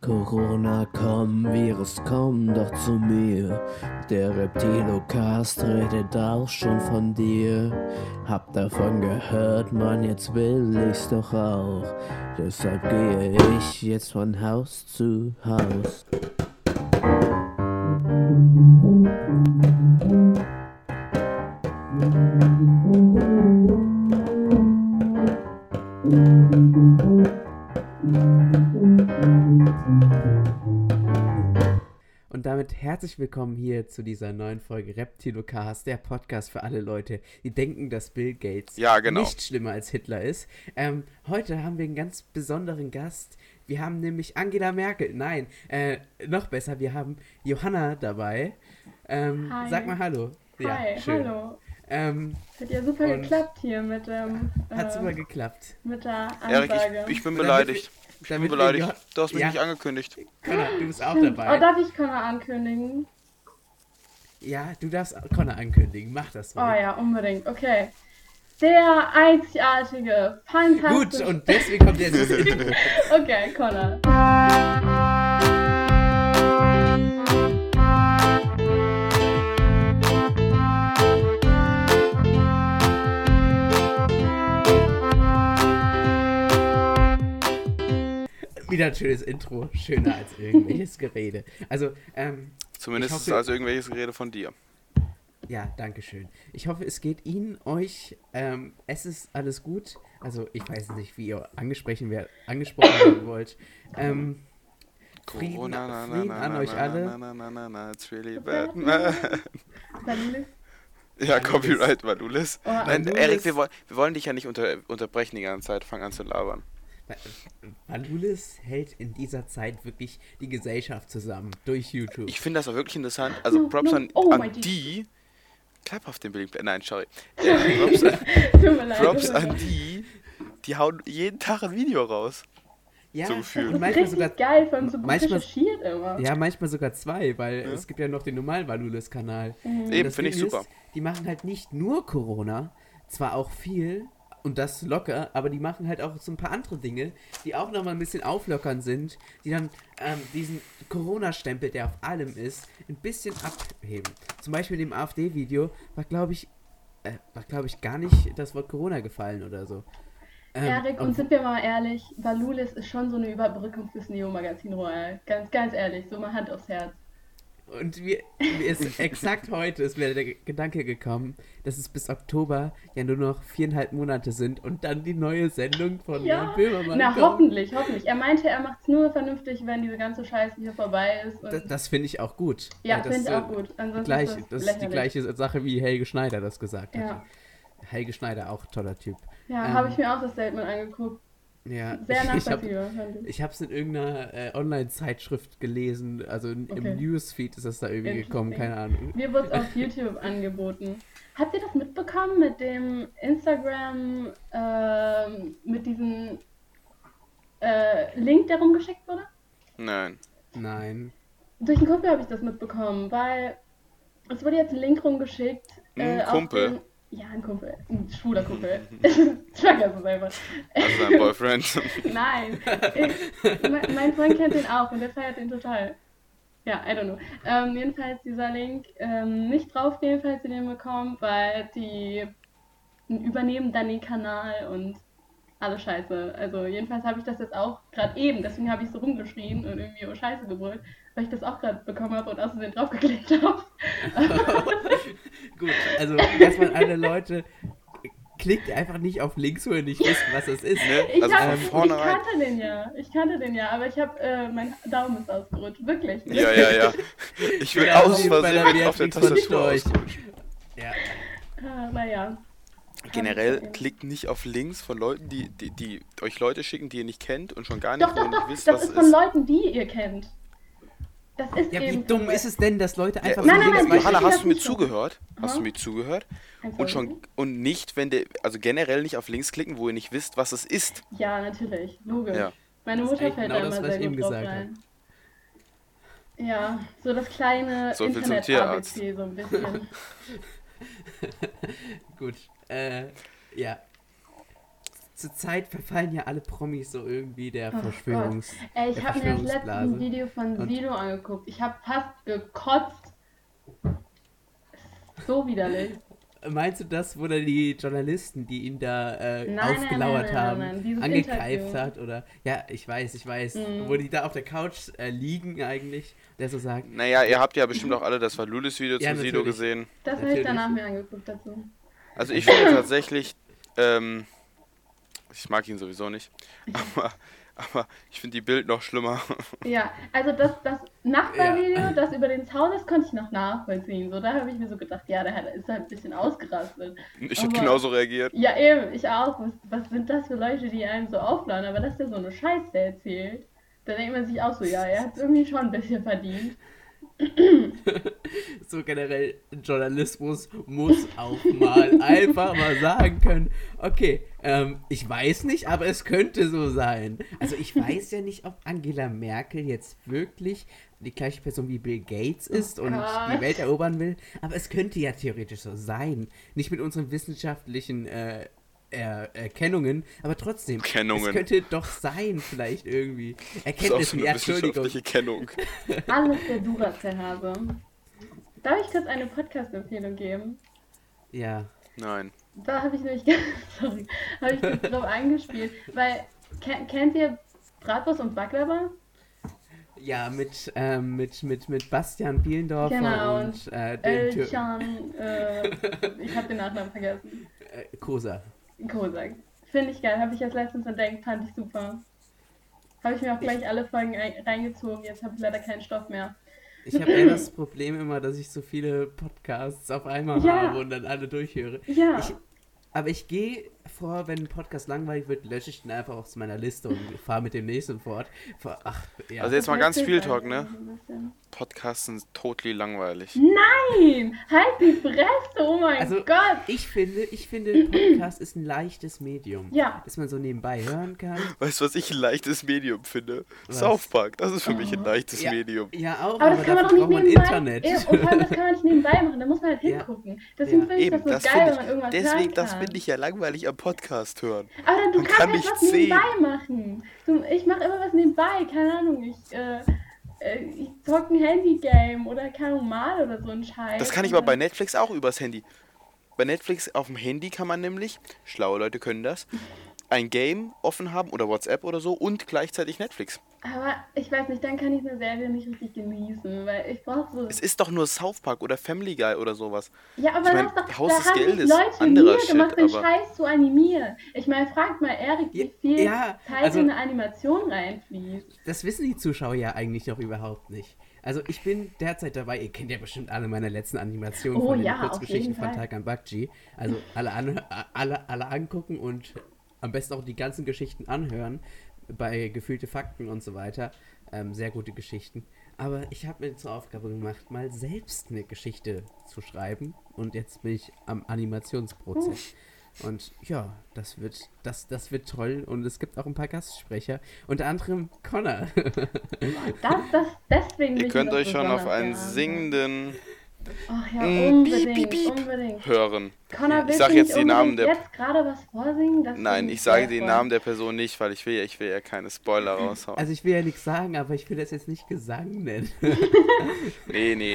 Corona, komm, Virus, komm doch zu mir. Der Reptilocast redet auch schon von dir. Hab davon gehört, Mann, jetzt will ich's doch auch. Deshalb gehe ich jetzt von Haus zu Haus. Und damit herzlich willkommen hier zu dieser neuen Folge Reptilocast, der Podcast für alle Leute, die denken, dass Bill Gates nicht schlimmer als Hitler ist. Heute haben wir einen ganz besonderen Gast. Wir haben nämlich Angela Merkel. Nein, noch besser, wir haben Johanna dabei. Hi. Sag mal Hallo. Hi, schön. hallo. Hat ja super geklappt hier mit dem. Hat super geklappt. Mit der Ansage. Erik, ich bin beleidigt. Du hast mich nicht angekündigt. Connor, du bist auch Stimmt. dabei. Oh, darf ich Connor ankündigen? Ja, du darfst Connor ankündigen. Mach das mal. Oh ja, unbedingt. Okay. Der einzigartige, fantastische... Gut, und deswegen kommt jetzt das Intro. Okay, Connor. Wieder ein schönes Intro, schöner als irgendwelches Gerede. Also, Zumindest ist es also irgendwelches Gerede von dir. Ja, danke schön. Ich hoffe, es geht Ihnen, euch, es ist alles gut. Also, ich weiß nicht, wie ihr angesprochen werden wollt. Frieden an euch alle. It's really bad. Valulis? Ja, Copyright Valulis. Oh, Nein, Valulis. Erik, wir wollen dich ja nicht unterbrechen die ganze Zeit. Fang an zu labern. Valulis hält in dieser Zeit wirklich die Gesellschaft zusammen durch YouTube. Ich finde das auch wirklich interessant. Also Props an die... Klapp auf den Bild. Nein, sorry. Tut mir leid. Props an die hauen jeden Tag ein Video raus. Ja, so gefühlt. Das und ist manchmal richtig sogar geil, vor allem so gut manchmal- recherchiert immer. Ja, manchmal sogar zwei, weil es gibt ja noch den normalen Valulis-Kanal. Eben, Das finde ich Ding super. Ist, die machen halt nicht nur Corona, zwar auch viel und das locker, aber die machen halt auch so ein paar andere Dinge, die auch nochmal ein bisschen auflockern sind, die dann diesen Corona-Stempel, der auf allem ist, ein bisschen abheben. Zum Beispiel in dem AfD-Video war, glaube ich, gar nicht das Wort Corona gefallen oder so. Erik, und sind wir mal ehrlich, Valulis ist schon so eine Überbrückung fürs Neo-Magazin Royal. Ganz ehrlich, so mal Hand aufs Herz. Und mir ist exakt heute ist mir der Gedanke gekommen, dass es bis Oktober ja nur noch 4,5 Monate sind und dann die neue Sendung von Jan Böhmermann Na, kommt. hoffentlich. Er meinte, er macht's nur vernünftig, wenn diese ganze Scheiße hier vorbei ist. Und Das finde ich auch gut. ja, Weil das finde ich auch gut. Ansonsten Das ist die lächerlich. gleiche Sache, wie Helge Schneider das gesagt hat. Ja, Helge Schneider, auch toller Typ. ja habe ich mir auch das Statement angeguckt. Ja, Sehr ich nachvollziehbar, fand ich. habe es in irgendeiner Online-Zeitschrift gelesen, also im Okay. Newsfeed ist das da irgendwie gekommen, keine Ahnung. Mir wurde es auf YouTube angeboten. Habt ihr das mitbekommen mit dem Instagram, mit diesem Link, der rumgeschickt wurde? Nein. Nein. Durch einen Kumpel habe ich das mitbekommen, weil es wurde jetzt ein Link rumgeschickt. Ein auf Kumpel? Ja, ein Kumpel. Ein schwuler Kumpel. Vergiss es einfach. Also dein Boyfriend. Nein. Mein Freund kennt den auch und der feiert den total. Ja, I don't know. Jedenfalls dieser Link, nicht draufgehen, falls ihr den bekommt, weil die übernehmen dann den Kanal und alle Scheiße. Also jedenfalls habe ich das jetzt auch gerade eben, deswegen habe ich so rumgeschrien und irgendwie oh Scheiße gebrüllt, weil ich das auch gerade bekommen habe und aus Versehen draufgeklickt habe. Gut, also erstmal alle Leute, klickt einfach nicht auf Links, wo ihr nicht wisst, was es ist. Ne? Ich Also von vornherein. Ich kannte den ja, aber ich habe, mein Daumen ist ausgerutscht, wirklich. Ja. Ich will Ja, aus bei der Versehen auf der Netflix von Tastatur Storch. ausrutschen. Ja. Naja. Generell klickt nicht auf Links von Leuten, die euch Leute schicken, die ihr nicht kennt und schon gar nicht, wo ihr nicht wisst, das was ist es von ist. Leuten, die ihr kennt. Das ist Ja, wie eben dumm von ist es denn, dass Leute einfach Nein, so nein, jedes nein, Mal- Johanna, ich hast das du mir nicht so. zugehört? Hast Aha. du mir zugehört? Eins, Und zwei, schon und nicht, wenn der, also generell nicht auf Links klicken, wo ihr nicht wisst, was es ist. Ja, natürlich, logisch. Ja. Meine Das ist Mutter eigentlich fällt genau da das, immer was sehr ich eben gut drauf gesagt rein. Ja, so das kleine So viel zum Tierarzt. Internet-ABC so ein bisschen. Gut, ja. zurzeit verfallen ja alle Promis so irgendwie der Ey, ich habe mir das letzte Verschwörungsblase. Video von Und- Sido angeguckt. Ich habe fast gekotzt. So widerlich. Meinst du das, wo dann die Journalisten, die ihn da Nein, ausgelauert haben, nein, dieses angegreift Interview. hat? Oder ja, ich weiß, Mhm. wo die da auf der Couch liegen eigentlich, der so sagt, Naja, ihr habt ja bestimmt auch alle das Valulis Video Ja, zu Sido natürlich. gesehen. Das habe ich Natürlich. danach mir angeguckt dazu. Also ich finde tatsächlich, ich mag ihn sowieso nicht, aber ich finde die Bild noch schlimmer. Ja, also das Nachbarvideo, das über den Zaun ist, konnte ich noch nachvollziehen. So, da habe ich mir so gedacht, ja, ist halt ein bisschen ausgerastet. Ich hätte Aber- genauso reagiert. Ja, eben, ich auch. Was sind das für Leute, die einen so aufladen? Aber dass der so eine Scheiße erzählt, da denkt man sich auch so, ja, er hat es irgendwie schon ein bisschen verdient. so generell Journalismus muss auch mal einfach mal sagen können, okay, ich weiß nicht, aber es könnte so sein. Also ich weiß ja nicht, ob Angela Merkel jetzt wirklich die gleiche Person wie Bill Gates ist und Gott. die Welt erobern will, aber es könnte ja theoretisch so sein. Nicht mit unseren wissenschaftlichen Erkennungen, aber trotzdem, Kennungen. es könnte doch sein, vielleicht irgendwie. Das ist auch so Erkenntnissen, eine ja, Entschuldigung. wissenschaftliche Kennung. Alles der Duracell-Hase. Darf ich kurz eine Podcast-Empfehlung geben? Ja. Nein. Da habe ich nämlich, sorry, habe ich kurz drauf angespielt, weil, kennt ihr Bratwurst und Baklava? Ja, mit Bastian Bielendorfer Genau, und dem Elchan, ich habe den Nachnamen vergessen. Kosa. Kozak. Finde ich geil, habe ich erst letztens entdeckt, fand ich super. Habe ich mir auch gleich alle Folgen reingezogen, jetzt habe ich leider keinen Stoff mehr. Ich habe eher das Problem immer, dass ich so viele Podcasts auf einmal Ja. habe und dann alle durchhöre. Ja, Aber ich gehe vor, wenn ein Podcast langweilig wird, lösche ich den einfach aus meiner Liste und fahre mit dem nächsten fort. Ach, ja. Also jetzt mal ganz das viel hilft Talk, einfach ne? so ein bisschen. Podcasts sind totally langweilig. Nein! Halt die Fresse, oh mein Also, Gott! ich finde, Podcast ist ein leichtes Medium. Ja. Das man so nebenbei hören kann. Weißt du, was ich ein leichtes Medium finde? Was? South Park, das ist für mich ein leichtes Ja. Medium. Ja, auch, Aber das kann man doch dafür nicht braucht man nebenbei. Internet. Ja, und vor allem, das kann man nicht nebenbei machen, da muss man halt Ja. hingucken. Deswegen Ja. finde ich Eben, das das so geil, wenn man finde ich, irgendwas deswegen, hören das kann. finde ich ja langweilig am Podcast hören. Aber du Man kannst kann halt nicht was sehen. nebenbei machen. Ich mache immer was nebenbei, keine Ahnung, ich zocke ein Handy-Game oder keine Ahnung, mal oder so ein Scheiß. Das kann ich aber bei Netflix auch übers Handy. Bei Netflix auf dem Handy kann man nämlich, schlaue Leute können das, ein Game offen haben oder WhatsApp oder so und gleichzeitig Netflix. Aber ich weiß nicht, dann kann ich eine Serie nicht richtig genießen, weil ich brauche so... Es ist doch nur South Park oder Family Guy oder sowas. Ja, aber ich mein, das ist doch, Haus da des haben sich Geldes, Leute anderer Mühe gemacht, Shit, den aber- Scheiß zu animieren. Ich meine, fragt mal Erik, wie viel Ja, Zeit also- in eine Animation reinfließt. Das wissen die Zuschauer ja eigentlich noch überhaupt nicht. Also ich bin derzeit dabei, ihr kennt ja bestimmt alle meine letzten Animationen Oh von den ja, auf Kurzgeschichten jeden von Fall. Tarkan Bakci. Also alle angucken und am besten auch die ganzen Geschichten anhören, bei Gefühlte Fakten und so weiter. Sehr gute Geschichten. Aber ich habe mir zur Aufgabe gemacht, mal selbst eine Geschichte zu schreiben. Und jetzt bin ich am Animationsprozess. Und ja, das wird toll. Und es gibt auch ein paar Gastsprecher. Unter anderem Connor. Deswegen will Ihr ich könnt das euch schon auf besonders einen gerne singenden Ach ja, Piep, unbedingt, piep, piep. unbedingt. hören. Connor, Ich willst sag du jetzt nicht die Namen unbedingt jetzt gerade was vorsingen? Das Nein, finde ich sage sehr den voll. Namen der Person nicht, weil ich will ja keine Spoiler raushauen. Also ich will ja nichts sagen, aber ich will das jetzt nicht Gesang nennen. Nee,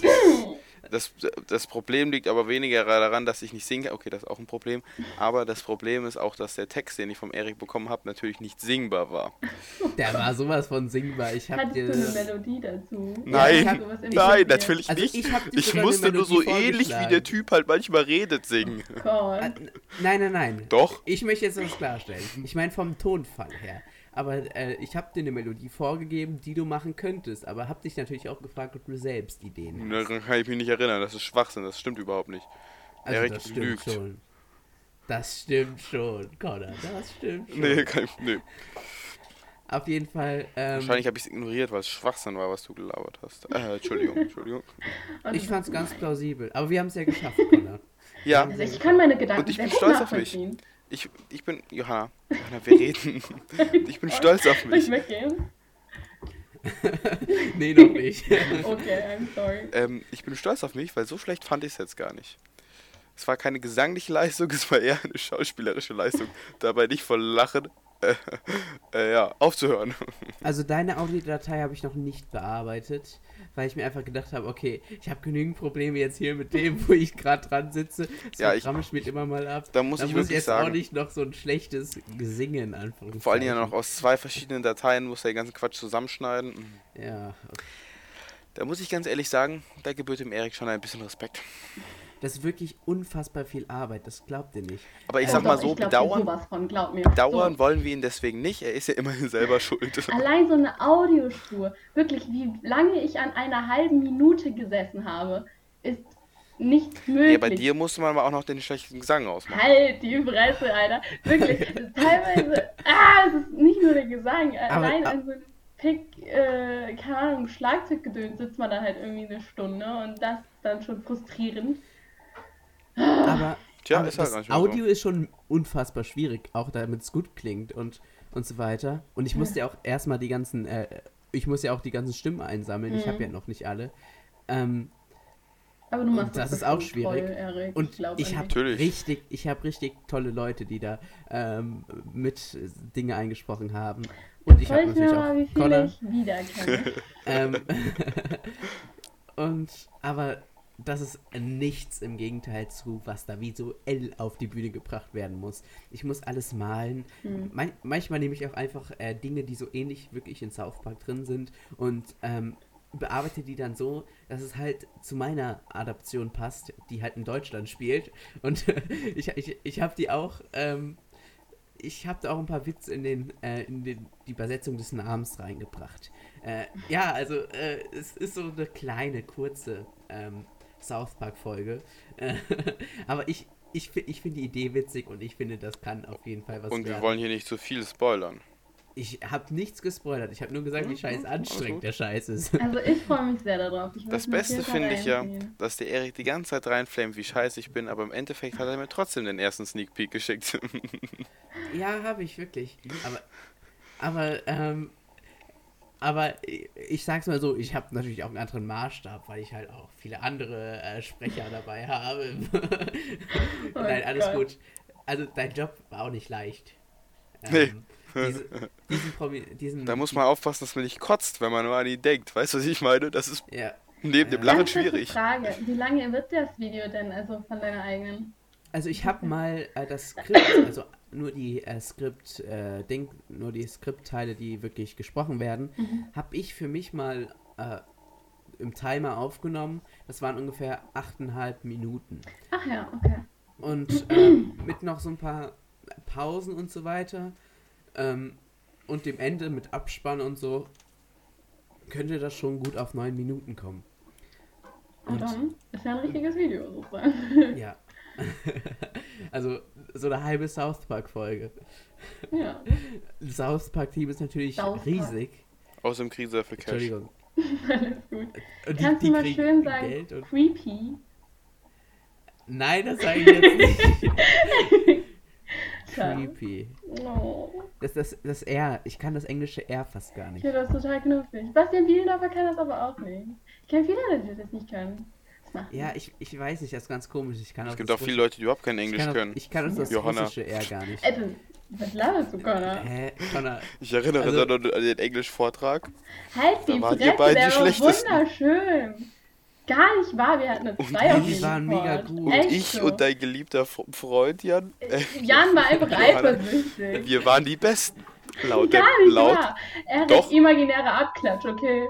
das Problem liegt aber weniger daran, dass ich nicht singe. Okay, das ist auch ein Problem. Aber das Problem ist auch, dass der Text, den ich vom Erik bekommen habe, natürlich nicht singbar war. Der war sowas von singbar. Ich hab Hattest dir... du eine Melodie dazu? Nein, ich hab sowas Nein, improvisiert. natürlich Also nicht. ich hab dir Ich sogar eine musste nur so Melodie ähnlich wie vorgeschlagen. der Typ halt manchmal redet singen. Gott. Nein. Doch. Ich möchte jetzt was klarstellen. Ich meine vom Tonfall her. Aber ich habe dir eine Melodie vorgegeben, die du machen könntest. Aber habe dich natürlich auch gefragt, ob du selbst Ideen hast. Daran kann ich mich nicht erinnern. Das ist Schwachsinn. Das stimmt überhaupt nicht. Also Erik das stimmt lügt. schon. Das stimmt schon, Connor. Das stimmt schon. Nee. Auf jeden Fall. Wahrscheinlich habe ich es ignoriert, weil es Schwachsinn war, was du gelabert hast. Entschuldigung. Und Ich fand's ganz plausibel. Aber wir haben es ja geschafft, Connor. Ja, also ich kann meine Gedanken Und ich bin sehr gut stolz auf mich. nachvollziehen. ich bin... Johanna, wir reden. Ich bin stolz auf Soll mich. ich weggehen? Nee, noch nicht. Okay, I'm sorry. Ich bin stolz auf mich, weil so schlecht fand ich es jetzt gar nicht. Es war keine gesangliche Leistung, es war eher eine schauspielerische Leistung. Dabei nicht vor Lachen aufzuhören. Also deine Audiodatei habe ich noch nicht bearbeitet, weil ich mir einfach gedacht habe, okay, ich habe genügend Probleme jetzt hier mit dem, wo ich gerade dran sitze. Das Programm spielt immer mal ab. Da muss ich wirklich jetzt sagen, auch nicht noch so ein schlechtes Gesingen in Anführungszeichen. Vor allem ja noch aus 2 verschiedenen Dateien, muss er den ganzen Quatsch zusammenschneiden. Ja. Okay. Da muss ich ganz ehrlich sagen, da gebührt dem Erik schon ein bisschen Respekt. Das ist wirklich unfassbar viel Arbeit, das glaubt ihr nicht. Aber ich sag mal so, bedauern wollen wir ihn deswegen nicht, er ist ja immerhin selber schuld. Allein so eine Audiospur, wirklich, wie lange ich an einer halben Minute gesessen habe, ist nicht möglich. Ja, bei dir musste man aber auch noch den schlechten Gesang ausmachen. Halt die Fresse, Alter. Wirklich, teilweise, es ist nicht nur der Gesang, allein an so einem keine Ahnung, Schlagzeuggedöns sitzt man da halt irgendwie eine Stunde und das dann schon frustrierend. Aber ist das halt Audio ist schon unfassbar schwierig, auch damit es gut klingt und so weiter. Und ich musste ja auch erstmal die ganzen Stimmen einsammeln. Ich habe ja noch nicht alle. Aber du machst das ist auch schwierig. Toll, Erik. Und ich habe richtig tolle Leute, die da mit Dinge eingesprochen haben. Und ich habe natürlich auch wie viele ich wiedererkenne. Aber das ist nichts im Gegenteil zu, was da visuell auf die Bühne gebracht werden muss. Ich muss alles malen. Manchmal nehme ich auch einfach Dinge, die so ähnlich wirklich in South Park drin sind und bearbeite die dann so, dass es halt zu meiner Adaption passt, die halt in Deutschland spielt. Und ich habe die auch, ich habe da auch ein paar Witze in die Übersetzung des Namens reingebracht. Es ist so eine kleine, kurze South Park-Folge. Aber ich finde die Idee witzig und ich finde, das kann auf jeden Fall was werden. Und wir wollen hier nicht zu viel spoilern. Ich habe nichts gespoilert. Ich habe nur gesagt, wie scheiß anstrengend der Scheiß ist. Also ich freue mich sehr darauf. Das Beste finde ich ja, dass der Erik die ganze Zeit reinflamet, wie scheiße ich bin, aber im Endeffekt hat er mir trotzdem den ersten Sneak Peek geschickt. Ja, habe ich wirklich. Aber ich sag's mal so, ich habe natürlich auch einen anderen Maßstab, weil ich halt auch viele andere Sprecher dabei habe. Nein, alles gut. Also dein Job war auch nicht leicht. Nee. Da muss man aufpassen, dass man nicht kotzt, wenn man nur an ihn denkt. Weißt du, was ich meine? Das ist neben dem Lachen schwierig. Frage, wie lange wird das Video denn, also von deiner eigenen? Also ich habe mal das Skript, also nur die Skriptteile, die wirklich gesprochen werden, habe ich für mich mal im Timer aufgenommen. Das waren ungefähr 8,5 Minuten. Ach ja, okay. Und mit noch so ein paar Pausen und so weiter. Und dem Ende mit Abspann und so könnte das schon gut auf 9 Minuten kommen. Und dann ist ja ein richtiges Video sozusagen. Ja. Also so eine halbe South Park Folge. Ja. Das South Park Team ist natürlich riesig. Aus dem Krise für Cash. Entschuldigung. Alles gut. Kannst du mal schön sagen, creepy? Nein, das sage ich jetzt nicht. Creepy. No. Das R, ich kann das englische R fast gar nicht. Ich finde das total knuffig. Bastian Bielendorfer kann das aber auch nicht. Ich kenne viele Leute, die das nicht können. Ja, ich weiß nicht, das ist ganz komisch. Es gibt auch viele Leute, die überhaupt kein Englisch können. Ich kann das russische R gar nicht. Was laberst du, Connor? Connor. Ich erinnere an den Englisch-Vortrag. Halt die Fresse, der war wunderschön. Gar nicht wahr, wir hatten eine 2 auf jeden Fall. Die waren mega gut. Und ich und dein geliebter Freund Jan. Jan war einfach eifersüchtig. Wir waren die Besten. Laut. Gar nicht wahr. Er hat doch imaginäre Abklatsch, okay.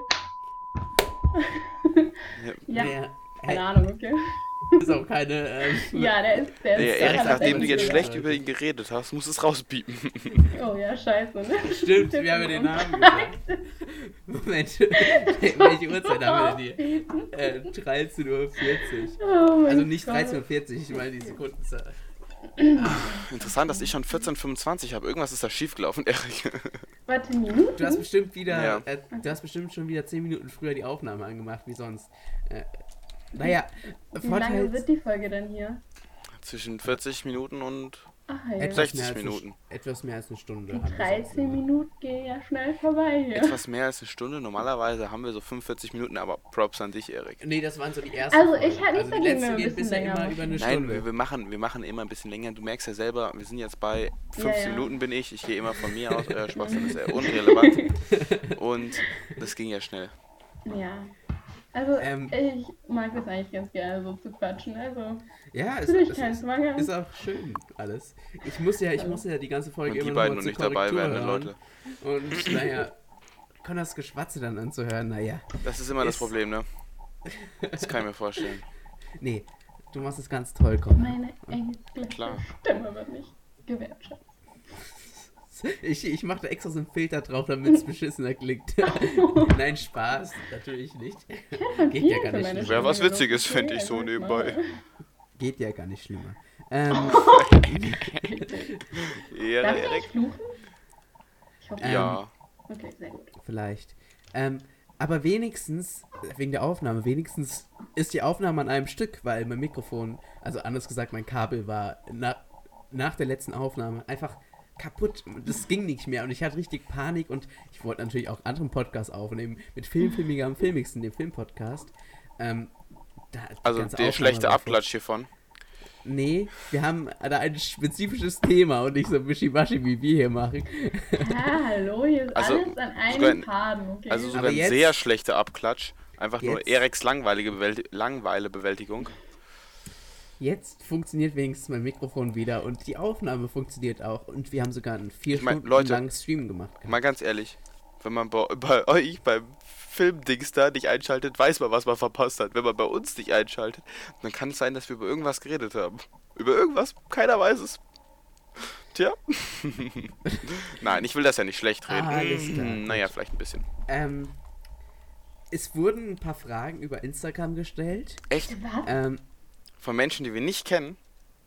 Ja. Keine Ahnung, okay. Ist auch keine. Ja, der ist. Erik, nachdem du jetzt schlecht über ihn geredet hast, musst du es rauspiepen. Oh ja, scheiße, ne? Stimmt, wir haben ja den Namen gesagt. Moment, welche Uhrzeit haben wir denn hier? 13:40 Uhr. Oh also nicht 13:40 Uhr, ich meine die Sekundenzahl. Interessant, dass ich schon 14:25 habe. Irgendwas ist da schiefgelaufen, Erik. Warte, Minuten? Du hast bestimmt wieder, du hast bestimmt schon wieder 10 Minuten früher die Aufnahme angemacht, wie sonst. Naja, wie lange wird die Folge denn hier? Zwischen 40 Minuten und Ach ja. Etwas 60 mehr als Minuten. Etwas mehr als eine Stunde. Die haben wir 13 sonst immer. Minuten gehen ja schnell vorbei hier. Etwas mehr als eine Stunde. Normalerweise haben wir so 45 Minuten, aber Props an dich, Erik. Nee, das waren so die ersten. Also ich Folgen. hätte nicht die dagegen, letzte wenn wir geht ein bisschen bisher länger immer machen. über eine Nein, Stunde. wir machen immer ein bisschen länger. Du merkst ja selber, wir sind jetzt bei 15 ja. Minuten bin ich gehe immer von mir aus. Euer Schwachsinn ist eher unrelevant. Und das ging ja schnell. Ja. Also Ähm, ich mag das eigentlich ganz gerne so zu quatschen. Also Ja, für dich kein Zwang. ist auch schön alles. Ich muss ja die ganze Folge Und die immer beiden noch noch mal nicht zur dabei Korrektur wären, hören. Leute. Und naja, Connors Geschwatze dann anzuhören, naja. Das ist immer das Ist- Problem, ne? Das kann ich mir vorstellen. Nee, du machst es ganz toll, Connor. Meine englische Klar. Stimme wird nicht gewertschätzt. Ich mach da extra so einen Filter drauf, damit es beschissener klingt. Nein, Spaß, natürlich nicht. Geht ja gar nicht schlimmer. Wäre was Witziges, fände ich so nebenbei. Geht ja gar nicht schlimmer. Ja, Darf ich Erik? nicht fluchen? Ich hoffe, Ja. okay, sehr gut. Vielleicht. Aber wenigstens, wegen der Aufnahme, wenigstens ist die Aufnahme an einem Stück, weil mein Mikrofon, also anders gesagt, mein Kabel war nach der letzten Aufnahme einfach kaputt. Das ging nicht mehr und ich hatte richtig Panik und ich wollte natürlich auch anderen Podcasts aufnehmen, mit Filmfilmiger am Filmigsten, dem Filmpodcast. Also der schlechte Abklatsch hiervon. Nee, wir haben da ein spezifisches Thema und nicht so wischiwaschi, wie wir hier machen. Ja, hallo, hier ist Also, alles an sogar einem Faden, okay? Also sogar Aber ein jetzt- sehr schlechter Abklatsch. Einfach nur Jetzt- Eriks Langweilebewältigung. Jetzt funktioniert wenigstens mein Mikrofon wieder und die Aufnahme funktioniert auch und wir haben sogar einen 4 mein, Stunden Leute, langen Stream gemacht. Mal ganz ehrlich, wenn man bei euch beim Filmdings da nicht einschaltet, weiß man, was man verpasst hat. Wenn man bei uns nicht einschaltet, dann kann es sein, dass wir über irgendwas geredet haben. Über irgendwas, keiner weiß es. Tja. Nein, ich will das ja nicht schlecht reden. Alles klar, gut. Naja, vielleicht ein bisschen. Es wurden ein paar Fragen über Instagram gestellt. Echt? Was? Von Menschen, die wir nicht kennen?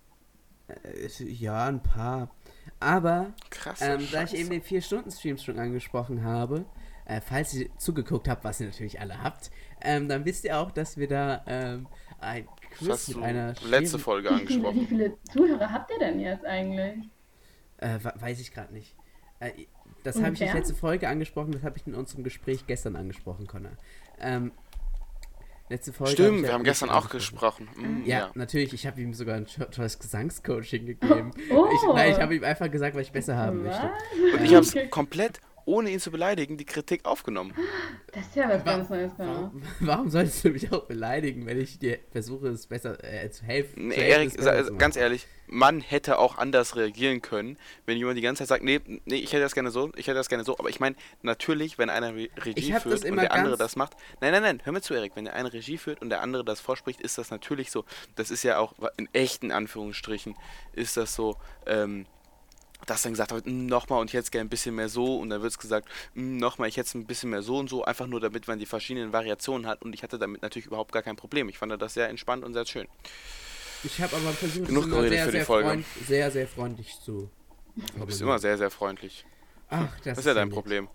Ja, ein paar. Aber Krass. da ich eben den 4-Stunden-Stream schon angesprochen habe, falls ihr zugeguckt habt, was ihr natürlich alle habt, dann wisst ihr auch, dass wir da ein Das Quiz hast mit du einer letzte Folge Wie angesprochen. viele Zuhörer habt ihr denn jetzt eigentlich? weiß ich gerade nicht. Das habe ich nicht Ungefähr? letzte Folge angesprochen, das habe ich in unserem Gespräch gestern angesprochen, Connor. Letzte Folge hab Stimmt, ich wir ja haben nicht gestern auch angesprochen. gesprochen. Ja, natürlich, ich habe ihm sogar ein tolles Gesangscoaching gegeben. Oh. Ich habe ihm einfach gesagt, was ich besser haben möchte. Was? Und ich habe es Okay. komplett, ohne ihn zu beleidigen, die Kritik aufgenommen. Das ist ja was ganz Neues, Connor. Warum solltest du mich auch beleidigen, wenn ich dir versuche, es besser zu helfen? Nee, zu helfen, Erik, es besser zu ganz machen? ehrlich, man hätte auch anders reagieren können, wenn jemand die ganze Zeit sagt, nee, ich hätte das gerne so, ich hätte das gerne so. Aber ich meine, natürlich, wenn einer Regie Ich hab das führt und immer der andere ganz- das macht. Nein, hör mir zu, Erik. Wenn der eine Regie führt und der andere das vorspricht, ist das natürlich so. Das ist ja auch in echten Anführungsstrichen, ist das so, dass dann gesagt wird, nochmal und ich hätte es gerne ein bisschen mehr so und dann wird es gesagt, nochmal, ich hätte es ein bisschen mehr so und so, einfach nur damit man die verschiedenen Variationen hat und ich hatte damit natürlich überhaupt gar kein Problem. Ich fand das sehr entspannt und sehr schön. Ich habe aber versucht, Genug es immer geredet sehr, für die sehr, Folge. sehr, sehr freundlich zu. Du bist immer sehr, sehr freundlich. Ach, Das ist ja dein nett. Problem.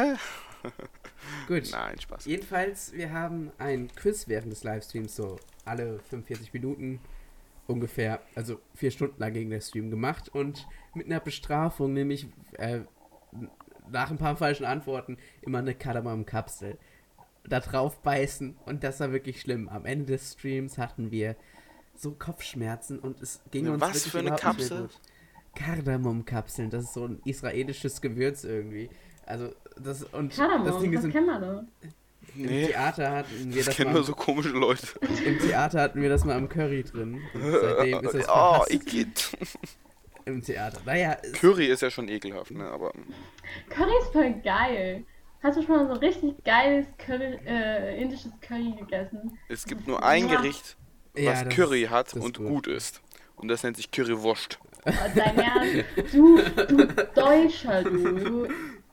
Gut. Nein, Spaß. Jedenfalls, wir haben ein Quiz während des Livestreams, so alle 45 Minuten ungefähr, also 4 Stunden lang gegen den Stream gemacht und mit einer Bestrafung, nämlich nach ein paar falschen Antworten immer eine Kardamom-Kapsel da drauf beißen und das war wirklich schlimm. Am Ende des Streams hatten wir so Kopfschmerzen und es ging uns Was wirklich für eine überhaupt nicht mehr Kapsel? gut. Kardamom-Kapseln, das ist so ein israelisches Gewürz irgendwie. Also das und das Kardamom, Ding ist was kennen wir da? im Nee, Theater hatten wir ich das kenne mal, nur so komische Leute. im Theater hatten wir das mal am Curry drin. Und seitdem ist es Oh, verhasst Igitt. im Theater. Naja, Curry ist ja schon ekelhaft, ne? Aber Curry ist voll geil. Hast du schon mal so richtig geiles Curry, indisches Curry gegessen? es gibt nur ein Gericht, was ja, das Curry ist- hat das ist und gut ist. Und das nennt sich Currywurst. Oh, dein Ernst? Du Deutscher, du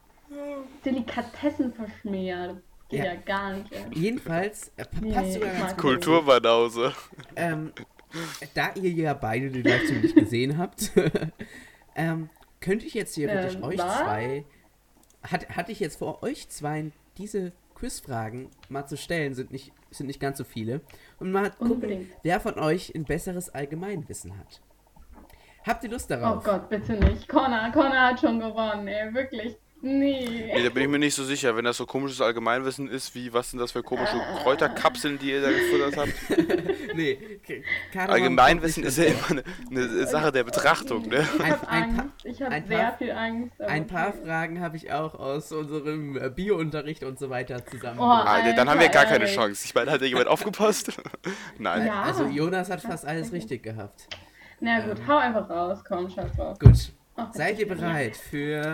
Delikatessenverschmäher. Geht Ja. ja gar nicht. Ey. Jedenfalls, Nee, passt sogar ich ganz mag gut. Kulturbanause. Da ihr ja beide den Livestream nicht gesehen habt, könnte ich jetzt theoretisch euch was? zwei, hatte ich jetzt vor, euch zwei diese Quizfragen mal zu stellen, sind nicht ganz so viele, und mal gucken, Unbedingt. wer von euch ein besseres Allgemeinwissen hat. Habt ihr Lust Oh darauf? Gott, bitte nicht. Connor hat schon gewonnen, ey, wirklich. Nee, Nee. da bin ich mir nicht so sicher, wenn das so komisches Allgemeinwissen ist, wie was sind das für komische Kräuterkapseln, die ihr da gefuttert habt. Nee, Kardamom Allgemeinwissen kommt ist nicht ja immer eine Sache der Betrachtung, ne? Ich habe Ein Angst. Ich habe ein sehr paar- viel Angst. aber Ein paar okay. Fragen habe ich auch aus unserem Bio-Unterricht und so weiter zusammen. Oh, Dann haben wir gar keine Erik. Chance. Ich meine, hat da jemand aufgepasst? Nein. Ja. Also Jonas hat fast alles richtig gehabt. Na gut, hau einfach raus, komm, scheiß drauf. Gut, Oh, seid ihr bereit für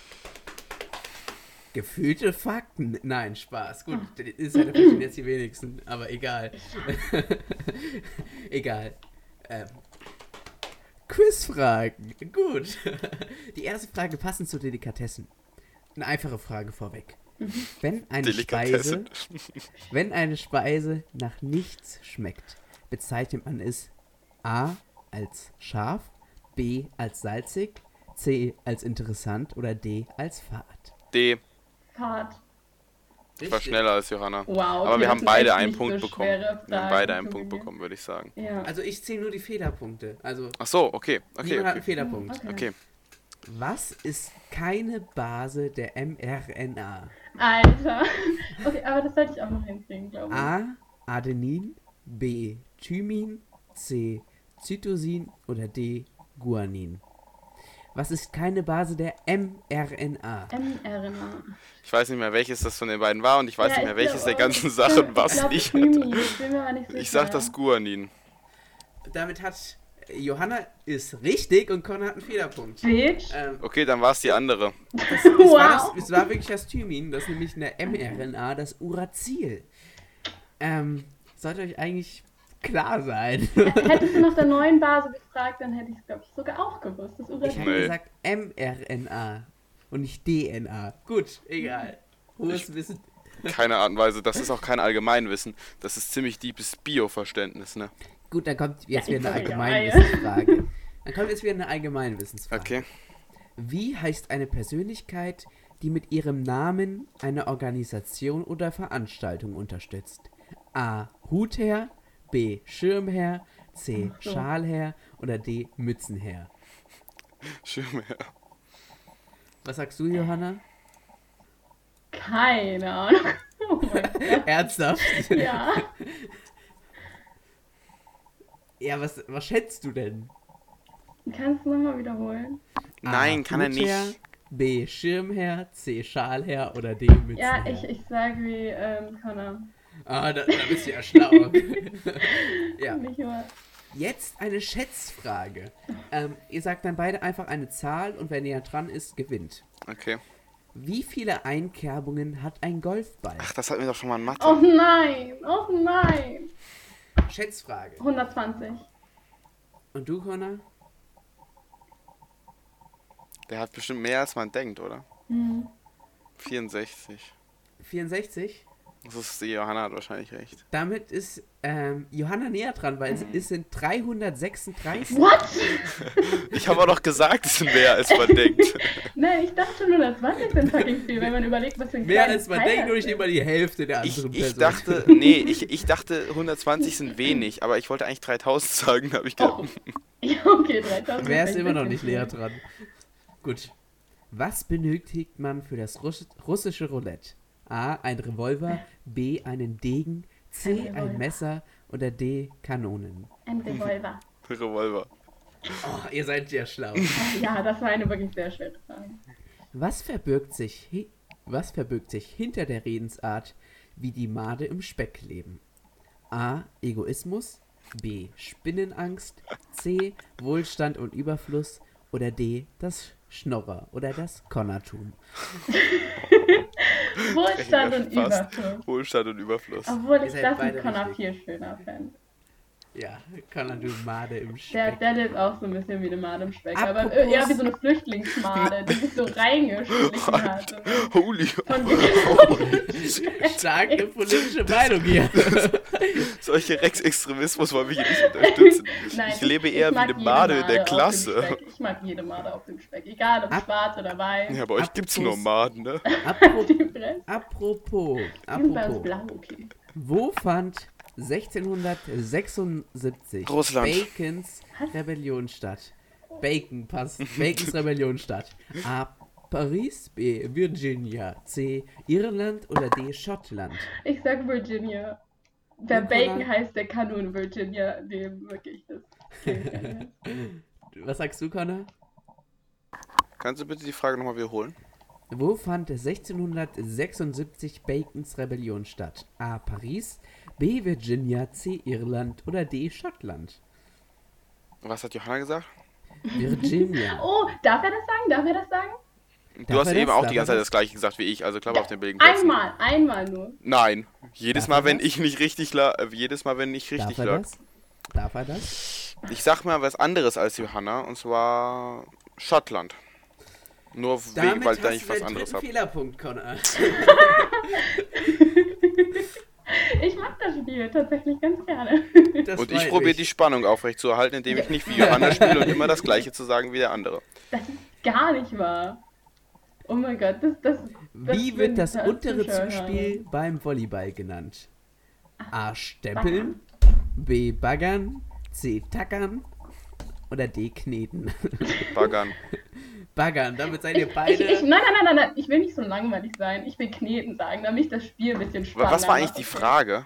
gefühlte Fakten? Nein, Spaß. Gut, das ist ja natürlich jetzt die wenigsten, aber egal. Egal. Quizfragen. Gut. Die erste Frage passend zu Delikatessen. Eine einfache Frage vorweg. Wenn Delikatesse. eine Speise nach nichts schmeckt, bezeichnet man es A als scharf, B als salzig, C als interessant oder D als fad. D. Fahrt. Ich war schneller als Johanna. Wow, okay, Aber wir das haben sind beide echt einen nicht Punkt so bekommen. schwere Wir haben Fragen beide für einen Punkt mich. bekommen, würde ich sagen. Ja. Also ich zähle nur die Fehlerpunkte. Also Ach so, okay. niemand hat einen Okay. Fehlerpunkt. Okay. Was ist keine Base der mRNA? Alter. Okay, aber das sollte ich auch noch hinkriegen, glaube ich. A. Adenin, B. Thymin, C. Cytosin oder D. Guanin. Was ist keine Base der mRNA? mRNA. Ich weiß nicht mehr, welches das von den beiden war und ich weiß Ja, nicht mehr, ich welches der glaub- ganzen ich Sachen glaub- was ich glaub, nicht Thymin. hat. Ich bin mir aber nicht sicher. Ich sag das Guanin. Damit hat Johanna ist richtig und Connor hat einen Fehlerpunkt. Bitch. Okay, dann war es die andere. Wow. Es war wirklich das Thymin, das ist nämlich eine mRNA, das Uracil. Sollte euch eigentlich klar sein. Hättest du nach der neuen Base gefragt, dann hätte ich es, glaube ich, sogar auch gewusst. Das Ich Uracil. habe Nee. gesagt mRNA und nicht DNA. Gut, egal. Hohes Wissen. Keine Art und Weise. Das ist auch kein Allgemeinwissen. Das ist ziemlich deepes Bio-Verständnis, ne? Gut, dann kommt jetzt Ja, wieder eine ich sag ja, Allgemeinwissensfrage. Dann kommt jetzt wieder eine Allgemeinwissensfrage. Okay. Wie heißt eine Persönlichkeit, die mit ihrem Namen eine Organisation oder Veranstaltung unterstützt? A. Hutherr, B. Schirmherr, C. Ach so. Schalherr oder D. Mützenherr. Schirmherr. Was sagst du, Johanna? Keine Ahnung. Oh mein Gott. Ernsthaft? Ja. Ja, was schätzt du denn? Kannst du nochmal wiederholen? Nein, A. kann er Hutherr, nicht. B. Schirmherr, C. Schalherr oder D. Mützenherr. Ja, ich sag wie Connor. Ah, da bist du ja schlau. Ja. Nicht nur. Jetzt eine Schätzfrage. Ihr sagt dann beide einfach eine Zahl und wer näher dran ist, gewinnt. Okay. Wie viele Einkerbungen hat ein Golfball? Ach, das hatten wir doch schon mal in Mathe. Oh nein! Oh nein! Schätzfrage. 120. Und du, Connor? Der hat bestimmt mehr, als man denkt, oder? Hm. 64. 64? Das ist die Johanna hat wahrscheinlich recht. Damit ist Johanna näher dran, weil es sind 336. What? Ich habe auch noch gesagt, es sind mehr, als man denkt. Nein, ich dachte schon 120 sind fucking viel, wenn man überlegt, was für ein Mehr kleines als man Teil denkt, das nur nicht ist. immer die Hälfte der Ich, anderen ich Person. dachte, ich dachte 120 sind wenig, aber ich wollte eigentlich 3000 sagen, habe ich gedacht. Oh. Ja, okay, 3000. Wärst ist immer noch echt nicht viel. näher dran. Gut. Was benötigt man für das russische Roulette? A. Ein Revolver, B. Einen Degen, C. Ein Revolver. Ein Messer oder D. Kanonen. Ein Revolver. Revolver. Oh, ihr seid ja schlau. Ja, das war eine wirklich sehr schwere Frage. Was verbirgt sich hinter der Redensart, wie die Made im Speck leben? A. Egoismus, B. Spinnenangst, C. Wohlstand und Überfluss oder D. Das Schnorrer oder das Konnertum. Wohlstand und Fast. Überfluss. Wohlstand und Überfluss. Obwohl Ihr ich seid das beide mit Connor richtig. viel schöner fände. Ja, Konnertum, Made im Der, Speck. der lebt auch so ein bisschen wie eine Made im Speck, aber Apropos- eher wie so eine Flüchtlingsmade, die sich so reingeschlichen hat. Und Holy. von Starke politische Meinung hier. Solche Rechtsextremismus wollen wir hier nicht unterstützen. Nein, Ich lebe eher wie mag eine jede Made in der auf dem Klasse. Speck. Ich mag jede Made auf dem Speck, egal ob Ab- schwarz oder weiß. Ja, bei euch gibt's Apropos- nur Maden, ne? Die Fresse. Apropos, Die sind bei uns apropos. blau, okay. Wo fand 1676 Russland. Bacons Was? Rebellion statt? Bacon passt. Bacons Rebellion statt. A. Paris, B. Virginia, C. Irland oder D. Schottland? Ich sag Virginia. Der Nicola? Bacon heißt, der kann nur in Virginia leben, wirklich. Das killt mich. Was sagst du, Connor? Kannst du bitte die Frage nochmal wiederholen? Wo fand 1676 Bacons Rebellion statt? A. Paris, B. Virginia, C. Irland oder D. Schottland? Was hat Johanna gesagt? Virginia. Oh, darf er das sagen? Darf er das sagen? Du hast eben auch die ganze Zeit das? das gleiche gesagt wie ich, also glaube auf den Billigen Plätzen. Einmal nur. Nein, jedes Darf Mal, er wenn das? ich nicht richtig lag, jedes Mal, wenn ich richtig Darf er lag. das? Darf er das? Ich sag mal was anderes als Johanna, und zwar Schottland. Nur wegen, weil ich da nicht was anderes habe. Fehlerpunkt, Connor. Ich mag das Spiel tatsächlich ganz gerne. Und ich probiere die Spannung aufrechtzuerhalten, indem ich nicht wie Johanna spiele und immer das gleiche zu sagen wie der andere. Das ist gar nicht wahr. Oh mein Gott, das Wie würden wird das die untere Zuschauer Zuspiel beim Volleyball genannt? A. Stempeln, B. Baggern, C. Tackern oder D. Kneten? Baggern. Baggern, damit seid Ich, ihr beide... nein, ich will nicht so langweilig sein. Ich will Kneten sagen, damit ich das Spiel ein bisschen spannender Was war eigentlich mache. die Frage?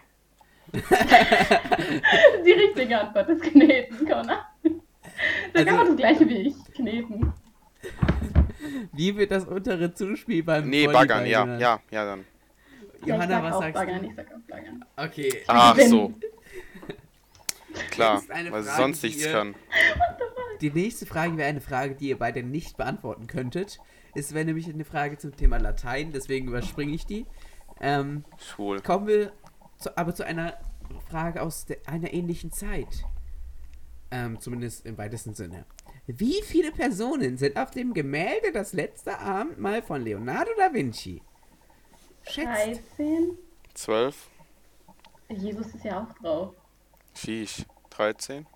Die richtige Antwort ist Kneten, Connor. Sag Also- einfach das gleiche wie ich. Kneten. Wie wird das untere Zuspiel beim Nee, Volleyball Baggern, ja, genannt? ja dann. Johanna, ich sag was auch sagst Baggern, du? ich sag auch Baggern. Okay. Ach Wenn- so, klar, Das ist eine weil sie Frage, sonst die nichts ihr- kann. Die nächste Frage wäre eine Frage, die ihr beide nicht beantworten könntet. Es wäre nämlich eine Frage zum Thema Latein, deswegen überspringe ich die. Schwul. Kommen wir aber zu einer Frage aus einer ähnlichen Zeit. Zumindest im weitesten Sinne. Wie viele Personen sind auf dem Gemälde Das letzte Abendmahl von Leonardo da Vinci? Schätzt. 13. 12, Jesus ist ja auch drauf. Sheesh, 13.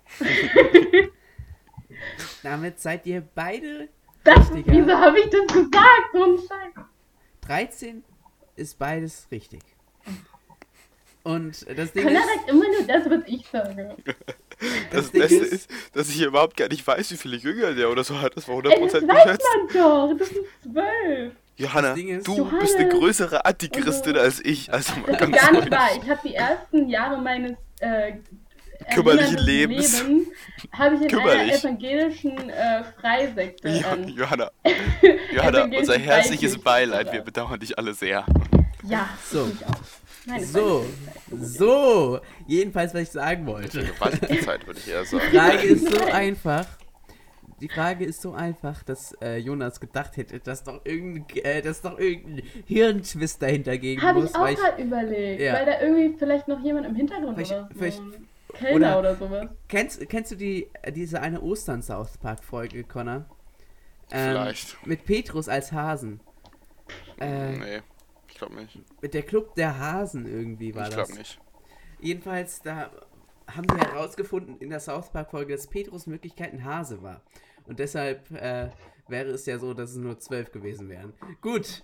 Damit seid ihr beide Wieso richtiger. habe ich das gesagt? So ein Scheiß. 13 ist beides richtig. Und das Ding Connor ist, sagt immer nur das, was ich sage. Das Ding Beste ist- ist, dass ich überhaupt gar nicht weiß, wie viele Jünger der oder so hat. Das war Ey, das 100% weiß geschätzt. man doch. Das ist 12. Johanna, Das Ding ist- du Johannes. bist eine größere Antichristin Also- als ich. Also mal Das ist ganz gar nicht ehrlich. wahr. Ich habe die ersten Jahre meines Kümmerlichen erinnernden Lebens. habe ich in einer Kümmerlich. evangelischen Freisekte. Johanna, evangelischen unser herzliches Freikirche. Beileid. Wir bedauern dich alle sehr. Ja, So. ich auch. Nein, das so, so, jedenfalls, was ich sagen wollte. Gewaltige Zeit, würde ich eher sagen. Die Frage ist so Nein. einfach. Die Frage ist so einfach, dass Jonas gedacht hätte, dass doch irgendein Hirntwist dahinter gehen habe muss. ich auch weil gerade überlegt, Ja. weil da irgendwie vielleicht noch jemand im Hintergrund Vielleicht- oder so. vielleicht- Kellner oder sowas. Kennst du diese eine Ostern-South Park-Folge, Connor? Vielleicht. Mit Petrus als Hasen. Nee, ich glaube nicht. Mit der Club der Hasen irgendwie war Ich das. glaube nicht. Jedenfalls, da haben wir herausgefunden in der South Park-Folge, dass Petrus in Wirklichkeit ein Hase war. Und deshalb wäre es ja so, dass es nur 12 gewesen wären. Gut.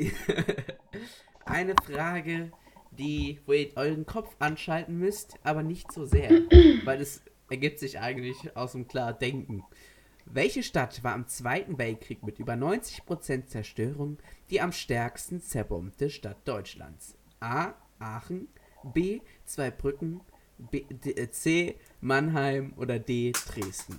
Eine Frage, wo ihr euren Kopf anschalten müsst, aber nicht so sehr. Weil es ergibt sich eigentlich aus dem Klardenken. Welche Stadt war im Zweiten Weltkrieg mit über 90% Zerstörung die am stärksten zerbombte Stadt Deutschlands? A. Aachen, B. Zweibrücken, C. Mannheim oder D. Dresden?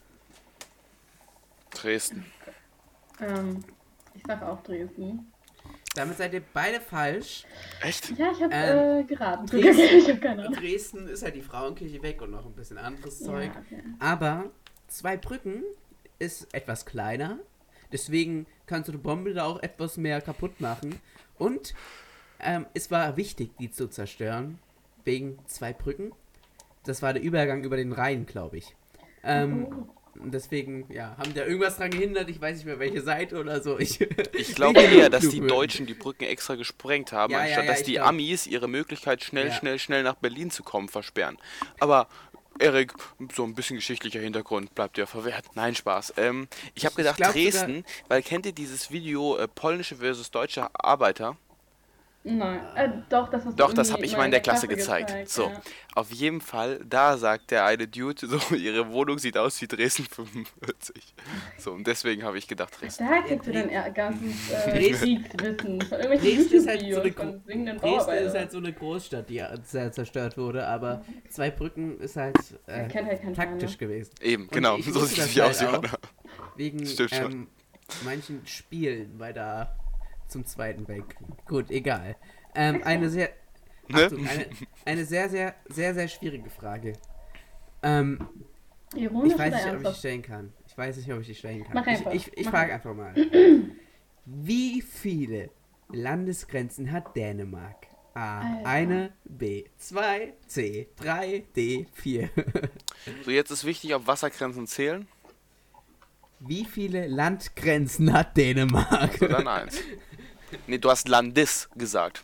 Dresden. Ich sag auch Dresden. Damit seid ihr beide falsch. Echt? Ja, ich habe geraten. Dresden. Ich habe keine Ahnung. Dresden ist halt die Frauenkirche weg und noch ein bisschen anderes Zeug. Ja, okay. Aber Zweibrücken ist etwas kleiner. Deswegen kannst du die Bombe da auch etwas mehr kaputt machen. Und es war wichtig, die zu zerstören. Wegen Zweibrücken. Das war der Übergang über den Rhein, glaube ich. Und deswegen, ja, haben da irgendwas dran gehindert. Ich weiß nicht mehr, welche Seite oder so. Ich glaube eher, dass die Deutschen die Brücken extra gesprengt haben, Ja, ja, anstatt ja, dass ich die glaub. Amis ihre Möglichkeit Ja. schnell nach Berlin zu kommen versperren. Aber Erik, so ein bisschen geschichtlicher Hintergrund bleibt ja verwehrt. Nein, Spaß. Ich habe Ich gedacht glaub Dresden, weil kennt ihr dieses Video polnische versus deutsche Arbeiter? Nein, doch, das hast du Doch, das irgendwie habe ich mal in der Klasse gezeigt. So, ja. auf jeden Fall, da sagt der eine Dude, so, ihre Wohnung sieht aus wie Dresden 45. So, und deswegen habe ich gedacht, Dresden. Da kriegst du dein ganzes Dresden- Kriegswissen von irgendwelchen Dresden ist halt so YouTube-Videos eine von singenden Dresden ist Bauarbeitern. halt so eine Großstadt, die sehr zerstört wurde, aber Zweibrücken ist halt Kennt halt kein taktisch Schwein, gewesen. Eben, Und genau, ich so wusste sieht das es wie aus, halt auch. Johanna. Wegen Stimmt schon. ne? manchen Spielen bei der zum Zweiten Weltkrieg. Gut, egal. Eine sehr Ne? Achtung, eine sehr, sehr, sehr, sehr schwierige Frage. Ironisch Ich weiß oder nicht, ob ich die ernsthaft? stellen kann. Ich weiß nicht, ob ich die stellen kann. Mach einfach. Ich Mach frage einfach mal. Wie viele Landesgrenzen hat Dänemark? A. Alter. 1, B. 2, C. 3, D. 4. So, jetzt ist wichtig, ob Wassergrenzen zählen. Wie viele Landgrenzen hat Dänemark? So, dann 1. Nee, du hast Landes gesagt.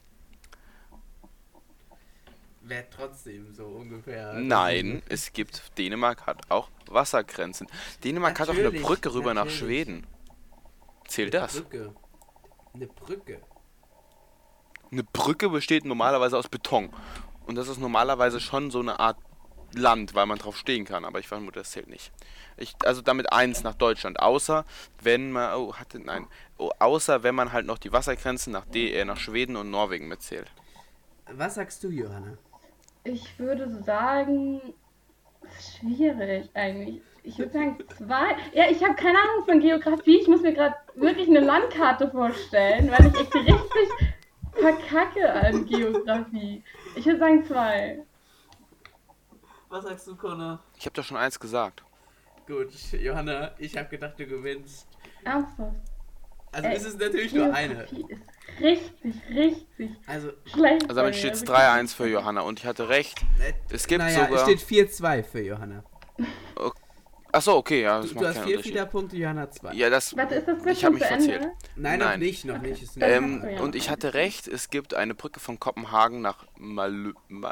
Wäre trotzdem so ungefähr. Nein, es gibt, Dänemark hat auch Wassergrenzen. Dänemark hat auch eine Natürlich, Brücke rüber nach natürlich. Schweden. Zählt Eine das? Brücke. Eine Brücke. Eine Brücke besteht normalerweise aus Beton. Und das ist normalerweise schon so eine Art Land, weil man drauf stehen kann. Aber ich vermute, das zählt nicht. Also damit 1 nach Deutschland. Außer wenn man. Außer wenn man halt noch die Wassergrenzen nach Schweden und Norwegen mitzählt. Was sagst du, Johanna? Ich würde sagen, das ist schwierig eigentlich. Ich würde sagen 2. Ja, ich habe keine Ahnung von Geografie. Ich muss mir gerade wirklich eine Landkarte vorstellen, weil ich echt richtig verkacke an Geografie. Ich würde sagen 2. Was sagst du, Connor? Ich habe doch schon 1 gesagt. Gut, Johanna, ich habe gedacht, du gewinnst. Ernsthaft. Also ist es natürlich nur eine. Geografie ist richtig Also, schlecht. Also damit steht es 3-1 für Johanna. Und ich hatte recht. Es gibt naja, sogar. es steht 4-2 für Johanna. Achso, okay, ja, das Du macht hast keinen 4 Unterschied. Fehlerpunkte, Johanna 2. Ja, das. Warte, ist das Ich habe mich zu Ende? verzählt. Nein, Nein. noch nicht. Ist Ja. Und ich hatte recht, es gibt eine Brücke von Kopenhagen nach Malmö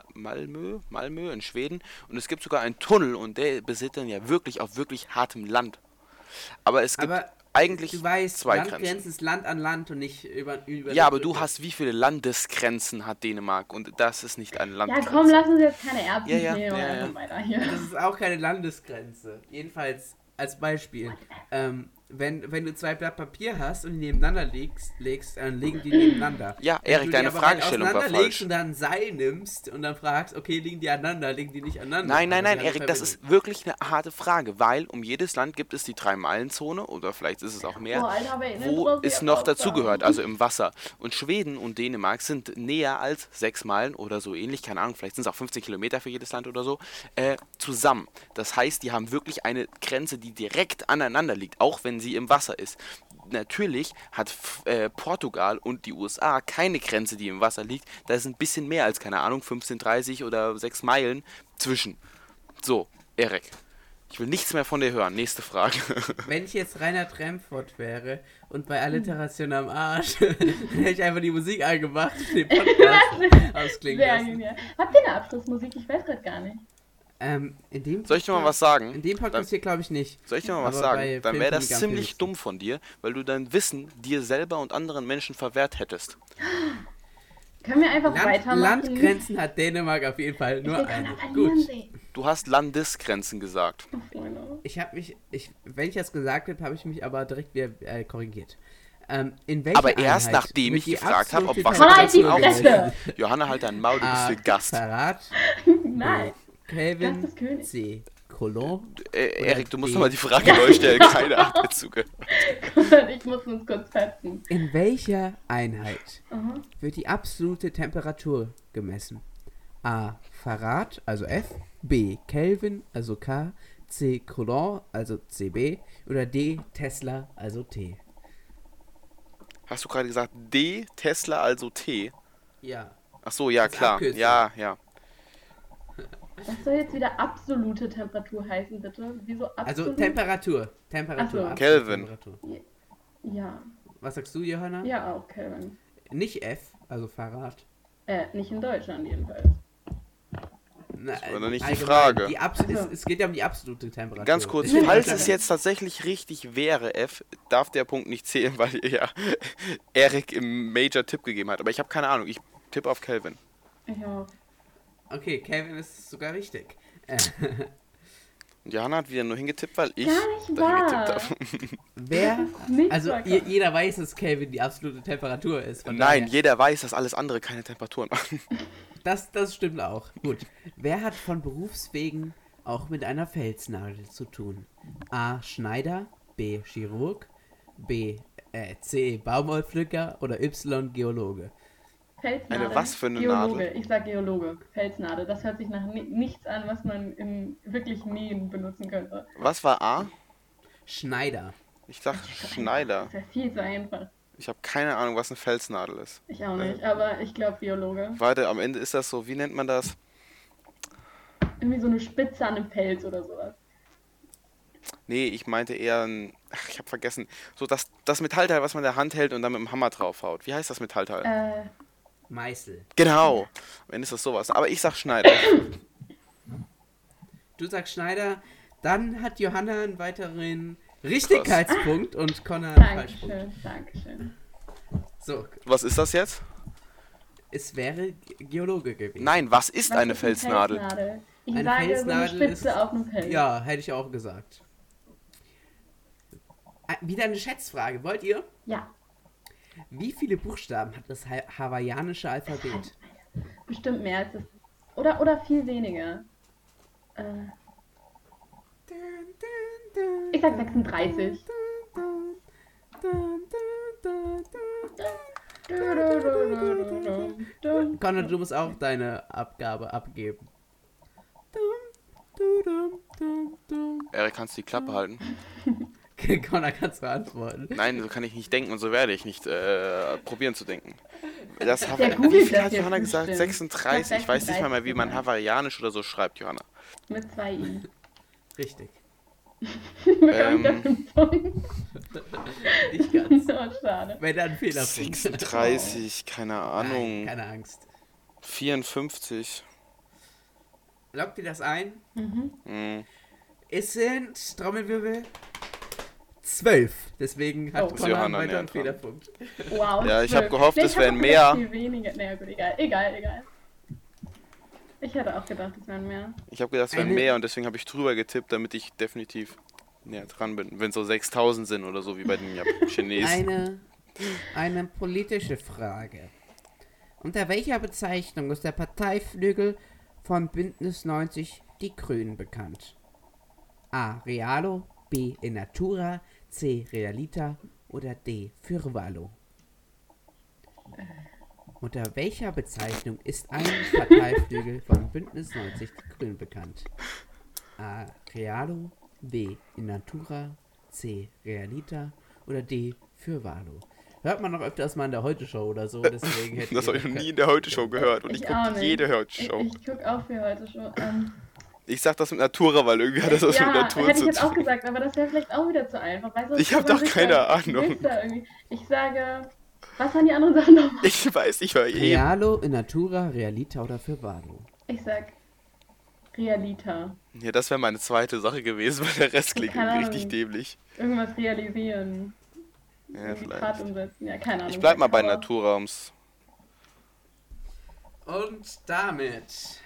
in Schweden. Und es gibt sogar einen Tunnel und der besitzt dann ja wirklich auf wirklich hartem Land. Aber es gibt Aber eigentlich du weißt, 2 Landgrenzen Grenzen. ist Land an Land und nicht über Ja, aber eine du Brücke. hast, wie viele Landesgrenzen hat Dänemark? Und das ist nicht eine Ja, Landgrenze. komm, lass uns jetzt keine Erbsen Ja, ja, nehmen und ja, einfach ja. weiter hier. Das ist auch keine Landesgrenze. Jedenfalls als Beispiel. Wenn du 2 Blatt Papier hast und die nebeneinander legst, dann legen die nebeneinander. Ja, Wenn Erik, du deine die aber halt Fragestellung war auseinanderlegst falsch. und dann ein Seil nimmst und dann fragst, okay, liegen die aneinander, liegen die nicht aneinander? Nein, Also die haben Erik, eine das Verbindung. ist wirklich eine harte Frage, weil um jedes Land gibt es die 3-Meilen-Zone oder vielleicht ist es auch mehr, Boah, Alter, aber wo es noch dazu dazugehört, also im Wasser. Und Schweden und Dänemark sind näher als 6 Meilen oder so ähnlich, keine Ahnung, vielleicht sind es auch 15 Kilometer für jedes Land oder so, zusammen. Das heißt, die haben wirklich eine Grenze, die direkt aneinander liegt, auch wenn sie im Wasser ist. Natürlich hat Portugal und die USA keine Grenze, die im Wasser liegt. Da ist ein bisschen mehr als, keine Ahnung, 15, 30 oder 6 Meilen zwischen. So, Erik, ich will nichts mehr von dir hören. Nächste Frage. Wenn ich jetzt Rainer Tremfort wäre und bei Alliteration am Arsch, hätte ich einfach die Musik angemacht und den Podcast ausklingen Sehr lassen. genial. Habt ihr eine Abschlussmusik? Ich weiß gerade gar nicht. Soll ich dir mal was sagen? In dem Podcast hier glaube ich nicht. Soll ich dir mal was Aber sagen? bei Dann Film wäre von das Miguel ziemlich Felix. dumm von dir, weil du dein Wissen dir selber und anderen Menschen verwehrt hättest. Können wir einfach weitermachen? Landgrenzen hat Dänemark auf jeden Fall Ich nur will eine. keiner verlieren Gut. sehen. Du hast Landesgrenzen gesagt. Freunde. Wenn ich das gesagt habe, habe ich mich aber direkt wieder korrigiert. In welcher Aber erst Einheit nachdem wird ich die gefragt habe, ob absolute Halt die Wassergrenzen auch Fresse! Johanna, halt dein Maul, du bist A. hier Gast. Verrat, Nein. Kelvin, Das ist König. C. Colon. Erik, du musst D. nochmal die Frage neu stellen. Keine hat mir zugehört. Ich muss uns kurz fetzen. In welcher Einheit Aha. wird die absolute Temperatur gemessen? A. Farad, also F. B. Kelvin, also K. C. Coulomb, also CB. Oder D. Tesla, also T. Hast du gerade gesagt D, Tesla, also T? Ja. Ach so, ja, Das ist klar. Abkürzung. Ja. Was soll jetzt wieder absolute Temperatur heißen, bitte? Wieso absolut? Also Temperatur. Temperatur. Ach so. absolute Kelvin. Temperatur. Ja. Was sagst du, Johanna? Ja, auch Kelvin. Nicht F, also Farad. Nicht in Deutschland jedenfalls. Na, war doch nicht die allgemein, Frage. Es geht ja um die absolute Temperatur. Ganz kurz, falls es jetzt tatsächlich richtig wäre, F, darf der Punkt nicht zählen, weil ja Erik im Major Tipp gegeben hat. Aber ich habe keine Ahnung, ich tippe auf Kelvin. Ich auch. Okay, Kelvin ist sogar richtig. Und Johanna hat wieder nur hingetippt, weil ich Gar nicht dahin wahr. getippt habe. Wer? Nicht Also wahr. jeder weiß, dass Kelvin die absolute Temperatur ist. Von Nein, daher- jeder weiß, dass alles andere keine Temperaturen machen. Das stimmt auch. Gut. Wer hat von Berufswegen auch mit einer Felsnadel zu tun? A. Schneider, B. Chirurg, C. Baumwollpflücker oder Y. Geologe? Felsnadel. Eine was für eine Geologe. Nadel? Ich sag Geologe. Felsnadel. Das hört sich nach nichts an, was man im wirklich Nähen benutzen könnte. Was war A? Schneider. Ich sag Schneider. Das ist ja viel zu einfach. Ich habe keine Ahnung, was eine Felsnadel ist. Ich auch nicht, aber ich glaube Biologe. Warte, am Ende ist das so, wie nennt man das? Irgendwie so eine Spitze an einem Fels oder sowas. Nee, ich meinte eher ein... Ach, ich habe vergessen. So das Metallteil, was man in der Hand hält und dann mit dem Hammer draufhaut. Wie heißt das Metallteil? Meißel. Genau. Am Ende ist das sowas. Aber ich sag Schneider. Du sagst Schneider. Dann hat Johanna einen weiteren Richtigkeitspunkt und Connor einen Falschpunkt. Dankeschön. So, Was ist das jetzt? es wäre Geologe gewesen. Nein, was ist Was eine ist Felsnadel? Ich Eine sage Felsnadel so eine Spitze ist- auf einem Fels. Ja, hätte ich auch gesagt. Wieder eine Schätzfrage. Wollt ihr? Ja, Wie viele Buchstaben hat das hawaiianische Alphabet? bestimmt mehr als das. Oder viel weniger. Ich sag 36. Connor, du musst auch deine Abgabe abgeben. Erik, kannst du die Klappe halten? Connor, kannst du beantworten. Nein, so kann ich nicht denken und so werde ich nicht probieren zu denken. Das Der googelt wie viel das hat jetzt Johanna gesagt? bestimmt. 36? Ich weiß nicht mal mehr, wie man 36 hawaiianisch oder so schreibt, Johanna. Mit 2 I. Richtig. Ich bekomme wieder 5 Punkte. Nicht ganz. Oh, schade. Wenn dann ein Fehler 36, keine Ahnung. Nein, keine Angst. 54. Lockt ihr das ein? Hm. Es sind, Trommelwirbel, 12. Deswegen hat Oh. Connor Johanna weiter einen näher dran. Fehlerpunkt. Wow. Ja, ich hab 12. gehofft, es ich hab wären auch mehr. gedacht, viel weniger. Naja, gut, egal. Ich hätte auch gedacht, es wären mehr. Ich habe gedacht, es wären Eine- mehr und deswegen habe ich drüber getippt, damit ich definitiv näher dran bin. Wenn es so 6000 sind oder so wie bei den Chinesen. Eine politische Frage. Unter welcher Bezeichnung ist der Parteiflügel von Bündnis 90 Die Grünen bekannt? A. Realo, B. In Natura, C. Realita oder D. Fürvalo? Unter welcher Bezeichnung ist ein Parteiflügel von Bündnis 90 Die Grünen bekannt? A. Realo, B. In Natura, C. Realita oder D. Fürvalo? Hört man noch öfters mal in der Heute-Show oder so, deswegen hätte Das habe ich noch nie in der Heute-Show gehört und ich auch gucke nicht. jede Heute-Show. Ich gucke auch für heute schon. Ich sag das mit Natura, weil irgendwie hat das was mit Ja, Natur hätte ich zu jetzt auch tun. gesagt, aber das wäre vielleicht auch wieder zu einfach. Weißt du, Ich kann hab man doch sich keine da- Ahnung. willst da irgendwie- Ich sage, was waren die anderen Sachen nochmal? Ich weiß, ich war eben. Realo, In Natura, Realita oder Fürvalo? Ich sag Realita. Ja, das wäre meine zweite Sache gewesen, weil der Rest klingt Keine richtig Ahnung. dämlich. Irgendwas realisieren. Ja, Irgendwie Tat vielleicht. umsetzen. Ja, keine Ahnung. Ich bleib mal bei Aber- Natura, ums. Und damit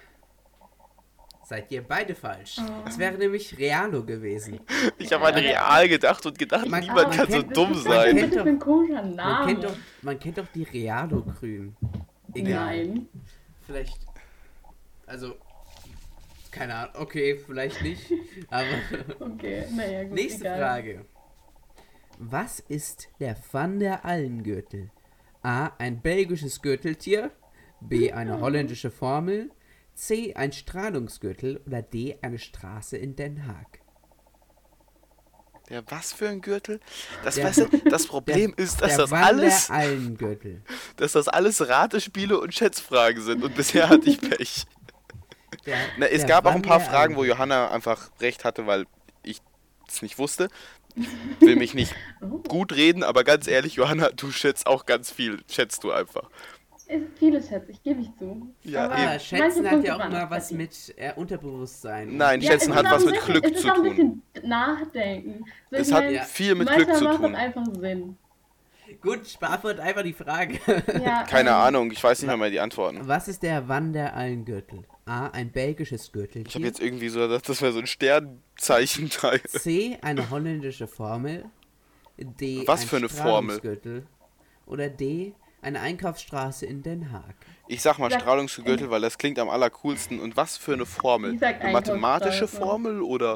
seid ihr beide falsch. Oh. Es wäre nämlich Realo gewesen. Ich habe an Real gedacht und gedacht, Man- niemand man kann so kennt- dumm Was ist sein. das bitte für ein komischer Name? Man kennt doch die Realo-Grün. Egal. Nein. Vielleicht. Also. Keine Ahnung. Okay, vielleicht nicht. Aber. Okay, naja, gut. Nächste egal. Frage. Was ist der Van der Allen-Gürtel? A. Ein belgisches Gürteltier. B. Eine holländische Formel. C. Ein Strahlungsgürtel. Oder D. Eine Straße in Den Haag. Ja, was für ein Gürtel? Das, Der- weißt du, das Problem ist, dass Der das Van alles, der Allen-Gürtel. dass das alles Ratespiele und Schätzfragen sind und bisher hatte ich Pech. Na, es gab auch ein paar Fragen, wo Johanna einfach recht hatte, weil ich es nicht wusste. Ich will mich nicht Oh. gut reden, aber ganz ehrlich, Johanna, du schätzt auch ganz viel. Schätzt du einfach. Viele Schätze, ich gebe ich zu. Ja, Aber eben. Aber Schätzen manche hat ja auch Punkte immer waren was verdient. mit Unterbewusstsein. Nein, Ja, Schätzen es hat ist auch was ein mit bisschen- Glück es ist zu auch ein tun. bisschen Nachdenken. So, Es ich hat mein, viel mit Glück manchmal zu macht tun. das einfach Sinn. Gut, beantwortet einfach die Frage. Ja, Keine Ahnung, ich weiß nicht mehr die Antworten. Was ist der Wanderallengürtel? A. Ein belgisches Ich habe Gürteltier. jetzt irgendwie so gedacht, das wäre so ein Sternzeichenteil. C. Eine holländische Formel. D. Was ein für eine Formel? Strahlungsgürtel. Oder D. Eine Einkaufsstraße in Den Haag. Ich sag mal Sag- Strahlungsgürtel, weil das klingt am allercoolsten. Und was für eine Formel? Ich sag Eine mathematische Einkaufsstraße. Formel oder?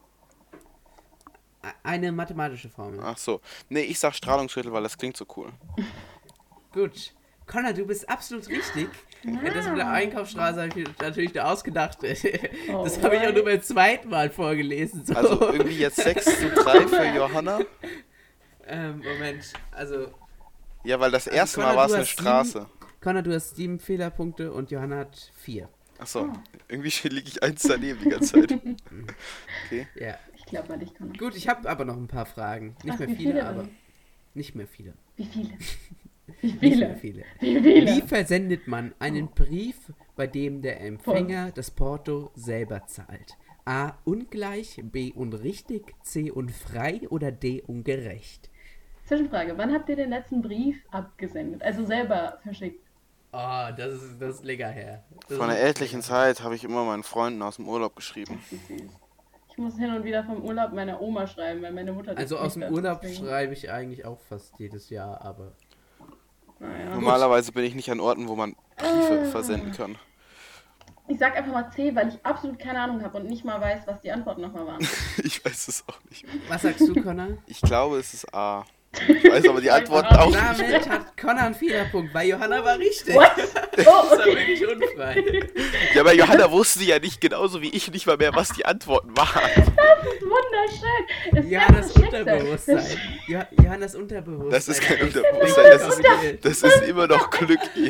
Eine mathematische Formel. Ach so. Nee, ich sag Strahlungsgürtel, weil das klingt so cool. Gut. Connor, du bist absolut richtig. Das mit der Einkaufsstraße habe ich mir natürlich nur ausgedacht. Das habe ich auch nur beim zweiten Mal vorgelesen. So. Also irgendwie jetzt 6:3 für Johanna. Moment, also Ja, weil das erste Connor, Mal war es du eine hast Straße. Connor, du hast 7 Fehlerpunkte und Johanna hat 4. Ach so. Irgendwie liege ich eins daneben die ganze Zeit. Okay. Ja. Ich glaube mal, ich kann. Gut, ich habe aber noch ein paar Fragen. Nicht Ach, mehr wie viele, viele aber denn? nicht mehr viele. Wie viele? Wie Nicht mehr viele? viele. Wie viele? Wie versendet man einen Brief, bei dem der Empfänger das Porto selber zahlt? A. Ungleich, B. Unrichtig, C. Unfrei oder D. Ungerecht? Zwischenfrage, wann habt ihr den letzten Brief abgesendet? Also selber verschickt? Oh, das ist länger her. Das Vor einer ist- ältlichen Zeit habe ich immer meinen Freunden aus dem Urlaub geschrieben. Wie süß. Ich muss hin und wieder vom Urlaub meiner Oma schreiben, weil meine Mutter das Also aus dem nicht Urlaub deswegen. schreibe ich eigentlich auch fast jedes Jahr, aber Naja. Normalerweise bin ich nicht an Orten, wo man Briefe versenden kann. Ich sag einfach mal C, weil ich absolut keine Ahnung habe und nicht mal weiß, was die Antworten nochmal waren. Ich weiß es auch nicht. was sagst du, Connor? Ich glaube, es ist A. Ich weiß aber die Antworten auch nicht. Damit hat Connor einen Fehlerpunkt, weil Johanna war richtig. What? Das Oh, war okay. wirklich unfrei. Ja, aber Johanna wusste ja nicht genauso wie ich nicht mal mehr, was die Antworten waren. Wunderschön. Es Johannas ist Schicksal. Unterbewusstsein. Johannas Unterbewusstsein. Das ist kein hat echt Unterbewusstsein, das kombiniert. Das ist immer noch Glück hier.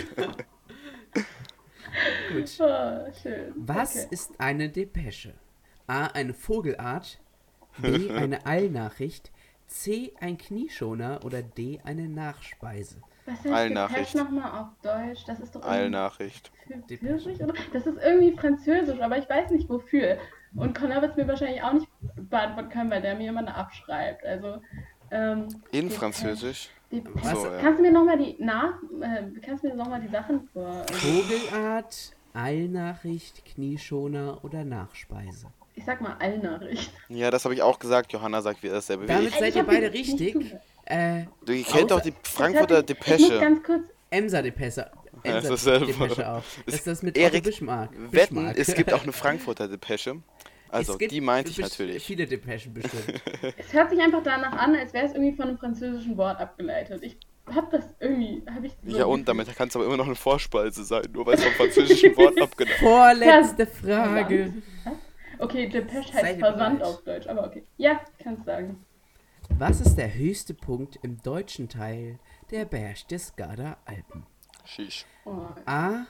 Gut. Oh, schön. Was Okay. ist eine Depesche? A. Eine Vogelart. B. Eine Eilnachricht. C. Ein Knieschoner. Oder D. Eine Nachspeise. Was heißt Eilnachricht. Depeche nochmal auf Deutsch? Das ist doch Eilnachricht. Französisch, oder? Das ist irgendwie Französisch, aber ich weiß nicht wofür. Und Connor wird es mir wahrscheinlich auch nicht beantworten können, weil der mir immer eine abschreibt. Also, In Depeche. Französisch? Depeche. So, ja. Kannst du mir nochmal die Sachen vor... Vogelart, Eilnachricht, Knieschoner oder Nachspeise. Ich sag mal Allnachricht. Ja, das habe ich auch gesagt. Johanna sagt wieder dasselbe wie Damit ich. seid Ich ihr hab beide nicht richtig. zugehört. Du kennt doch die Frankfurter Ich muss Depesche. ganz kurz... Emser Depesche. Ja, das Emser ist dasselbe. Depesche auch. Das ist das mit Erik, Otto Bismarck. Wetten, Bismarck. es gibt auch eine Frankfurter Depesche. Also, Es gibt die meinte ich bes- natürlich. Viele Depeschen bestimmt. Es hört sich einfach danach an, als wäre es irgendwie von einem französischen Wort abgeleitet. Ich hab das irgendwie... So Ja, und damit kann es aber immer noch eine Vorspeise sein, nur weil es vom französischen Wort abgenommen Vorletzte Frage. Okay, Depeche Seid heißt ihr Versand bereit? auf Deutsch, aber okay. Ja, kannst sagen. Was ist der höchste Punkt im deutschen Teil der Berchtesgader Alpen? Shish. Oh, A.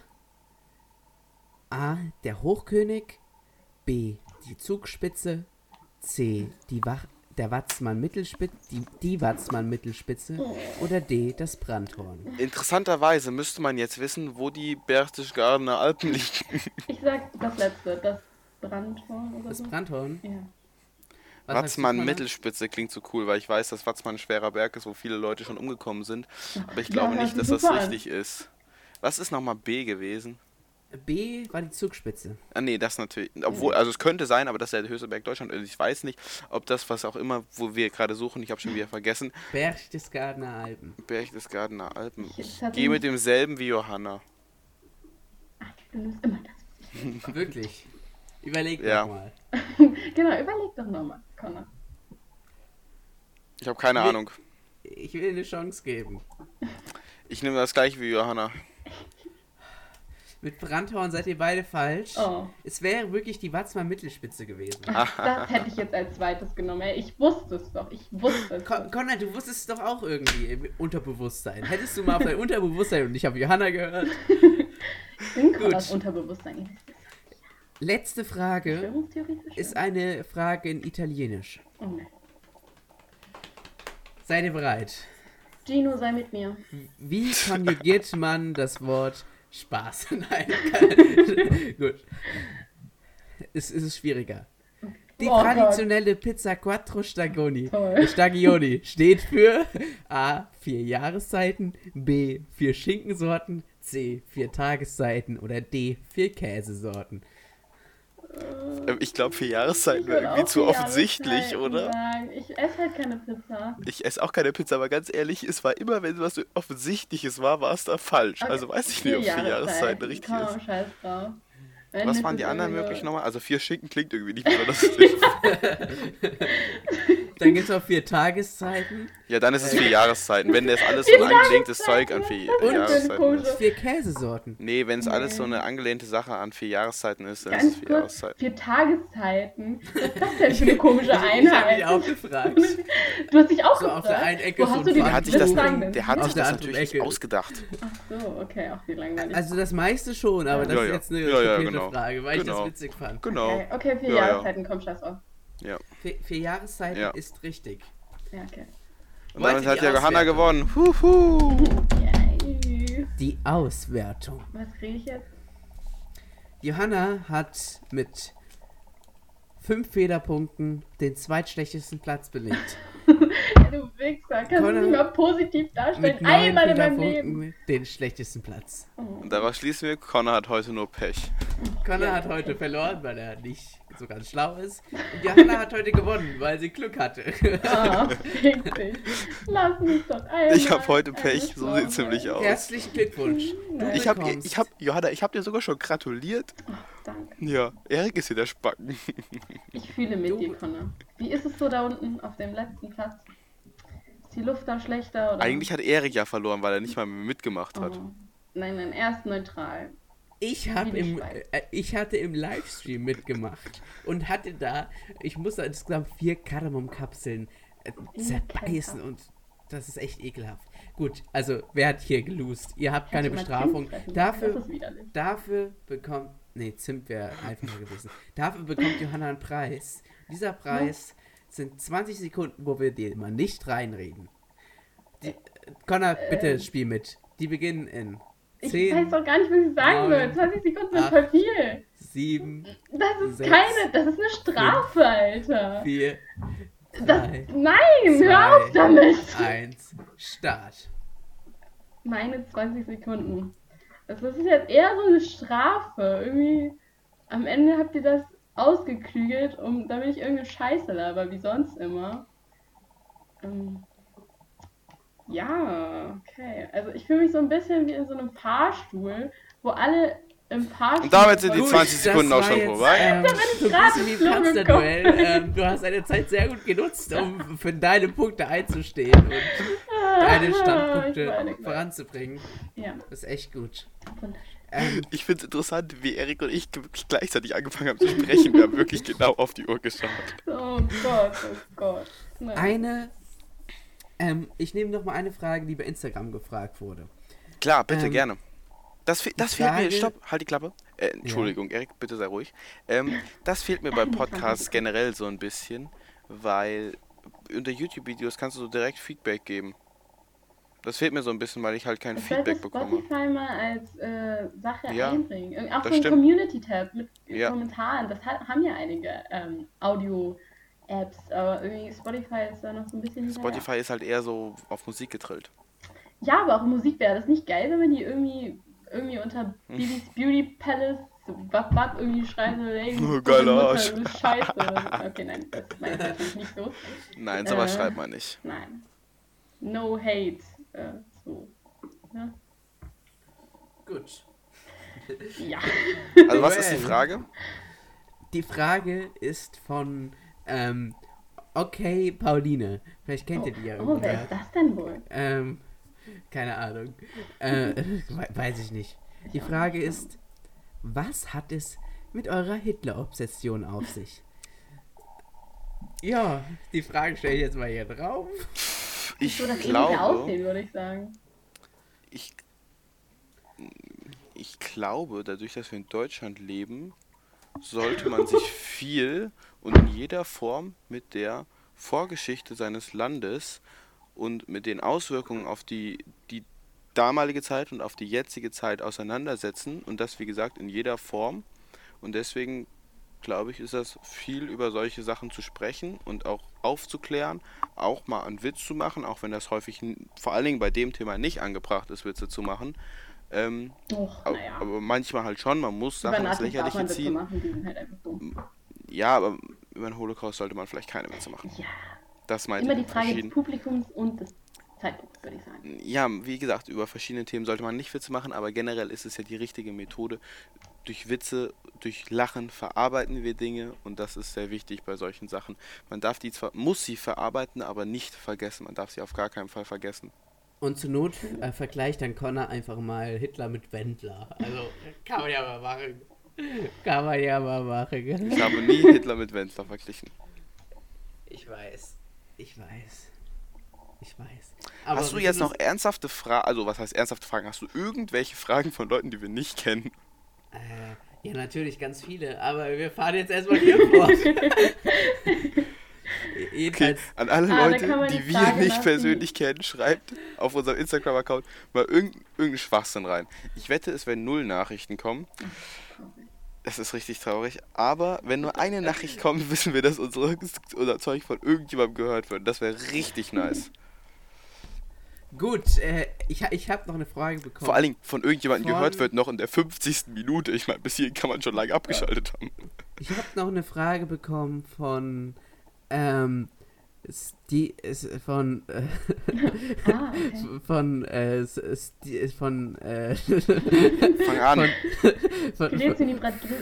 Der Hochkönig. B. Die Zugspitze. C. Der Watzmann-Mittelspitze. Die Watzmann-Mittelspitze. Oder D. Das Brandhorn. Interessanterweise müsste man jetzt wissen, wo die Berchtesgadener Alpen liegen. ich sag das letzte, das Brandhorn oder Das so. Brandhorn? Ja. Was sagst du, Watzmann Connor? Mittelspitze klingt so cool, weil ich weiß, dass Watzmann ein schwerer Berg ist, wo viele Leute schon umgekommen sind. Aber ich glaube Ja, nicht, hört dass sich das super an. richtig ist. Was ist nochmal B gewesen? B war die Zugspitze. Ah nee, das natürlich. Obwohl, also es könnte sein, aber das ist ja der höchste Berg Deutschlands. Also ich weiß nicht, ob das, was auch immer, wo wir gerade suchen, ich habe schon wieder vergessen, Berchtesgadener Alpen. Berchtesgadener Alpen. Ich Ich hatte gehe mit nicht- demselben wie Johanna. Du nimmst immer das. Wirklich. Überleg Ja. nochmal. Genau, überleg doch nochmal, Connor. Ich habe keine Nee. Ahnung. Ich will eine Chance geben. Ich nehme das gleiche wie Johanna. Mit Brandhorn seid ihr beide falsch. Oh. Es wäre wirklich die Watzmann-Mittelspitze gewesen. Das hätte ich jetzt als zweites genommen. Ey, ich wusste es doch. Ich wusste es. doch. Conrad, du wusstest es doch auch irgendwie im Unterbewusstsein. Hättest du mal auf dein Unterbewusstsein und ich habe Johanna gehört. Ich bin Gut. gerade das Unterbewusstsein. Ihr wisst es. Letzte Frage Verschwörungstheorie, ist eine Frage in Italienisch. Oh nein. Seid ihr bereit? Gino, sei mit mir. Wie konjugiert man das Wort Spaß? Nein, gut. Es ist schwieriger. Die Oh traditionelle Pizza Quattro Stagioni Toll. steht für A, 4 Jahreszeiten, B, 4 Schinkensorten, C, 4 Tageszeiten oder D, 4 Käsesorten. Ich glaube, 4 Jahreszeiten Ich wäre würde irgendwie auch zu 4 offensichtlich, Jahreszeiten oder? sagen. Ich esse halt keine Pizza. Ich esse auch keine Pizza, aber ganz ehrlich, es war immer, wenn was so Offensichtliches war, war es da falsch. Okay, Also weiß ich nicht, ob 4 Jahreszeiten richtig Komm, ist. scheiß drauf. Was waren die anderen möglich nochmal? Also 4 Schinken klingt irgendwie nicht besonders schlimm. Dann gibt es auch 4 Tageszeiten Ja, dann ist es 4 Jahreszeiten. Wenn das alles so ein angelehntes Zeug an 4 Und Jahreszeiten komische- ist. 4 Käsesorten. Nee, wenn es alles so eine angelehnte Sache an 4 Jahreszeiten ist, dann ist es Ganz 4 kurz, Jahreszeiten. 4 Tageszeiten. Was ist das denn für eine komische Ich habe Einheit? mich auch gefragt. Du hast dich auch So gefragt. auf der einen Ecke Wo so hast ein du die Der hat sich das, Fragen denn? der hat Auf sich der das anderen natürlich Ecke. ausgedacht. Ach so, okay, auch wie langweilig. Also das meiste schon, aber das Ja, ist ja. jetzt eine Ja, ja, schockierende genau. Frage, weil ich Genau. das witzig fand. Genau. Okay, 4 Ja, ja. Jahreszeiten, komm, scheiß drauf. Ja. 4 Jahreszeiten Ja. ist richtig. Ja, okay. Und Wollt damit ihr hat die ja Johanna Auswertung? gewonnen. Huhu. Yay. Die Auswertung. Was kriege ich jetzt? Johanna hat mit 5 Federpunkten den zweitschlechtesten Platz belegt. Ja, du Wichser, kannst du Connor dich mal positiv Mit darstellen? 9 Einmal in meinem Leben. Federpunkten den schlechtesten Platz. Oh. Und daraus schließen wir, Connor hat heute nur Pech. Connor Ja, hat okay. heute verloren, weil er nicht so ganz schlau ist. Und Johanna hat heute gewonnen, weil sie Glück hatte. Ah, fick dich. Lass mich doch einmal. Ich habe heute Pech, eine so sieht's Chance. nämlich aus. Herzlichen Glückwunsch. Du Nein. Johanna, ich habe dir sogar schon gratuliert. Danke. Ja, Erik ist hier der Spacken. Ich fühle mit dir, Connor. Wie ist es so da unten auf dem letzten Platz? Ist die Luft da schlechter? Oder? Eigentlich hat Erik ja verloren, weil er nicht mal mitgemacht hat. Oh. Nein, er ist neutral. Ich hatte im Livestream mitgemacht und hatte da, ich musste insgesamt 4 Kardamomkapseln zerbeißen und das ist echt ekelhaft. Gut, also wer hat hier gelost? Ihr habt keine Hätte mal Bestrafung. Zimt fressen müssen, Dafür, Das ist widerlich. dafür bekommt, Zimt wäre einfacher gewesen. Dafür bekommt Johanna einen Preis. Dieser Preis sind 20 Sekunden, wo wir dir mal nicht reinreden. Connor, bitte spiel mit. Die beginnen in Ich 10, weiß doch gar nicht, was ich sagen 9, soll. 20 Sekunden sind 8, voll viel. 7, Das ist 6, das ist eine Strafe, Alter. 4, Das, 3, nein, 2, hör auf damit. 1, Start. Meine 20 Sekunden. Das ist jetzt eher so eine Strafe. Irgendwie, am Ende habt ihr das ausgeklügelt, damit ich irgendeine Scheiße laber, wie sonst immer. Ja, okay. Also ich fühle mich so ein bisschen wie in so einem Fahrstuhl, wo alle im Fahrstuhl... Und damit sind die Gut, 20 Sekunden das auch schon war vorbei. So ein gerade bisschen wie ins im Klo Kanzlerduell. Du hast deine Zeit sehr gut genutzt, um für deine Punkte einzustehen und deine Ich Standpunkte meine, voranzubringen. Ja, Das ist echt gut. wunderschön. Ich finde es interessant, wie Erik und ich wirklich gleichzeitig angefangen haben zu sprechen. Wir haben wirklich genau auf die Uhr geschaut. Oh Gott, oh Gott. Nein. Ich nehme noch mal eine Frage, die bei Instagram gefragt wurde. Klar, bitte, Ähm, gerne. Das fehlt mir, Frage- stopp, halt die Klappe. Entschuldigung, Erik, bitte sei ruhig. Das fehlt mir bei Podcasts generell so ein bisschen, weil unter YouTube-Videos kannst du so direkt Feedback geben. Das fehlt mir so ein bisschen, weil ich halt kein Ich Feedback sollte bekomme. Spotify mal als Sache Ja, einbringen. Auch das so ein stimmt. Community-Tab mit Ja. Kommentaren. Das haben ja einige Audio-Apps, aber irgendwie Spotify ist da noch so ein bisschen hinterher. Spotify ist halt eher so auf Musik getrillt. Ja, aber auch Musik wäre das nicht geil, wenn man die irgendwie unter Hm. Bibis Beauty Palace was irgendwie schreiben würde, ey, Oh, geiler Arsch. Mutter, du bist scheiße. Okay, nein, das meine ich natürlich nicht so. Nein, sowas Äh. schreibt man nicht. Nein. No hate. So. Ja. Gut. Ja. Also was ist die Frage? Die Frage ist von Okay, Pauline. Vielleicht kennt ihr die ja Oh, wer irgendwer. ist das denn wohl? Keine Ahnung. Weiß ich nicht. Die Frage ist, was hat es mit eurer Hitler-Obsession auf sich? Ja, die Frage stelle ich jetzt mal hier drauf. Ich So das ähnliche glaube, Aussehen, würde ich sagen. ich glaube, dadurch, dass wir in Deutschland leben, sollte man sich viel und in jeder Form mit der Vorgeschichte seines Landes und mit den Auswirkungen auf die damalige Zeit und auf die jetzige Zeit auseinandersetzen und das, wie gesagt, in jeder Form. Und deswegen glaube ich, ist das viel über solche Sachen zu sprechen und auch aufzuklären, auch mal einen Witz zu machen, auch wenn das häufig, vor allen Dingen bei dem Thema nicht angebracht ist, Witze zu machen. Naja. Aber manchmal halt schon, man muss Über Sachen ins Nazis darf Lächerliche man Witze ziehen. machen, die sind halt einfach dumm. Ja, aber über den Holocaust sollte man vielleicht keine Witze machen. Ja, Das meinte immer ich die Frage des verschieden. Publikums und des Zeitpunkts, würde ich sagen. Ja, wie gesagt, über verschiedene Themen sollte man nicht Witze machen, aber generell ist es ja die richtige Methode. Durch Witze, durch Lachen verarbeiten wir Dinge und das ist sehr wichtig bei solchen Sachen. Man darf die zwar, muss sie verarbeiten, aber nicht vergessen. Man darf sie auf gar keinen Fall vergessen. Und zur Not vergleicht dann Connor einfach mal Hitler mit Wendler. Also, kann man ja mal machen. Kann man ja mal machen. Ich habe nie Hitler mit Wendler verglichen. Ich weiß. Aber Hast du wir jetzt sind noch ernsthafte Fragen, also was heißt ernsthafte Fragen? Hast du irgendwelche Fragen von Leuten, die wir nicht kennen? Ja, natürlich, ganz viele. Aber wir fahren jetzt erstmal hier fort. Okay, Jedenfalls, an alle da Leute, kann man die die wir Frage nicht lassen. persönlich kennen, schreibt auf unserem Instagram-Account mal irgendeinen Schwachsinn rein. Ich wette, es werden 0 Nachrichten kommen. Das ist richtig traurig. Aber wenn nur eine Nachricht kommt, wissen wir, dass unser Zeug von irgendjemandem gehört wird. Das wäre richtig nice. gut, ich habe noch eine Frage bekommen. Vor allen Dingen von irgendjemandem Von- gehört wird, noch in der 50. Minute. Ich meine, bis hierhin kann man schon lange abgeschaltet haben. Ich habe noch eine Frage bekommen von Okay. Fang an. Gerät in die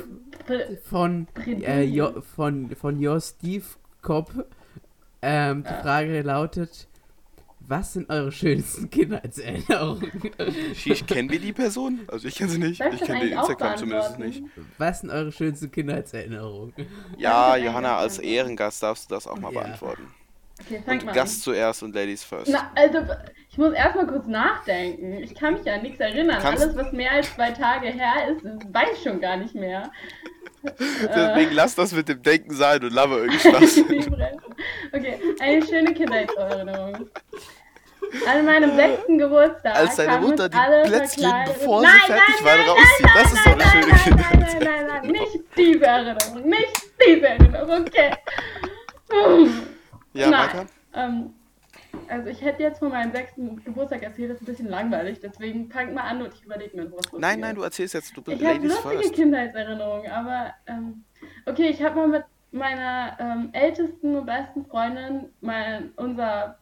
von Jo Steve Kopp. Die Frage lautet: Was sind eure schönsten Kindheitserinnerungen? Kennen wir die Person? Also ich kenne sie nicht. Soll ich Ich das kenne den eigentlich auch Instagram zumindest beantworten? nicht. Was sind eure schönsten Kindheitserinnerungen? Ja, das Johanna, als eigentlich Ehrengast darfst du das auch mal Ja. beantworten. Okay, fang Und mal Gast zuerst und Ladies first. an. Na, also, ich muss erstmal kurz nachdenken. Ich kann mich an nichts erinnern. Kannst- Alles, was mehr als 2 Tage her ist, weiß ich schon gar nicht mehr. Deswegen lass das mit dem Denken sein und laber irgendwas. Okay, eine schöne Kindheitserinnerung. An meinem 6. Geburtstag Als deine haben Mutter uns die alle Plätzchen, verkleidet. bevor sie fertig waren, rauszieht. Das ist doch eine schöne Kindheitserinnerung. Nein, nicht diese Erinnerung. Nicht diese Erinnerung, okay. Ja, Nein. weiter. Also ich hätte jetzt von meinem 6. Geburtstag erzählt, das ist ein bisschen langweilig, deswegen fang mal an und ich überlege mir was. Nein, du erzählst jetzt, du bist Ich habe Ladies lustige first. Kindheitserinnerungen, aber okay, ich habe mal mit meiner ältesten und besten Freundin unser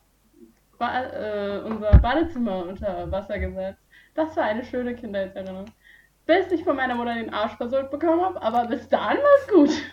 Badezimmer unter Wasser gesetzt. Das war eine schöne Kindheitserinnerung. Bis ich von meiner Mutter den Arsch versohlt bekommen habe, aber bis dahin war es gut.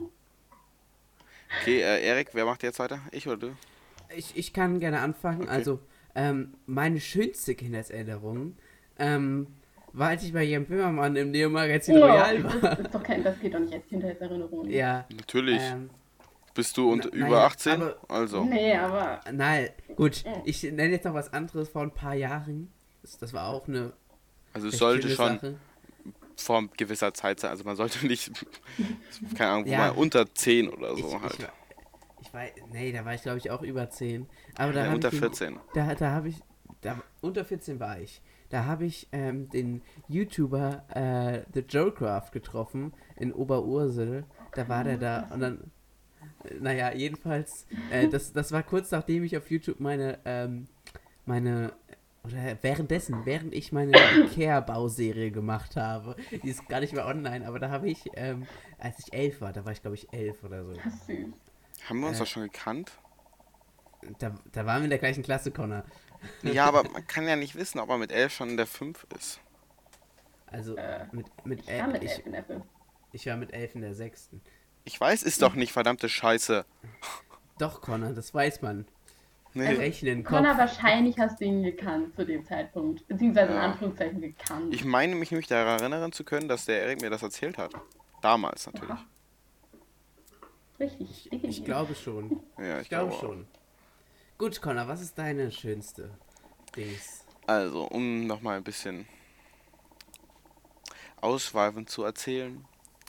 Okay, Erik, wer macht jetzt weiter? Ich oder du? Ich kann gerne anfangen. Okay. Also, meine schönste Kindheitserinnerung war, als ich bei Jan Böhmermann im Neo-Magazin Royal war. Das geht doch nicht als Kindheitserinnerung. Ja. Natürlich. Bist du na- über naja, 18? aber- Also. Nee, aber Nein, gut. Ich nenne jetzt noch was anderes vor ein paar Jahren. Das war auch eine Also es echt sollte schöne schon Sache. vor gewisser Zeit sein. Also man sollte nicht, keine Ahnung, wo Ja. man unter 10 oder so halt. Ich war, nee, da war ich glaube ich auch über 10. Aber da Ja, hab unter ich den- 14. Unter 14 war ich. Da habe ich den YouTuber The Joecraft getroffen in Oberursel. Da war der da und dann, naja, jedenfalls, das war kurz nachdem ich auf YouTube während ich meine Ikea-Bauserie gemacht habe. Die ist gar nicht mehr online, aber da habe ich, als ich 11 war, da war ich glaube ich 11 oder so. das ist süß. Haben wir uns doch schon gekannt? Da waren wir in der gleichen Klasse, Connor. Ja, aber man kann ja nicht wissen, ob man mit 11 schon in der 5 ist. Also mit Ich war mit 11 11, in der 5. ich war mit 11 in der 6. Ich weiß, ist doch nicht verdammte Scheiße. Doch, Connor, das weiß man. Nee. Rechnen, Kopf. Connor, wahrscheinlich hast du ihn gekannt zu dem Zeitpunkt. Beziehungsweise in Ja. Anführungszeichen gekannt. Ich meine mich nämlich daran erinnern zu können, dass der Erik mir das erzählt hat. Damals natürlich. Richtig. Ich glaube schon. Ja, Ich glaube auch. schon. Gut, Connor, was ist deine schönste Dings? Also, um nochmal ein bisschen ausschweifend zu erzählen.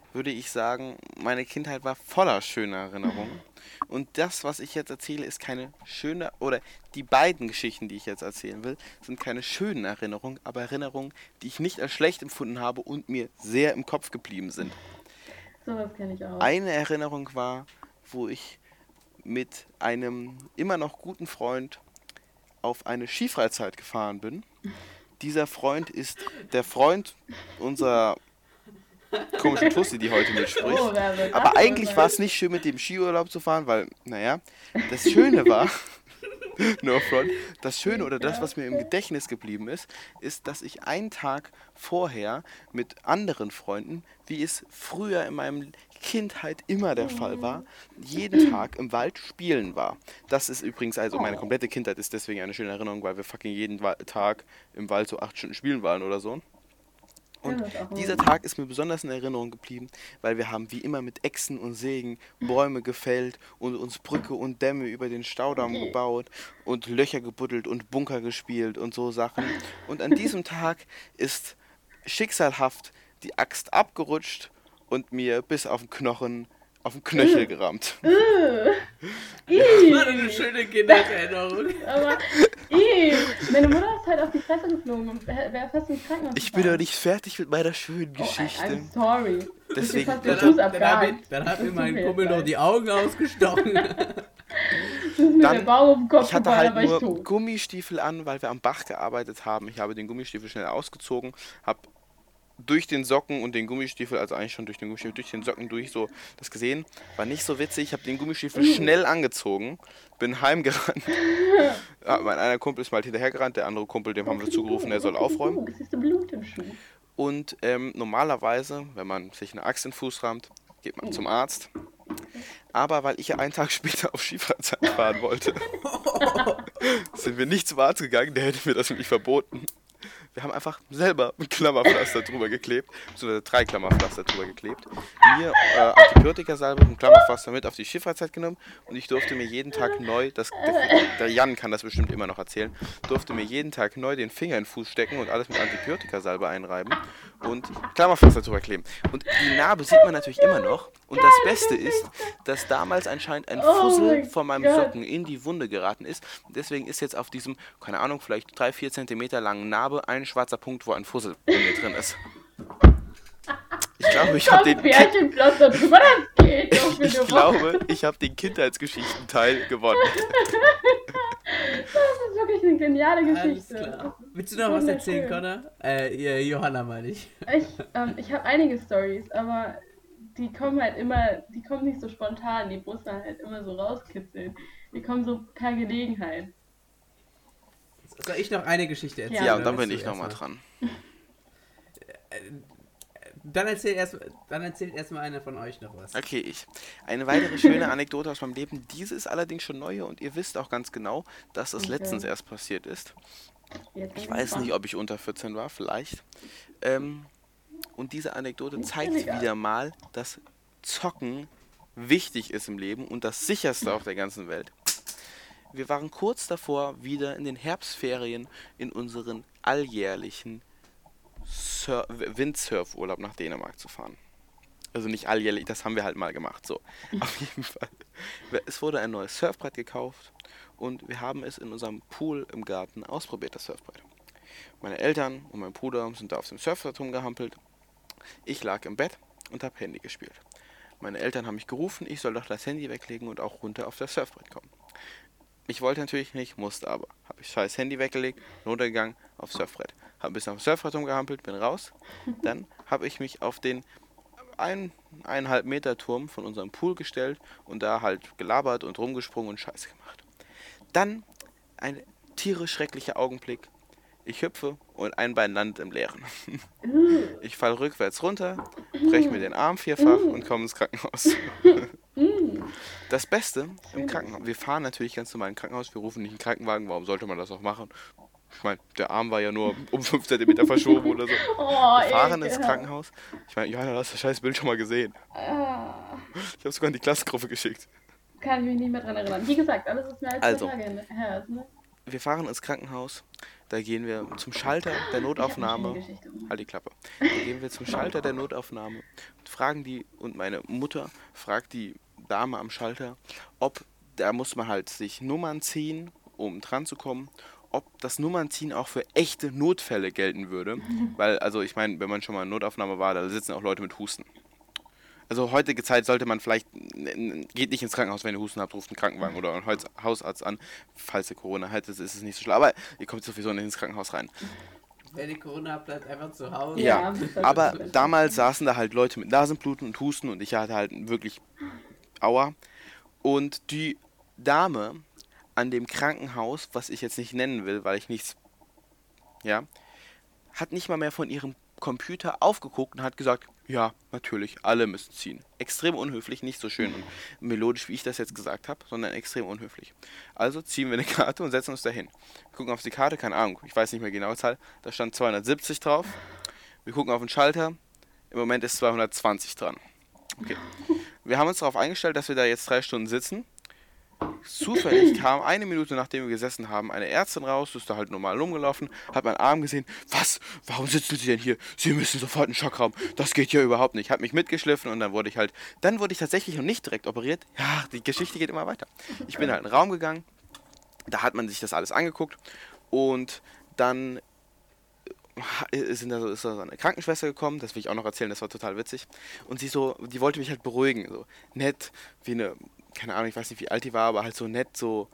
würde ich sagen, meine Kindheit war voller schöner Erinnerungen. Und das, was ich jetzt erzähle, ist keine schöne, oder die beiden Geschichten, die ich jetzt erzählen will, sind keine schönen Erinnerungen, aber Erinnerungen, die ich nicht als schlecht empfunden habe und mir sehr im Kopf geblieben sind. Sowas kenne ich auch. Eine Erinnerung war, wo ich mit einem immer noch guten Freund auf eine Skifreizeit gefahren bin. Dieser Freund ist der Freund unserer komischen Tussi, die heute mitspricht. Oh, wer wird das Aber wohl eigentlich sein? war es nicht schön, mit dem Skiurlaub zu fahren, weil, naja, das Schöne war, no front, das Schöne oder das, was mir im Gedächtnis geblieben ist, dass ich einen Tag vorher mit anderen Freunden, wie es früher in meinem Kindheit immer der Fall war, jeden Tag im Wald spielen war. Das ist übrigens, also meine komplette Kindheit ist deswegen eine schöne Erinnerung, weil wir fucking jeden Tag im Wald so 8 Stunden spielen waren oder so. Und das ist auch dieser gut. Tag ist mir besonders in Erinnerung geblieben, weil wir haben wie immer mit Echsen und Sägen Bäume gefällt und uns Brücke und Dämme über den Staudamm gebaut und Löcher gebuddelt und Bunker gespielt und so Sachen. Und an diesem Tag ist schicksalhaft die Axt abgerutscht und mir bis auf den Knochen, auf den Knöchel gerammt. War doch eine schöne Kindheitserinnerung. Aber, meine Mutter ist halt auf die Fresse geflogen und wäre fast ins Krankenhaus Ich bin doch nicht fertig mit meiner schönen Oh, Geschichte. I'm sorry. Deswegen- Du hast dir Dann, fast den Fuß dann, abgehakt. dann hat Das mir mein tut Kumpel jetzt noch leid. die Augen ausgestochen. Das ist mir Dann- der Baum auf den Kopf Ich hatte gefallen, halt aber ich nur tot. Gummistiefel an, weil wir am Bach gearbeitet haben. Ich habe den Gummistiefel schnell ausgezogen, habe durch den Socken und den Gummistiefel, also eigentlich schon durch den Gummistiefel, durch den Socken durch so das gesehen. War nicht so witzig. Ich habe den Gummistiefel schnell angezogen, bin heimgerannt. Ja, mein einer Kumpel ist mal hinterhergerannt, der andere Kumpel, dem haben wir zugerufen, er soll aufräumen. Es ist Blut im Schuh. Und normalerweise, wenn man sich eine Axt in den Fuß rammt, geht man zum Arzt. Aber weil ich ja einen Tag später auf Skifreizeit fahren wollte, sind wir nicht zum Arzt gegangen, der hätte mir das nämlich verboten. Wir haben einfach selber ein Klammerpflaster drüber geklebt, beziehungsweise 3 Klammerpflaster drüber geklebt. Mir Antibiotikasalbe und Klammerpflaster mit auf die Skifreizeit genommen und ich durfte mir jeden Tag neu, der Jan kann das bestimmt immer noch erzählen, durfte mir jeden Tag neu den Finger in den Fuß stecken und alles mit Antibiotikasalbe einreiben und Klammerpflaster drüber kleben. Und die Narbe sieht man natürlich immer noch. Und das Beste ist, dass damals anscheinend ein Fussel mein von meinem Gott. Socken in die Wunde geraten ist. Und deswegen ist jetzt auf diesem, keine Ahnung, vielleicht 3-4 Zentimeter langen Narbe ein schwarzer Punkt, wo ein Fussel in mir drin ist. Ich glaube, ich habe den, Pferdchenpflaster drüber, das geht doch für ich eine Woche. glaube, ich habe den Kindheitsgeschichten-Teil gewonnen. Das ist wirklich eine geniale Alles Geschichte. klar. Willst du noch was erzählen, Connor? Johanna meine ich. Ich habe einige Stories, aber die kommen halt immer, die kommen nicht so spontan, die muss man halt immer so rauskitzeln. Die kommen so per Gelegenheit. Soll ich noch eine Geschichte erzählen? Ja, oder und dann bin willst ich du nochmal erstmal? dran. Dann erzählt erstmal einer von euch noch was. Okay, ich. Eine weitere schöne Anekdote aus meinem Leben. Diese ist allerdings schon neue und ihr wisst auch ganz genau, dass das Okay. letztens erst passiert ist. Jetzt bin Ich weiß gespannt. nicht, ob ich unter 14 war, vielleicht. Und diese Anekdote zeigt illegal. wieder mal, dass Zocken wichtig ist im Leben und das sicherste auf der ganzen Welt. Wir waren kurz davor, wieder in den Herbstferien in unseren alljährlichen Windsurfurlaub nach Dänemark zu fahren. Also nicht alljährlich, das haben wir halt mal gemacht, so. Auf jeden Fall. Es wurde ein neues Surfbrett gekauft und wir haben es in unserem Pool im Garten ausprobiert, das Surfbrett. Meine Eltern und mein Bruder sind da auf dem Surfbrett rumgehampelt. Ich lag im Bett und habe Handy gespielt. Meine Eltern haben mich gerufen, ich soll doch das Handy weglegen und auch runter auf das Surfbrett kommen. Ich wollte natürlich nicht, musste aber. Habe ich scheiß Handy weggelegt, runtergegangen, aufs Surfbrett. Habe ein bisschen auf dem Surfbrett rumgehampelt, bin raus. Dann habe ich mich auf den 1,5 Meter Turm von unserem Pool gestellt und da halt gelabert und rumgesprungen und Scheiße gemacht. Dann ein tierisch schrecklicher Augenblick. Ich hüpfe und ein Bein landet im Leeren. Ich falle rückwärts runter, breche mir den Arm 4-fach und komme ins Krankenhaus. Das Beste im Krankenhaus, wir fahren natürlich ganz normal ins Krankenhaus, wir rufen nicht einen Krankenwagen, warum sollte man das auch machen? Ich meine, der Arm war ja nur um 5 cm verschoben oder so. Oh, Wir fahren ins ekelhaft. Krankenhaus. Ich meine, Johanna, du hast das scheiß Bild schon mal gesehen. Ah, Ich habe sogar in die Klassengruppe geschickt. kann ich mich nicht mehr dran erinnern. Wie gesagt, alles ist mehr als Also. 2 Tage her. Ne? wir fahren ins Krankenhaus, da gehen wir zum Schalter der Notaufnahme. Ich hab eine schöne Geschichte. Halt die Klappe. Da gehen wir zum Schalter der Notaufnahme und meine Mutter fragt die Dame am Schalter, da muss man halt sich Nummern ziehen, um dran zu kommen, ob das Nummernziehen auch für echte Notfälle gelten würde. Weil, also ich meine, wenn man schon mal in Notaufnahme war, da sitzen auch Leute mit Husten. Also heutige Zeit sollte man vielleicht, geht nicht ins Krankenhaus, wenn ihr Husten habt, ruft einen Krankenwagen oder einen Hausarzt an. Falls ihr Corona hättet, ist es nicht so schlimm. Aber ihr kommt sowieso nicht ins Krankenhaus rein. Wenn ihr Corona habt, bleibt einfach zu Hause. Ja, aber damals saßen da halt Leute mit Nasenbluten und Husten und ich hatte halt wirklich Aua. Und die Dame an dem Krankenhaus, was ich jetzt nicht nennen will, weil ich nichts, ja, hat nicht mal mehr von ihrem Computer aufgeguckt und hat gesagt, ja, natürlich, alle müssen ziehen. Extrem unhöflich, nicht so schön und melodisch, wie ich das jetzt gesagt habe, sondern extrem unhöflich. Also ziehen wir eine Karte und setzen uns dahin. Wir gucken auf die Karte, keine Ahnung, ich weiß nicht mehr genau die Zahl, da stand 270 drauf. Wir gucken auf den Schalter, im Moment ist 220 dran. Okay. Wir haben uns darauf eingestellt, dass wir da jetzt 3 Stunden sitzen. Zufällig kam 1 Minute, nachdem wir gesessen haben, eine Ärztin raus, ist da halt normal rumgelaufen, hat meinen Arm gesehen. Was? Warum sitzen Sie denn hier? Sie müssen sofort einen Schock haben. Das geht ja überhaupt nicht. Hat mich mitgeschliffen und dann wurde ich tatsächlich noch nicht direkt operiert. Ja, die Geschichte geht immer weiter. Ich bin halt in den Raum gegangen, da hat man sich das alles angeguckt und dann ist da so eine Krankenschwester gekommen, das will ich auch noch erzählen, das war total witzig. Und die wollte mich halt beruhigen, so nett, wie eine, keine Ahnung, ich weiß nicht, wie alt die war, aber halt so nett so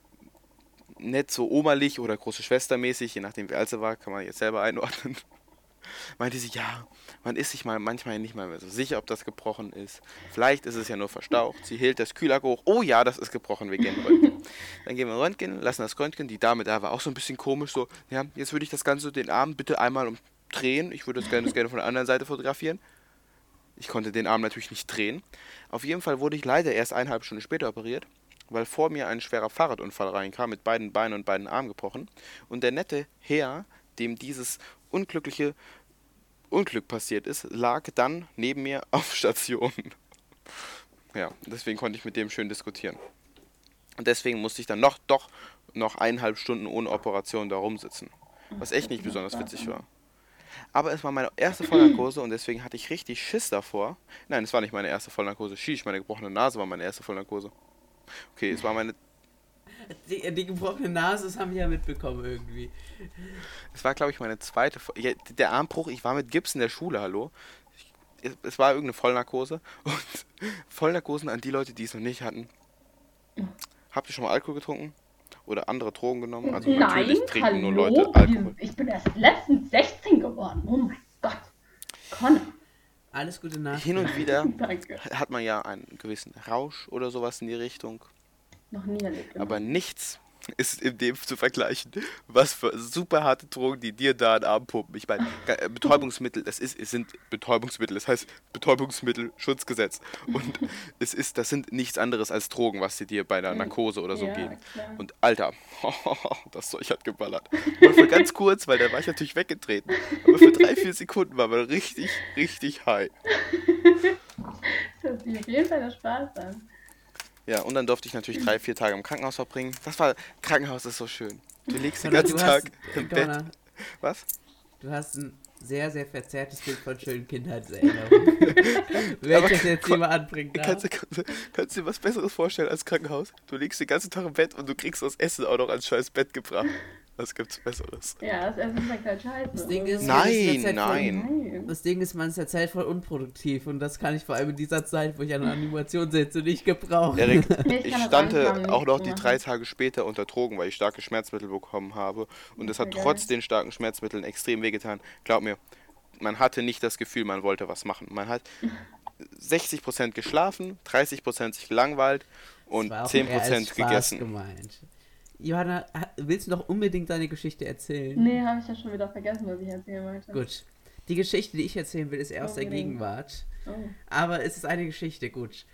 omerlich oder große Schwester mäßig, je nachdem wie alt sie war, kann man jetzt selber einordnen. Meinte sie, ja, man ist sich manchmal nicht mal mehr so sicher, ob das gebrochen ist. Vielleicht ist es ja nur verstaucht. Sie hielt das Kühlakku hoch. Oh ja, das ist gebrochen, wir gehen Röntgen. Dann gehen wir Röntgen, lassen das Röntgen. Die Dame da war auch so ein bisschen komisch, so, ja, jetzt würde ich das Ganze, den Arm bitte einmal umdrehen. Ich würde das gerne von der anderen Seite fotografieren. Ich konnte den Arm natürlich nicht drehen. Auf jeden Fall wurde ich leider erst 1,5 Stunden später operiert, weil vor mir ein schwerer Fahrradunfall reinkam, mit beiden Beinen und beiden Armen gebrochen. Und der nette Herr, dem dieses unglückliche Unglück passiert ist, lag dann neben mir auf Station. Ja, deswegen konnte ich mit dem schön diskutieren. Und deswegen musste ich dann noch 1,5 Stunden ohne Operation da rumsitzen. Was echt nicht besonders witzig war. Aber es war meine erste Vollnarkose und deswegen hatte ich richtig Schiss davor. Nein, es war nicht meine erste Vollnarkose. Meine gebrochene Nase war meine erste Vollnarkose. Okay, es war meine... Die gebrochene Nase, das haben wir ja mitbekommen irgendwie. Es war, glaube ich, meine zweite... Der Armbruch, ich war mit Gips in der Schule, hallo. Es war irgendeine Vollnarkose. Und Vollnarkosen an die Leute, die es noch nicht hatten. Habt ihr schon mal Alkohol getrunken? Oder andere Drogen genommen? Also natürlich trinken nur Leute Alkohol. Ich bin erst letztens 16 geworden. Oh mein Gott. Connor. Alles Gute nach. Hin und wieder Danke. hat man ja einen gewissen Rausch oder sowas in die Richtung. Noch nie erlebt. Aber nichts ist in dem zu vergleichen, was für super harte Drogen, die dir da in den Arm pumpen. Ich meine, Betäubungsmittel, es sind Betäubungsmittel, das heißt Betäubungsmittelschutzgesetz. Und das sind nichts anderes als Drogen, was sie dir bei einer Narkose oder so geben. Klar. Und Alter, das Zeug hat geballert. Nur für ganz kurz, weil da war ich natürlich weggetreten. Aber für 3-4 Sekunden war man richtig, richtig high. Das hört sich auf jeden Fall der Spaß an. Ja, und dann durfte ich natürlich 3-4 Tage im Krankenhaus verbringen. Krankenhaus ist so schön. Du liegst den ganzen Tag im Bett. Was? Du hast ein sehr, sehr verzerrtes Bild von schönen Kindheitserinnerungen. Wenn ich das jetzt hier mal anbringen darf. Kannst du dir was Besseres vorstellen als Krankenhaus? Du liegst den ganzen Tag im Bett und du kriegst das Essen auch noch ans scheiß Bett gebracht. Was gibt's Besseres? Ja, das Essen schmeckt halt scheiße. Das Ding ist, Nein. Das Ding ist, man ist ja Zeit voll unproduktiv und das kann ich vor allem in dieser Zeit, wo ich an Animation sitze, nicht gebrauchen. Erik, Ich ich kann das stande anfangen, auch noch die machen. 3 Tage später unter Drogen, weil ich starke Schmerzmittel bekommen habe. Und es hat Okay. trotz den starken Schmerzmitteln extrem wehgetan. Glaub mir, man hatte nicht das Gefühl, man wollte was machen. Man hat 60% geschlafen, 30% sich gelangweilt und Das war auch eher als 10% Spaß gegessen. gemeint. Johanna, willst du noch unbedingt deine Geschichte erzählen? Nee, habe ich ja schon wieder vergessen, was ich erzählen wollte. Gut. Die Geschichte, die ich erzählen will, ist eher aus der Unbedingt. Gegenwart. Oh. Aber es ist eine Geschichte, gut.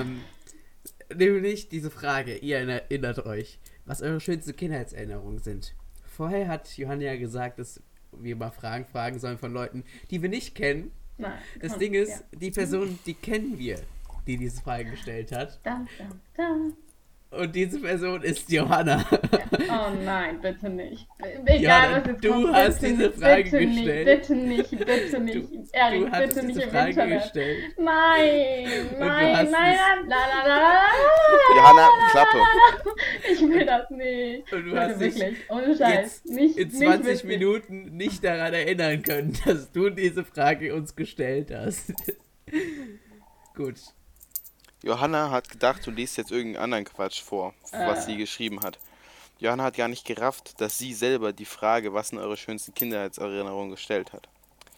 Nämlich diese Frage, ihr erinnert euch, was eure schönsten Kindheitserinnerungen sind. Vorher hat Johanna ja gesagt, dass wir mal fragen sollen von Leuten, die wir nicht kennen. Nein. Das komm, Ding ist, ja. die Person, die kennen wir, die diese Frage gestellt hat. Da. Und diese Person ist Johanna. Oh nein, bitte nicht. Egal, Johanna, was jetzt du kommt, hast bitte diese nicht, Frage bitte gestellt. Nicht, bitte nicht. Erik, Du hast bitte nicht diese im Frage Internet. gestellt. Nein, du nein, hast nein, es- nein, Johanna, Klappe. ich will das nicht. Und du Leute, hast dich wirklich, ohne Scheiß. jetzt Nicht, in nicht 20 witzig. Minuten nicht daran erinnern können, dass du diese Frage uns gestellt hast. Gut. Johanna hat gedacht, du liest jetzt irgendeinen anderen Quatsch vor, was sie geschrieben hat. Johanna hat gar nicht gerafft, dass sie selber die Frage, was sind eure schönsten Kindheitserinnerungen, gestellt hat.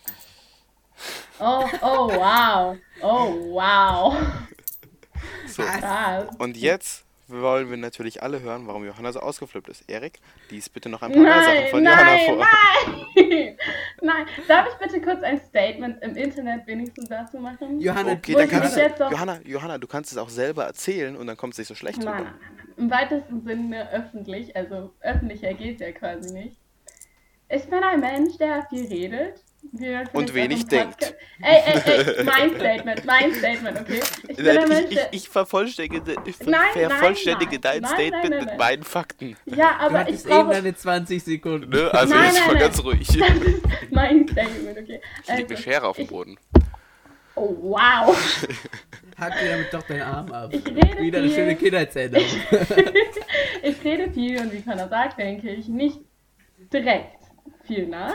Oh, wow. Oh, wow. So, Krass. und jetzt wollen wir natürlich alle hören, warum Johanna so ausgeflippt ist. Erik, lies bitte noch ein paar mehr Sachen von Johanna vor. Nein. Nein, darf ich bitte kurz ein Statement im Internet wenigstens dazu machen? Johanna, Okay, Wo dann ich kannst mich jetzt du, doch- Johanna, du kannst es auch selber erzählen und dann kommt es nicht so schlecht Nein, rüber. nein, nein. Im weitesten Sinne öffentlich, also öffentlicher geht ja quasi nicht. Ich bin ein Mensch, der viel redet. Und wenig denkt. Ey, mein Statement, okay? Ich bin ein Mensch, der... Ich vervollständige Nein, dein nein, Statement nein, mit nein. meinen Fakten. Ja, du aber ich hattest eben brauche... deine 20 Sekunden. Ne? Also Nein, jetzt nein, mal nein. ganz ruhig. Das ist mein Statement, okay? Hier liegt eine Schere auf dem Boden. Oh, wow. Hack dir damit doch deinen Arm ab. Ich rede Wieder eine viel. schöne Kindheitserinnerung. Ich rede viel und wie Connor sagt, denke ich nicht direkt viel nach.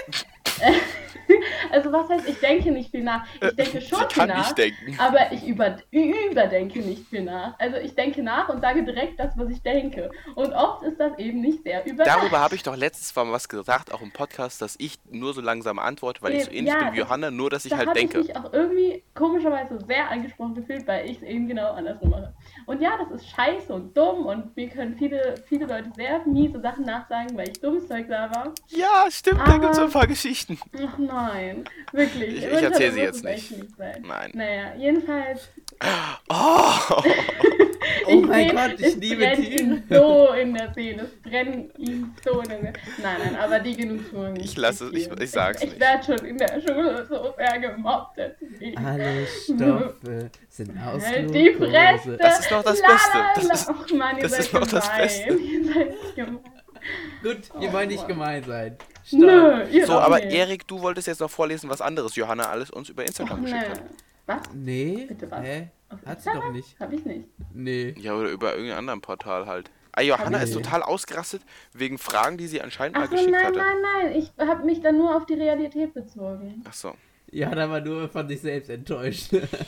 Also was heißt, ich denke nicht viel nach? Ich denke schon Sie viel kann nach, nicht denken. aber ich überdenke nicht viel nach. Also ich denke nach und sage direkt das, was ich denke. Und oft ist das eben nicht sehr überdacht. Darüber habe ich doch letztes Mal was gesagt, auch im Podcast, dass ich nur so langsam antworte, weil ich so ähnlich Ja, bin wie Johanna, nur dass ich Da halt habe denke. ich mich auch irgendwie komischerweise sehr angesprochen gefühlt, weil ich es eben genau andersrum mache. Und ja, das ist scheiße und dumm und mir können viele Leute sehr miese Sachen nachsagen, weil ich dummes Zeug laber. Ja, stimmt, da Aber- gibt es ein paar Geschichten. Ach nein, wirklich. Ich Im Internet erzähl sie muss jetzt es echt nicht. sein. Nein. Naja, jedenfalls. Oh, Oh mein Gott, ich es liebe brennt Tiere. ihm so in der Seele. Es brennt ihm so in der Seele. Nein, aber die Genugtuung. Ich lasse es, ich sag's Ich nicht. werde schon in der Schule so sehr gemobbt. deswegen. Alle Stoffe sind aus Halt die Fresse! Glucose. Das ist noch das Beste. Das ist- Ach Mann, ihr das seid ist noch das gemein. Beste. Ihr seid gemein. Gut, wir wollen nicht Mann. gemein sein. Stopp. Nö, ihr So, doch aber nicht. Erik, du wolltest jetzt noch vorlesen, was anderes Johanna alles uns über Ach, Instagram nö. geschickt hat. Was? Nee? Bitte was? Hä? Auf Hat sie Instagram? doch nicht. Hab ich nicht. Nee. Ja, oder über irgendein anderen Portal halt. Ah, Johanna ist Nee. total ausgerastet wegen Fragen, die sie anscheinend mal Ach so, geschickt nein, hatte. nein. Ich habe mich dann nur auf die Realität bezogen. Ach so. Ja, da war nur von sich selbst enttäuscht.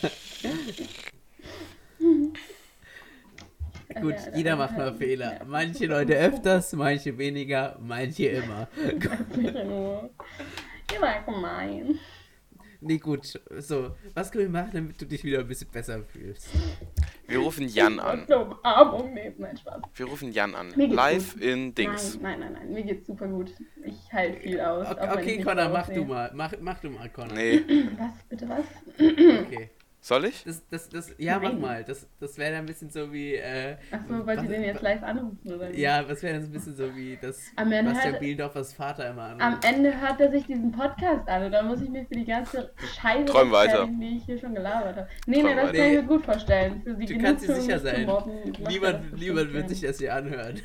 Gut, Ja, jeder macht mal Fehler. Manche Leute öfters, manche weniger, manche immer. Bitte nur. Ihr seid gemein. Nee, gut. So, was können wir machen, damit du dich wieder ein bisschen besser fühlst? Wir rufen Jan an. Eine Umarmung nehmen. Nein, Spaß. Wir rufen Jan an. Mir geht's Live gut. in Dings. Nein. Mir geht's super gut. Ich halte viel aus. auch wenn ich Okay, nicht Connor, mach aussehe. du mal. Mach du mal, Connor. Nee. Was? Bitte was? Okay. Soll ich? Ja, mach Nein. mal. Das wäre dann ein bisschen so wie, Achso, wollt ihr den jetzt live anrufen oder wie? Ja, das wäre dann so ein bisschen so wie das Am Ende Bastian hört- Bielendorfers Vater immer an. Am Ende hört er sich diesen Podcast an und dann muss ich mir für die ganze Scheiße Träum weiter. rechtfertigen, die ich hier schon gelabert habe. Nee, Träum das weiter. kann ich mir gut vorstellen. Für die Du kannst dir Genugtuung sicher nicht zu sein. mobben, macht er das Niemand bestimmt wird sich gern. das hier anhören.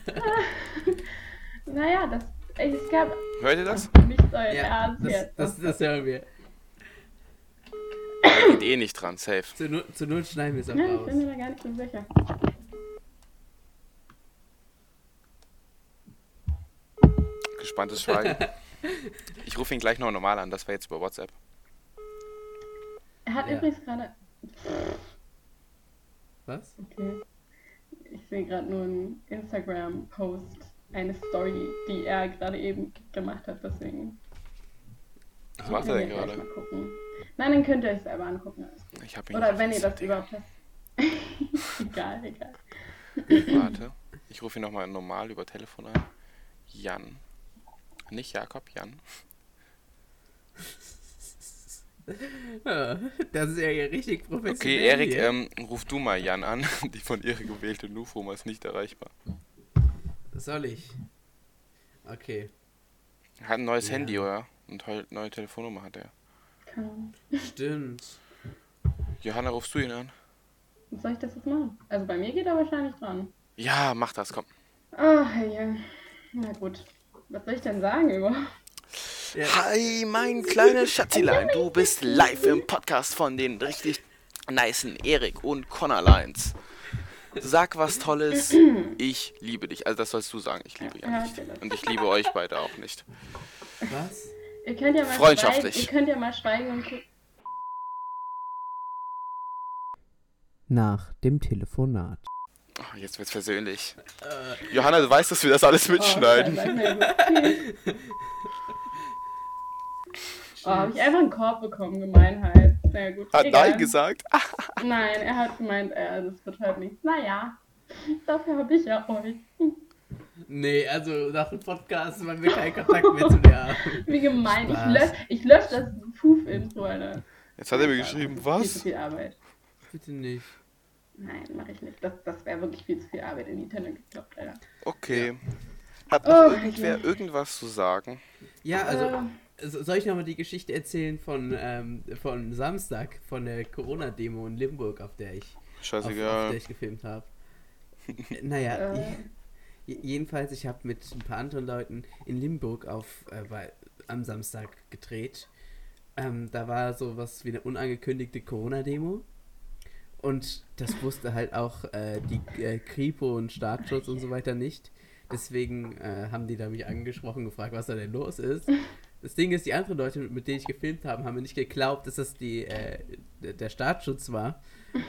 Naja, es gab Hört ihr das? nicht euer Ja, Ernst das, jetzt. das hören wir. Da geht eh nicht dran, safe. Zur Not schneiden wir es auch Ja, ich raus. bin mir da gar nicht so sicher. Gespanntes Schweigen. Ich rufe ihn gleich noch normal an, das war jetzt über WhatsApp. Er hat Ja. übrigens gerade... Was? Okay. Ich sehe gerade nur einen Instagram-Post, eine Story, die er gerade eben gemacht hat, deswegen... Was macht er könnt denn ihr gleich gerade? mal gucken. Nein, dann könnt ihr euch selber angucken. Alles gut. Ich hab ihn Oder nicht wenn auf ihr das Instagram. überhaupt habt. egal. Warte. Ich rufe ihn nochmal normal über Telefon an. Jan. Nicht Jakob, Jan. Ja, das ist ja hier richtig professionell. Okay, Erik, hier. ruf du mal Jan an. Die von ihr gewählte Rufnummer ist nicht erreichbar. Soll ich? Okay. Er hat ein neues Ja. Handy, oder? Und neue Telefonnummer hat er. Stimmt. Johanna, rufst du ihn an? Soll ich das jetzt machen? Also bei mir geht er wahrscheinlich dran. Ja, mach das, komm. Oh, ja. Na gut. Was soll ich denn sagen überhaupt? Ja. Hi, mein kleines Schatzilein. Du bist live im Podcast von den richtig nicen Erik und Connorleins. Sag was Tolles. Ich liebe dich. Also das sollst du sagen. Ich liebe ja nicht. Und ich liebe euch beide auch nicht. Was? Ihr könnt ja mal Freundschaftlich. Schweigen, ihr könnt ja mal schweigen und gucken. Nach dem Telefonat. Oh, jetzt wird's persönlich. Johanna, du weißt, dass wir das alles mitschneiden. Habe ich einfach einen Korb bekommen, Gemeinheit. Na ja, gut. Hat egal. Nein gesagt. Nein, er hat gemeint, das wird halt nichts. Naja, dafür habe ich ja euch. Nee, also nach dem Podcast wollen wir keinen Kontakt mehr zu dir haben. Wie gemein. Spaß. Ich lösche das Poof-Intro, Alter. Jetzt hat er mir geschrieben, Viel zu was? viel Arbeit. Bitte nicht. Nein, mache ich nicht. Das wäre wirklich viel zu viel Arbeit in die Tonne gekloppt, Alter. Okay. Hat noch Oh, irgendwer ja. irgendwas zu sagen? Ja, also soll ich nochmal die Geschichte erzählen von Samstag, von der Corona-Demo in Limburg, auf der ich Scheißegal. gefilmt habe? Naja, jedenfalls, ich habe mit ein paar anderen Leuten in Limburg am Samstag gedreht. Da war sowas wie eine unangekündigte Corona-Demo. Und das wusste halt auch die Kripo und Staatsschutz und so weiter nicht. Deswegen haben die da mich angesprochen, gefragt, was da denn los ist. Das Ding ist, die anderen Leute, mit denen ich gefilmt habe, haben mir nicht geglaubt, dass das der Staatsschutz war.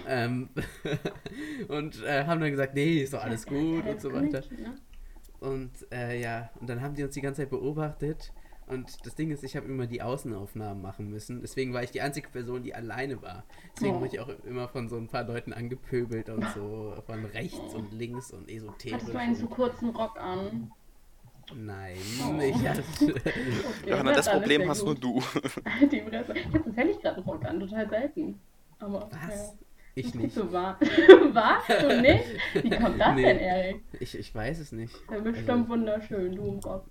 Und haben dann gesagt, nee, ist doch alles gut und so weiter. Und und dann haben die uns die ganze Zeit beobachtet. Und das Ding ist, ich habe immer die Außenaufnahmen machen müssen. Deswegen war ich die einzige Person, die alleine war. Deswegen wurde ich auch immer von so ein paar Leuten angepöbelt und so von rechts und links und esoterisch. Hattest du einen zu kurzen Rock an? Nein, Okay, Johanna, das alles Problem sehr hast gut. nur du. Die Fresse. Ich habe tatsächlich gerade einen Rock an, total selten. Aber Was? Ja. Ich Das ist nicht. so wahr. Was? Du nicht? Wie kommt das Nee. denn, Erik? Ich weiß es nicht. Das ist bestimmt wunderschön, du im Rock.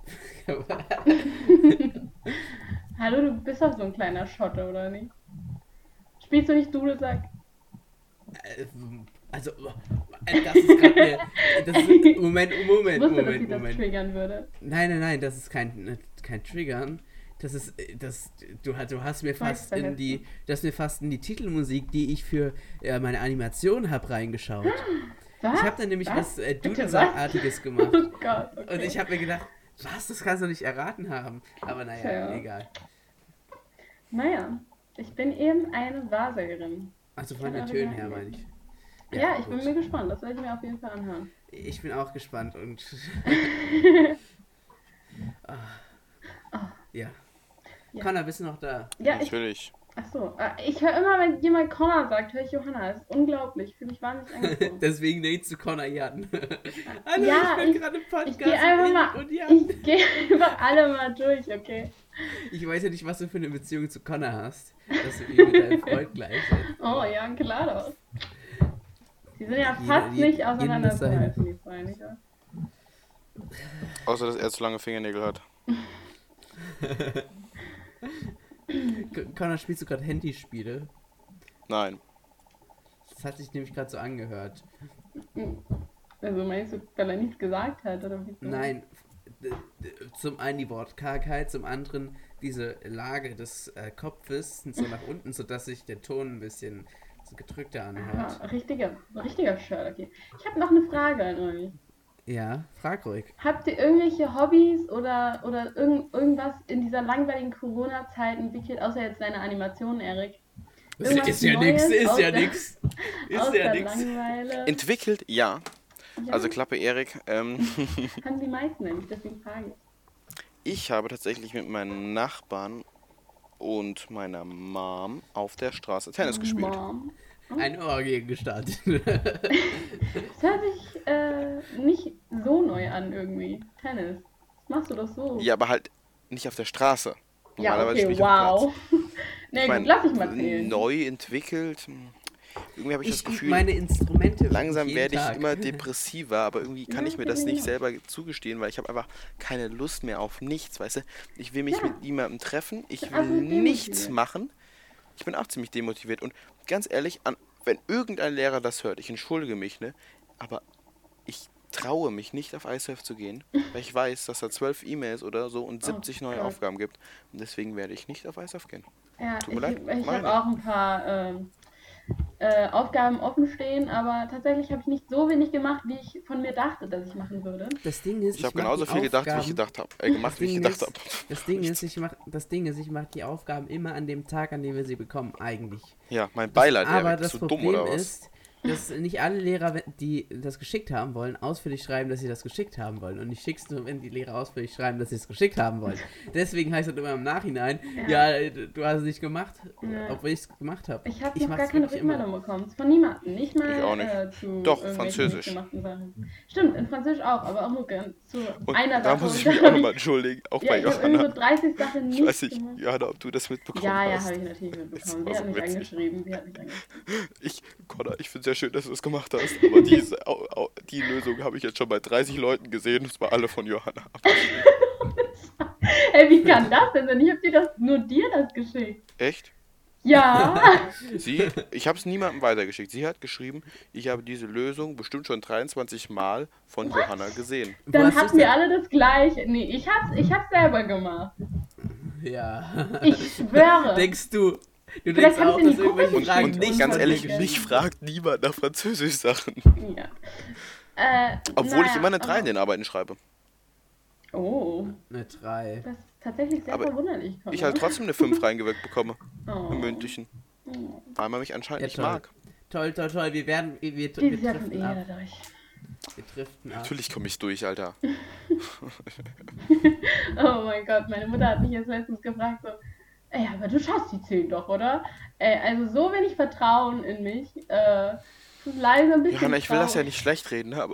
Hallo, du bist doch so ein kleiner Schotte, oder nicht? Spielst du nicht Dudelsack? Also, das ist gerade Moment. Ich wusste, dass ich das triggern würde. Nein, das ist kein Triggern. Das ist, du hast mir fast in die Titelmusik, die ich für meine Animation habe, reingeschaut. Was? Ich habe dann nämlich was Bitte Dudelsack-artiges gemacht. Oh Gott, okay. Und ich habe mir gedacht, was, das kannst du nicht erraten haben. Aber naja, Ja. egal. Naja, ich bin eben eine Wahrsagerin. Also von den Kann Tönen auch her, sein. meine ich. Ja, ich bin gut. mir gespannt. Das werde ich mir auf jeden Fall anhören. Ich bin auch gespannt und. Ja. Ja. Connor, bist du noch da? Ja, Natürlich. Achso, ich höre immer, wenn jemand Connor sagt, höre ich Johanna. Das ist unglaublich. Ich fühle mich wahnsinnig angezogen. Deswegen lädst du Connor Jan. Hallo, Ja, ich bin gerade im Podcast. Ich gehe einfach mal, und Jan. ich gehe einfach alle mal durch, okay? Ich weiß ja nicht, was du für eine Beziehung zu Connor hast, dass du ihn mit deinem Freund gleichsetzt. Oh ja, klar doch. Die sind ja Jeder- fast nicht jedem das auseinanderzuhalten, die zwei, nicht wahr? Außer, dass er zu lange Fingernägel hat. Connor, spielst du gerade Handyspiele? Nein. Das hat sich nämlich gerade so angehört. Also meinst du, weil er nichts gesagt hat, oder wie? Nein, zum einen die Wortkargheit, zum anderen diese Lage des Kopfes so nach unten, sodass sich der Ton ein bisschen so gedrückter anhört. Ah, richtiger Sherlock hier. Ich habe noch eine Frage an euch. Ja, frag ruhig. Habt ihr irgendwelche Hobbys oder irgendwas in dieser langweiligen Corona-Zeit entwickelt, außer jetzt deine Animationen, Erik? Irgendwas Ist ja Neues nix, aus ist ja der- nix. Ist Aus ja der nix. Langeweile. Entwickelt, ja. Ja, Also Klappe Erik. haben die meisten nämlich, deswegen frage ich. Ich habe tatsächlich mit meinen Nachbarn und meiner Mom auf der Straße Tennis gespielt. Mom. Eine Orgie gestartet. Das hört sich nicht so neu an irgendwie. Tennis. Das machst du doch so. Ja, aber halt nicht auf der Straße. Ja, Normalerweise okay, spiele ich auf dem wow. Na Ich gut, mein, lass ich mal zählen. Neu entwickelt. Irgendwie habe ich das Ich übe Gefühl, meine Instrumente. langsam jeden werde ich Tag. immer depressiver, aber irgendwie kann Ja, ich mir das genau. nicht selber zugestehen, weil ich habe einfach keine Lust mehr auf nichts, weißt du? Ich will mich Ja. mit niemandem treffen, ich bin will absolut nichts demotiviert. machen. Ich bin auch ziemlich demotiviert und ganz ehrlich, wenn irgendein Lehrer das hört, ich entschuldige mich, ne? Aber ich traue mich nicht auf iSurf zu gehen, weil ich weiß, dass da 12 E-Mails oder so und 70 neue Gott. Aufgaben gibt. Und deswegen werde ich nicht auf iSurf gehen. Ja, Tut mir leid, ich meine. habe auch ein paar Aufgaben offen stehen, aber tatsächlich habe ich nicht so wenig gemacht, wie ich von mir dachte, dass ich machen würde. Das Ding ist, Ich habe mach genauso die viel gedacht, wie ich Aufgaben- gedacht habe. Gemacht, wie ich gedacht habe. Das Ding ist, ich mache die Aufgaben immer an dem Tag, an dem wir sie bekommen, eigentlich. Ja, mein Beileid, Aber Erik. das Bist du dumm Problem oder was? ist, dass nicht alle Lehrer, die das geschickt haben wollen, ausführlich schreiben, dass sie das geschickt haben wollen. Und ich schick's nur, wenn die Lehrer ausführlich schreiben, dass sie es geschickt haben wollen. Deswegen heißt es immer im Nachhinein, ja, du hast es nicht gemacht, Ja. obwohl ich es gemacht habe. Ich habe noch gar keine Rückmeldung bekommen. Von niemandem. Nicht mal Ich auch nicht. zu Doch, irgendwelchen Französisch. nicht gemachten Sachen. Stimmt, in Französisch auch, aber auch nur zu Und einer da Sache. muss ich Und mich da auch hab nochmal entschuldigen, auch Ja, bei ich habe irgendwie so Johanna. 30 Sachen Ich nicht weiß nicht, gemacht. Johanna, ob du das mitbekommen Ja, hast. habe ich natürlich Das mitbekommen. war Sie so hat mich witzig. angeschrieben. Connor, ich finde es sehr schön, dass du das gemacht hast, aber die Lösung habe ich jetzt schon bei 30 Leuten gesehen, und zwar alle von Johanna. Ey, wie kann das denn sein? Ich habe nur dir das geschickt. Echt? Ja. Ich habe es niemandem weitergeschickt. Sie hat geschrieben, ich habe diese Lösung bestimmt schon 23 Mal von Johanna gesehen. Wo Dann hast du's hatten wir denn? alle das gleiche. Nee, ich hab's selber gemacht. Ja. Ich schwöre. Denkst du Vielleicht denkst hab auch, ich in die dass Gruppe irgendwelche Und, Fragen und nicht ganz von ehrlich, dir mich fragt niemand nach Französisch-Sachen. Ja. Obwohl ich naja, immer eine 3 in aber- den Arbeiten schreibe. Oh, Eine 3. das ist tatsächlich sehr Aber verwunderlich. Connor. Ich halt trotzdem eine 5 reingewirkt bekomme Oh. im Mündlichen. Weil man mich anscheinend Ja, nicht toll. mag. Toll. Wir Dieses Jahr kommt driften jeder ab. durch. Wir driften ab. Natürlich komme ich durch, Alter. Oh mein Gott, meine Mutter hat mich jetzt letztens gefragt so, ey, aber du schaffst die 10 doch, oder? Ey, also so wenig Vertrauen in mich. Leise ein bisschen Johanna, ich will das ja traurig. nicht schlecht reden, ne, aber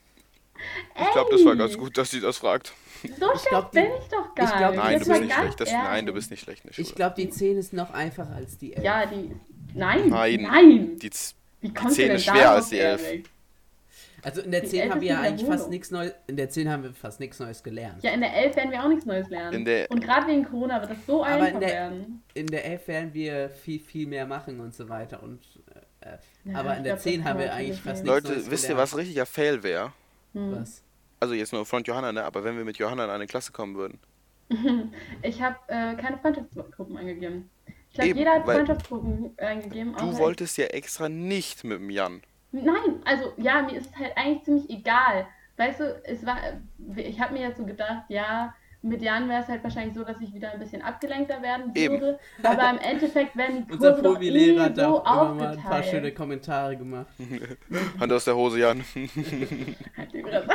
ich glaube, das war Ey, ganz gut, dass sie das fragt. So schlecht glaub, bin ich doch gar ich glaub, nicht. Nein, Jetzt du mal bist nicht ganz schlecht. ehrlich. Nein, du bist nicht schlecht in der Schule. Ich glaube, die 10 ist noch einfacher als die 11. Ja, Nein. Nein. Die Wie die kommst 10 du ist denn schwerer darauf, als die 11. Erik? Also in der Die 10 haben wir ja älteste eigentlich fast Wiederholung. nichts Neues. In der 10 haben wir fast nichts Neues gelernt. Ja, in der 11 werden wir auch nichts Neues lernen. In der- Und gerade wegen Corona wird das so Aber einfach in der- werden. In der 11 werden wir viel mehr machen und so weiter. Und, Ja, aber ich in der glaub, 10 das haben wir kann man eigentlich nicht fast nehmen. nichts Leute, Neues wisst ihr, gelernt. was richtiger Fail wäre? Was? Also jetzt nur Front Johanna, ne? Aber wenn wir mit Johanna in eine Klasse kommen würden. Ich habe keine Freundschaftsgruppen angegeben. Ich glaube, Eben, jeder hat weil Freundschaftsgruppen eingegeben. Du außer wolltest ja extra nicht mit dem Jan. Nein, also ja, mir ist es halt eigentlich ziemlich egal. Weißt du, ich habe mir jetzt so gedacht, ja, mit Jan wäre es halt wahrscheinlich so, dass ich wieder ein bisschen abgelenkter werden Eben. würde. Aber im Endeffekt werden die Unser Kurse doch Profi-Lehrer hat so auch immer mal ein paar schöne aufgeteilt. Kommentare gemacht. Hand aus der Hose, Jan. Halt die Fresse.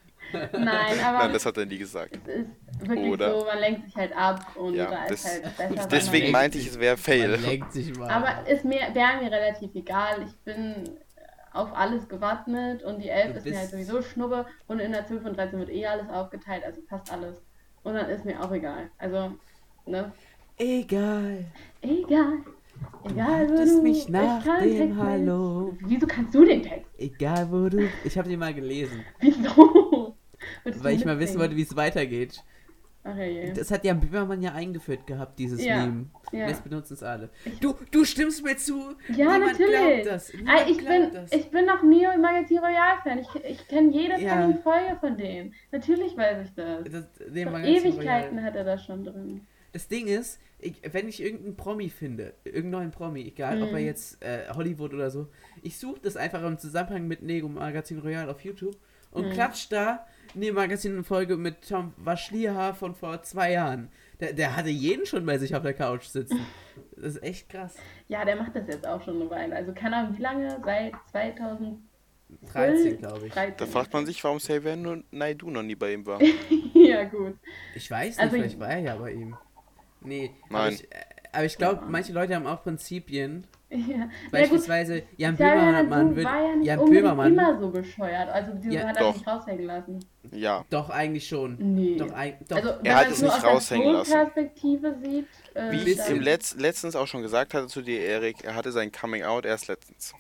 Nein, aber Nein, das hat er nie gesagt. es ist wirklich Oder? so, man lenkt sich halt ab und Ja, da ist das- halt besser. wenn Deswegen man meinte ich, es wäre Fail. Man lenkt sich mal. Aber wäre mir relativ egal. Ich bin auf alles gewappnet und die 11 Du ist mir bist- halt sowieso Schnuppe und in der 12 und 13 wird eh alles aufgeteilt, also fast alles. Und dann ist mir auch egal. Also, ne? Egal. Egal. Egal, wo Hattest du... mich ich nach kann dem Text Hallo. lesen. Wieso kannst du den Text? Egal wo du. Ich habe den mal gelesen. Wieso? Würdest Weil du ich mal wissen mitsingen? wollte, wie es weitergeht. Ach je. Das hat Jan Böhmermann ja eingeführt gehabt, dieses Ja, Meme. ja. Und jetzt benutzen es alle. Du stimmst mir zu. Ja, Niemand natürlich. Glaubt das. Niemand Ich glaubt das. bin noch Neo Magazin Royal Fan. Ich kenne jede Ja. fucking Folge von denen. Natürlich weiß ich das. Den Vor Magazin Ewigkeiten Royal. hat er das schon drin. Das Ding ist, wenn ich irgendeinen Promi finde, irgendeinen neuen Promi, egal ob er jetzt Hollywood oder so, ich suche das einfach im Zusammenhang mit Nego Magazin Royal auf YouTube und klatsch da Nego Magazin eine Folge mit Tom Waschliha von vor 2 Jahren. Der hatte jeden schon bei sich auf der Couch sitzen. Das ist echt krass. Ja, der macht das jetzt auch schon eine Weile. Also keine Ahnung, wie lange? Seit 2013, 13, glaube ich. Da fragt man sich, warum Xavier Naidoo noch nie bei ihm war. Ja, gut. Ich weiß nicht, Also- vielleicht war er ja bei ihm. Nee, Nein. aber ich glaube, manche Leute haben auch Prinzipien. Ja, ja gut. Beispielsweise Jan Xavier Böhmermann Naidoo wird. war ja nicht Jan unbedingt Böhmermann. immer so bescheuert. Also diese Ja, hat er doch. nicht raushängen lassen. Ja. Doch, eigentlich schon. Nee. Doch. Also, wenn Er hat man es nur nicht aus raushängen der lassen. Perspektive sieht, Wie ich dann- ihm letztens auch schon gesagt hatte zu dir, Erik, er hatte sein Coming Out erst letztens.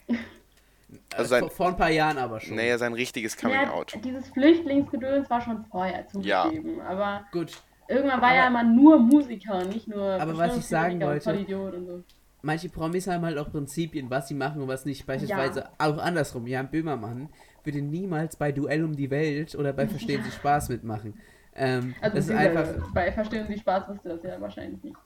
Also sein, Vor ein paar Jahren aber schon. naja, sein richtiges Coming ja, Out. dieses Flüchtlingsgedöns war schon vorher zugegeben. Aber Gut. irgendwann war Aber- ja immer nur Musiker und nicht nur Aber was ich sagen Verschwörungstheoretiker und wollte- Vollidiot und so. manche Promis haben halt auch Prinzipien, was sie machen und was nicht. Beispielsweise auch andersrum. Jan Böhmermann würde niemals bei Duell um die Welt oder bei Verstehen Sie Spaß mitmachen. Also das ist einfach... bei Verstehen Sie Spaß wusste das ja wahrscheinlich nicht.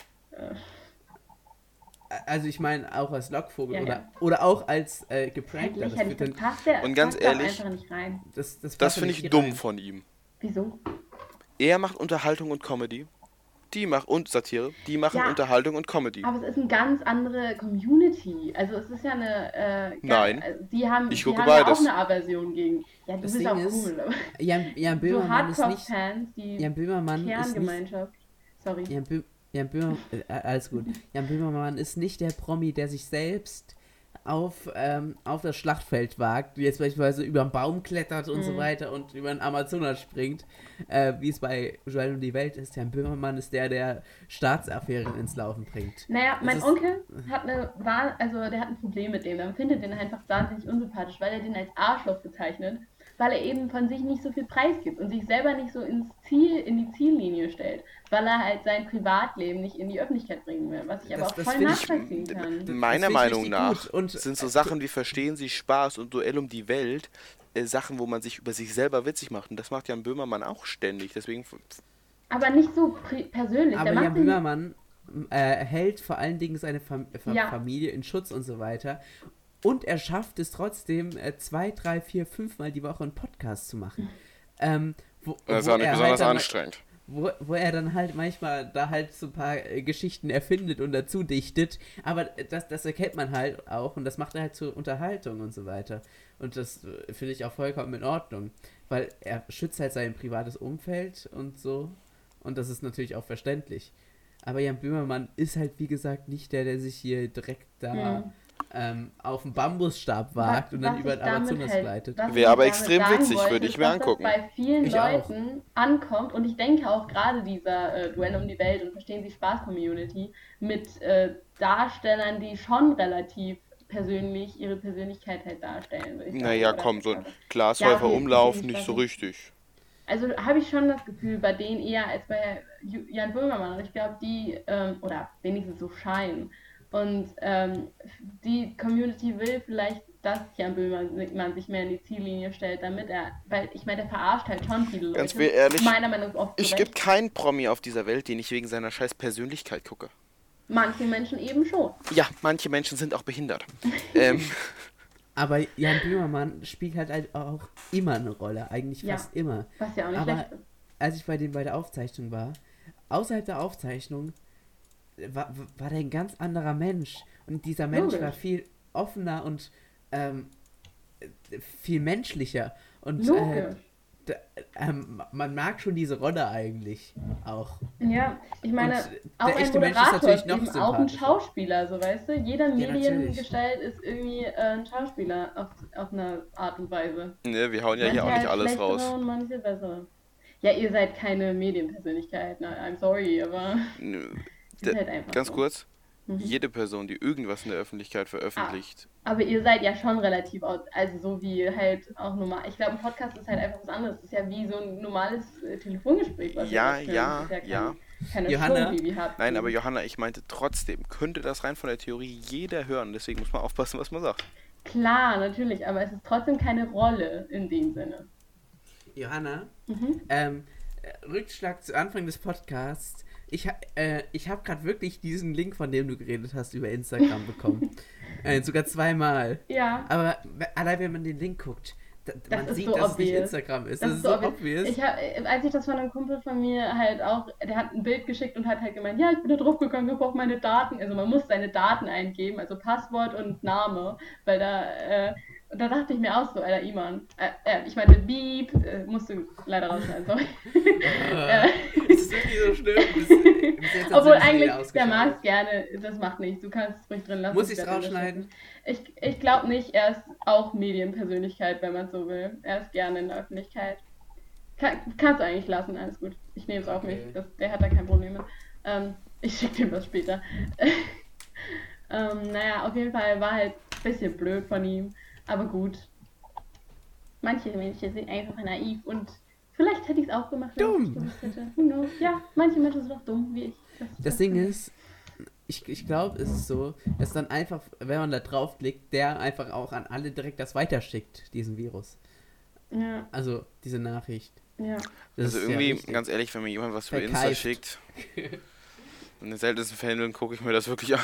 Also ich meine auch als Lockvogel Ja. oder auch als geprankter. Das passt ja Und ganz passt da ehrlich, einfach nicht rein. Das finde ich dumm von ihm. Wieso? Er macht Unterhaltung und Comedy. Die macht und Satire. Die machen Ja. Unterhaltung und Comedy. Aber es ist eine ganz andere Community. Also es ist ja eine... Nein. Die haben Ich gucke haben ja beides. auch eine Aversion gegen... Ja, du Das bist Ding auch ist, cool. Aber Jan so Böhmermann ist nicht... Hardcore-Fans, die Jan Böhmermann ist nicht... Kerngemeinschaft. Sorry. Alles gut. Jan Böhmermann ist nicht der Promi, der sich selbst auf das Schlachtfeld wagt, wie jetzt beispielsweise über einen Baum klettert und so weiter und über einen Amazonas springt, wie es bei Duell um die Welt ist. Jan Böhmermann ist der Staatsaffären ins Laufen bringt. Naja, Das mein ist- Onkel hat der hat ein Problem mit dem. Er findet den einfach wahnsinnig unsympathisch, weil er den als Arschloch bezeichnet, weil er eben von sich nicht so viel preisgibt und sich selber nicht so in die Ziellinie stellt, weil er halt sein Privatleben nicht in die Öffentlichkeit bringen will, was ich aber Das auch voll finde ich- nachvollziehen kann. Meiner Das finde ich Meinung richtig nach gut. Und sind so Sachen wie Verstehen Sie Spaß und Duell um die Welt Sachen, wo man sich über sich selber witzig macht. Und das macht Jan Böhmermann auch ständig. Deswegen Aber nicht so persönlich. Aber Der macht Jan den- Böhmermann hält vor allen Dingen seine Ja. Familie in Schutz und so weiter. Und er schafft es trotzdem, 2, 3, 4, 5 Mal die Woche einen Podcast zu machen. das ist auch nicht er besonders halt dann, anstrengend. wo er dann halt manchmal da halt so ein paar Geschichten erfindet und dazu dichtet. Aber das erkennt man halt auch und das macht er halt zur Unterhaltung und so weiter. Und das finde ich auch vollkommen in Ordnung. Weil er schützt halt sein privates Umfeld und so. Und das ist natürlich auch verständlich. Aber Jan Böhmermann ist halt, wie gesagt, nicht der sich hier direkt da auf den Bambusstab wagt und dann Was über ich den damit Amazonas halt- gleitet. was ich Wäre aber damit extrem sagen witzig, wollte, würde ich ist, mir dass angucken. Das bei vielen Ich auch. Leuten ankommt und ich denke auch gerade dieser Duell um die Welt und Verstehen Sie Spaß-Community mit Darstellern, die schon relativ persönlich ihre Persönlichkeit halt darstellen. würde ich sagen. Naja, Oder- komm, so ein Ja, Glashäufer okay, Umlauf ich nicht so weiß richtig. Also habe ich schon das Gefühl, bei denen eher als bei Jan Böhmermann. Und ich glaube, die, oder wenigstens so scheinen. Und die Community will vielleicht, dass Jan Böhmermann sich mehr in die Ziellinie stellt, damit er, weil ich meine, der verarscht halt schon viele Leute. Ganz ehrlich, meiner Meinung nach oft Ich zu gibt Recht. keinen Promi auf dieser Welt, den ich wegen seiner scheiß Persönlichkeit gucke. Manche Menschen eben schon. Ja, manche Menschen sind auch behindert. Aber Jan Böhmermann spielt halt auch immer eine Rolle, eigentlich Ja. fast immer. Was ja auch nicht Aber schlecht ist. als ich bei der Aufzeichnung war, außerhalb der Aufzeichnung war der ein ganz anderer Mensch. Und dieser Mensch Logisch. war viel offener und viel menschlicher. Und Logisch. man mag schon diese Rolle eigentlich auch. Ja, ich meine, Und auch der ein echte Mensch ist Moderator natürlich ist noch eben auch ein sympathischer. Schauspieler, so weißt du? Jeder natürlich. Mediengestalt ist irgendwie ein Schauspieler auf eine Art und Weise. Ne, wir hauen ja hier Manche auch nicht halt alles schlechtere raus. Und manche bessere. Ja, ihr seid keine Medienpersönlichkeit, ne? I'm sorry, aber Nö. ist halt einfach Ganz so. kurz, Mhm. jede Person, die irgendwas in der Öffentlichkeit veröffentlicht, Aber ihr seid ja schon relativ, also so wie halt auch normal. Ich glaube, ein Podcast ist halt einfach was anderes. Es ist ja wie so ein normales Telefongespräch, was Ja, ihr ja, führt. Es ist ja. Keine Johanna? Show, die wir habt. Nein, aber Johanna, ich meinte trotzdem, könnte das rein von der Theorie jeder hören. Deswegen muss man aufpassen, was man sagt. Klar, natürlich, aber es ist trotzdem keine Rolle in dem Sinne. Johanna, Mhm. Rückschlag zu Anfang des Podcasts. Ich habe gerade wirklich diesen Link, von dem du geredet hast, über Instagram bekommen. Sogar 2-mal. Ja. Aber allein wenn man den Link guckt, man ist sieht, so dass es nicht obvious. Instagram ist. Das ist so obvious. Als ich das von einem Kumpel von mir halt auch, der hat ein Bild geschickt und hat halt gemeint, ja, ich bin da drauf gegangen, habe auch meine Daten, also man muss seine Daten eingeben, also Passwort und Name, weil da dachte ich mir auch so, Alter, Iman, ich meinte, Beep, musst du leider rausschneiden, sorry. Das ist wirklich so schlimm. Bis jetzt hat's Obwohl nicht so eigentlich, ausgeschaut. der mag es gerne, das macht nichts, du kannst es ruhig drin lassen. Muss ich's werde das rausschneiden? schneiden. Ich glaube nicht, er ist auch Medienpersönlichkeit, wenn man so will. Er ist gerne in der Öffentlichkeit. Kannst du eigentlich lassen, alles gut. Ich nehme es auf mich, Okay. der hat da kein Problem mit. Ich schicke dem das später. Naja, auf jeden Fall war halt ein bisschen blöd von ihm, aber gut. Manche Menschen sind einfach naiv und vielleicht hätte ich es auch gemacht, wenn Dumm. ich es gewusst hätte. Who knows? Ja, manche Menschen sind auch dumm, wie ich. Das Ding ist, ich glaube, es ist so, dass dann einfach, wenn man da draufklickt, der einfach auch an alle direkt das weiterschickt, diesen Virus. Ja, Also, diese Nachricht. ja. Das Also ist irgendwie, ja richtig ganz ehrlich, wenn mir jemand was über Insta verkeift. schickt, in den seltensten Fällen gucke ich mir das wirklich an.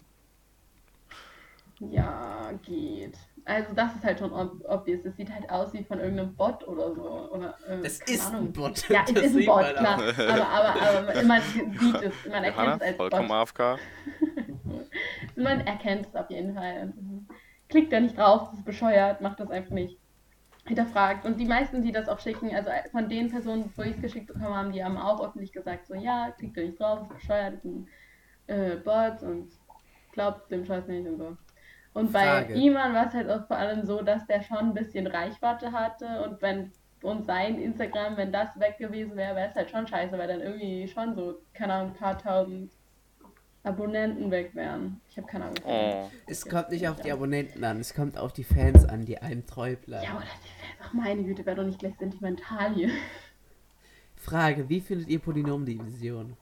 Ja, geht. Also das ist halt schon obvious. Das sieht halt aus wie von irgendeinem Bot oder so. Oder, Es keine ist Ahnung. ein Bot. Ja, es das ist ein sieht Bot, man klar. auch. Aber man sieht es, man erkennt Johanna, es als vollkommen Bot. AFK. Man erkennt es auf jeden Fall. Klickt da nicht drauf, das ist bescheuert, macht das einfach nicht. Hinterfragt. Und die meisten, die das auch schicken, also von den Personen, wo ich es geschickt bekommen habe, die haben auch öffentlich gesagt, so ja, klickt da nicht drauf, das ist bescheuert, das sind Bots und glaubt dem Scheiß nicht und so. Und bei Frage. Iman war es halt auch vor allem so, dass der schon ein bisschen Reichweite hatte und sein Instagram, wenn das weg gewesen wäre, wäre es halt schon scheiße, weil dann irgendwie schon so, keine Ahnung, ein paar tausend Abonnenten weg wären. Ich habe keine Ahnung. Oh. Es kommt nicht auf die Abonnenten an, es kommt auf die Fans an, die einem treu bleiben. Ja, oder die Fans, ach meine Güte, wäre doch nicht gleich sentimental hier. Frage, wie findet ihr Polynomdivision?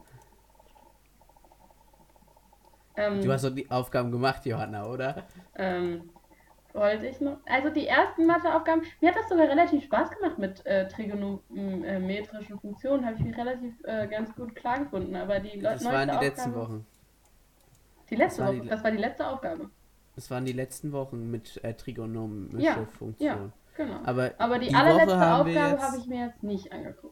Du hast doch die Aufgaben gemacht, Johanna, oder? Wollte ich noch. Also die ersten Matheaufgaben, mir hat das sogar relativ Spaß gemacht mit trigonometrischen Funktionen, habe ich mich relativ ganz gut klar gefunden, aber die Das neueste waren die Aufgabe, letzten Wochen. Die letzte das war Woche, die das war die letzte Aufgabe. Das waren die letzten Wochen mit trigonomische Ja, Funktion. Genau. Aber Die die allerletzte Woche haben wir Aufgabe jetzt habe ich mir jetzt nicht angeguckt.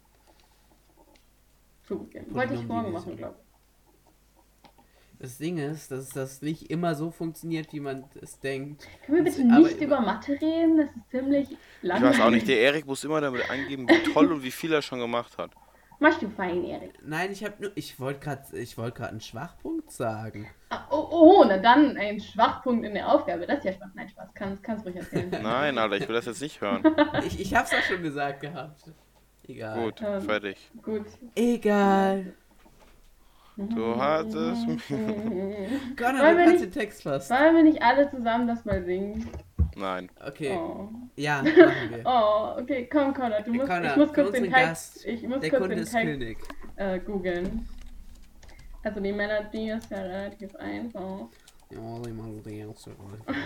Zugegeben. Wollte ich morgen machen, Polynomdivision. glaube ich. Das Ding ist, dass das nicht immer so funktioniert, wie man es denkt. Können wir Das- bitte aber nicht immer- über Mathe reden? Das ist ziemlich Ich langweilig. weiß auch nicht, der Erik muss immer damit angeben, wie toll und wie viel er schon gemacht hat. Machst du fein, Erik. Nein, ich wollte gerade einen Schwachpunkt sagen. Na dann ein Schwachpunkt in der Aufgabe. Das ist ja schwach. Nein, Spaß. Kannst ruhig erzählen. Nein, Alter, ich will das jetzt nicht hören. Ich hab's doch schon gesagt gehabt. Egal. Gut, fertig. Gut. Egal. Du hattest mich. Connor, Wollen du wir kannst nicht- den Text fassen. Wollen wir nicht alle zusammen das mal singen? Nein. Okay, Oh. ja, machen wir. Oh, okay, komm, Connor, ich muss für kurz den unseren Text, Gast. ich muss Der kurz Kunde den ist Text König. googeln. Also die Melodie ist ja relativ einfach. Ja, die Melodie ist so einfach.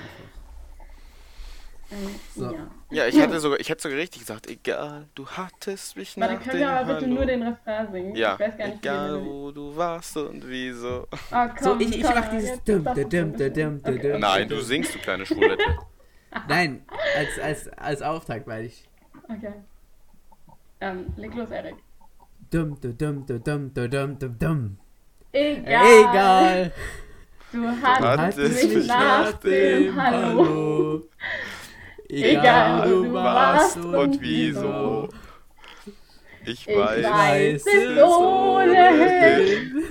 So. Ja. Ja, ich hätte sogar richtig gesagt, egal, du hattest mich Warte, nach können dem wir aber bitte Hallo. nur den Refrain singen? Ja, Ich weiß gar nicht, wie die egal Melodie. wo du warst und wieso. Oh, So, komm, ich Connor, mach dieses jetzt Dum, darfst du dum, es dum, okay. dum, Nein, du singst, du kleine Schwulette. Nein, als Auftakt meine ich. Okay. Leg los, Erik. Dum, dum, dum, dum, dum, dum, dum, dum. Egal. Egal. Du hattest hattest mich nach dem Hallo. Egal, wo du warst und wieso. Ich Ich weiß. weiß es es ohnehin.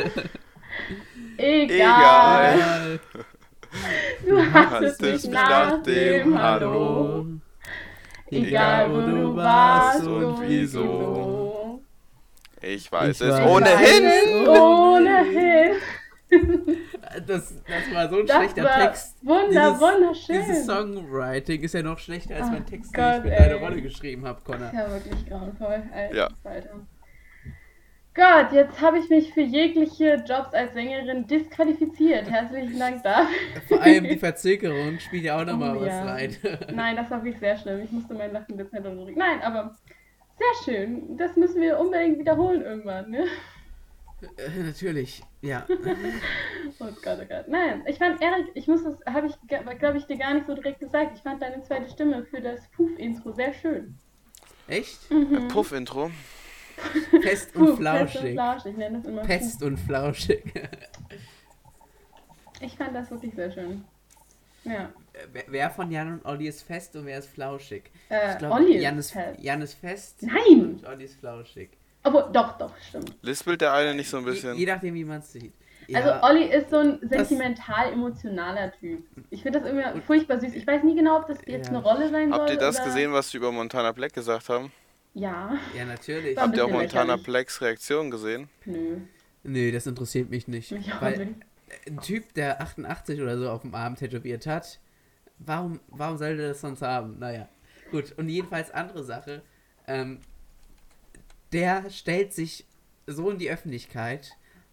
Egal. Egal. Du hattest hattest mich mich nach dem Hallo. Egal wo du warst und wieso. Ich weiß Ich es weiß ohnehin. es ohnehin. Das war so ein Das schlechter war Text. wunderschön. Dieses Songwriting ist ja noch schlechter als mein Ach Text, Gott, den ich für ey. deine Rolle geschrieben habe, Connor. Ja, wirklich grauenvoll. Alter, Ja. Alter. Gott, jetzt habe ich mich für jegliche Jobs als Sängerin disqualifiziert. Herzlichen Dank dafür. Vor allem die Verzögerung spielt ja auch nochmal Oh, was ja. rein. Nein, das war wirklich sehr schlimm. Ich musste mein Lachen dezent unterdrücken. Nein, aber sehr schön. Das müssen wir unbedingt wiederholen irgendwann, ne? Natürlich, ja. Oh Gott, oh Gott. Nein, ich fand, Erik, habe ich, glaube ich, dir gar nicht so direkt gesagt. Ich fand deine zweite Stimme für das Puff-Intro sehr schön. Echt? Puff-Intro. Fest und Puff, fest und flauschig. flauschig. Ich nenne das immer Fest und flauschig. Puff. Ich fand das wirklich sehr schön. Ja. Wer von Jan und Olli ist fest und wer ist flauschig? Olli Jan ist fest. Jan ist fest Nein! und Olli ist flauschig. Obwohl, doch, stimmt. Lispelt der eine nicht so ein Je bisschen? nachdem, wie man es sieht. Also Ja, Olli ist so ein das- sentimental-emotionaler Typ. Ich finde das immer furchtbar süß. Ich weiß nie genau, ob das jetzt Ja. eine Rolle sein soll. Habt ihr das oder... gesehen, was sie über Montana Black gesagt haben? Ja. ja, natürlich. War ein Habt ihr auch bisschen Montana lächerlich. Blacks Reaktion gesehen? Nö. Nö, das interessiert mich nicht. Mich auch Weil nicht. ein Typ, der 88 oder so auf dem Arm tätowiert hat, warum sollte er das sonst haben? Naja, gut. Und jedenfalls andere Sache, der stellt sich so in die Öffentlichkeit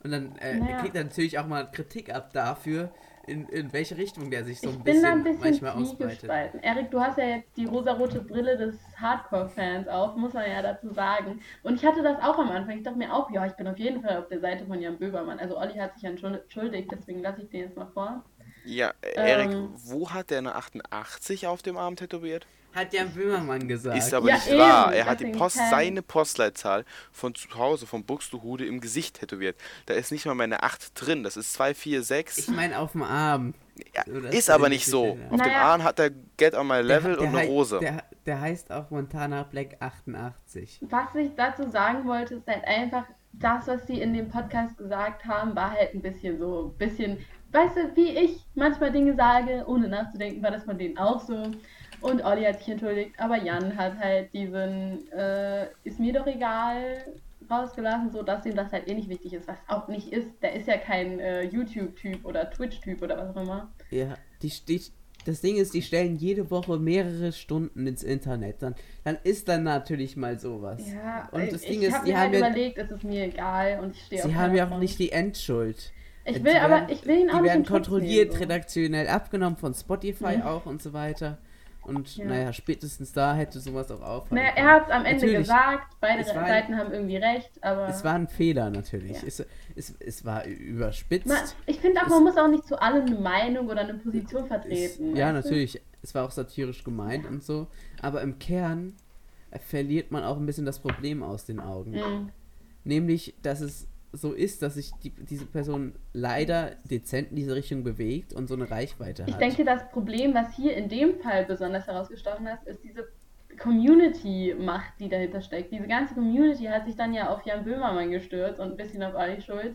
Und dann kriegt er natürlich auch mal Kritik ab dafür, in welche Richtung der sich so ein bisschen manchmal ausbreitet. Erik, du hast ja jetzt die rosarote Brille des Hardcore-Fans auf, muss man ja dazu sagen. Und ich hatte das auch am Anfang. Ich dachte mir auch, ja, ich bin auf jeden Fall auf der Seite von Jan Böhmermann. Also Olli hat sich ja entschuldigt, deswegen lasse ich den jetzt mal vor. Ja, Erik, wo hat der eine 88 auf dem Arm tätowiert? Hat Jan Böhmermann gesagt. Ist aber nicht wahr. Er hat seine Postleitzahl von zu Hause, von Buxtehude im Gesicht tätowiert. Da ist nicht mal meine 8 drin, das ist 246. Ich meine auf dem Arm. Ja, so, ist aber nicht so. Auf dem Arm hat er Get on My Level und eine Rose. Der heißt auch Montana Black 88. Was ich dazu sagen wollte, ist halt einfach, das, was sie in dem Podcast gesagt haben, war halt ein bisschen, weißt du, wie ich manchmal Dinge sage, ohne nachzudenken, war das von denen auch so. Und Olli hat sich entschuldigt, aber Jan hat halt diesen ist mir doch egal rausgelassen, so dass ihm das halt eh nicht wichtig ist, was auch nicht ist. Der ist ja kein YouTube-Typ oder Twitch-Typ oder was auch immer. Ja, das Ding ist, die stellen jede Woche mehrere Stunden ins Internet. Dann ist dann natürlich mal sowas. Ja, und das Ding ich ist, habe mir halt überlegt, es ist mir egal und ich stehe auf. Sie haben ja auch nicht die Endschuld. Ich will ihn auch nicht. Die werden kontrolliert, redaktionell abgenommen von Spotify auch und so weiter. Und naja, spätestens da hätte sowas auch aufhören. Naja, er hat es am Ende gesagt, beide Seiten haben irgendwie recht, aber... Es war ein Fehler natürlich, es war überspitzt. Ich finde auch, man muss auch nicht zu allem eine Meinung oder eine Position vertreten. Ja, natürlich, es war auch satirisch gemeint und so, aber im Kern verliert man auch ein bisschen das Problem aus den Augen. Nämlich, dass es so ist, dass sich diese Person leider dezent in diese Richtung bewegt und so eine Reichweite hat. Ich denke, das Problem, was hier in dem Fall besonders herausgestochen ist, ist diese Community-Macht, die dahinter steckt. Diese ganze Community hat sich dann ja auf Jan Böhmermann gestürzt und ein bisschen auf Olli Schulz.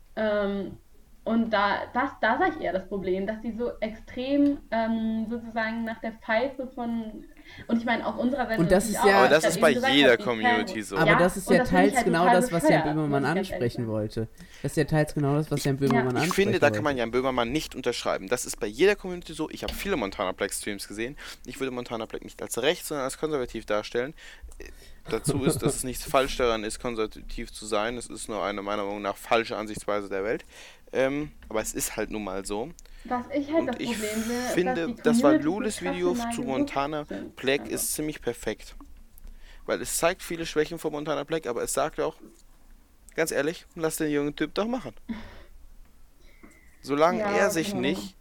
Und da sage ich eher das Problem, dass die so extrem sozusagen nach der Pfeife von... Und ich meine, auch unsererseits... Und das ist ja... Aber das ist bei jeder Community so. Aber das ist ja teils halt genau das, was Jan Böhmermann ansprechen wollte. Das ist ja teils genau das, was Jan Böhmermann ansprechen wollte. Ich finde, da kann man Jan Böhmermann nicht unterschreiben. Das ist bei jeder Community so. Ich habe viele Montana Black Streams gesehen. Ich würde Montana Black nicht als rechts, sondern als konservativ darstellen. Dazu ist, dass es nichts falsch daran ist, konservativ zu sein. Es ist nur eine meiner Meinung nach falsche Ansichtsweise der Welt. Aber es ist halt nun mal so. Was ich halt das Problem sehe, finde, das war Lulis Video zu Montana Black ist ziemlich perfekt. Weil es zeigt viele Schwächen von Montana Black, aber es sagt auch, ganz ehrlich, lass den jungen Typ doch machen. Solange er sich nicht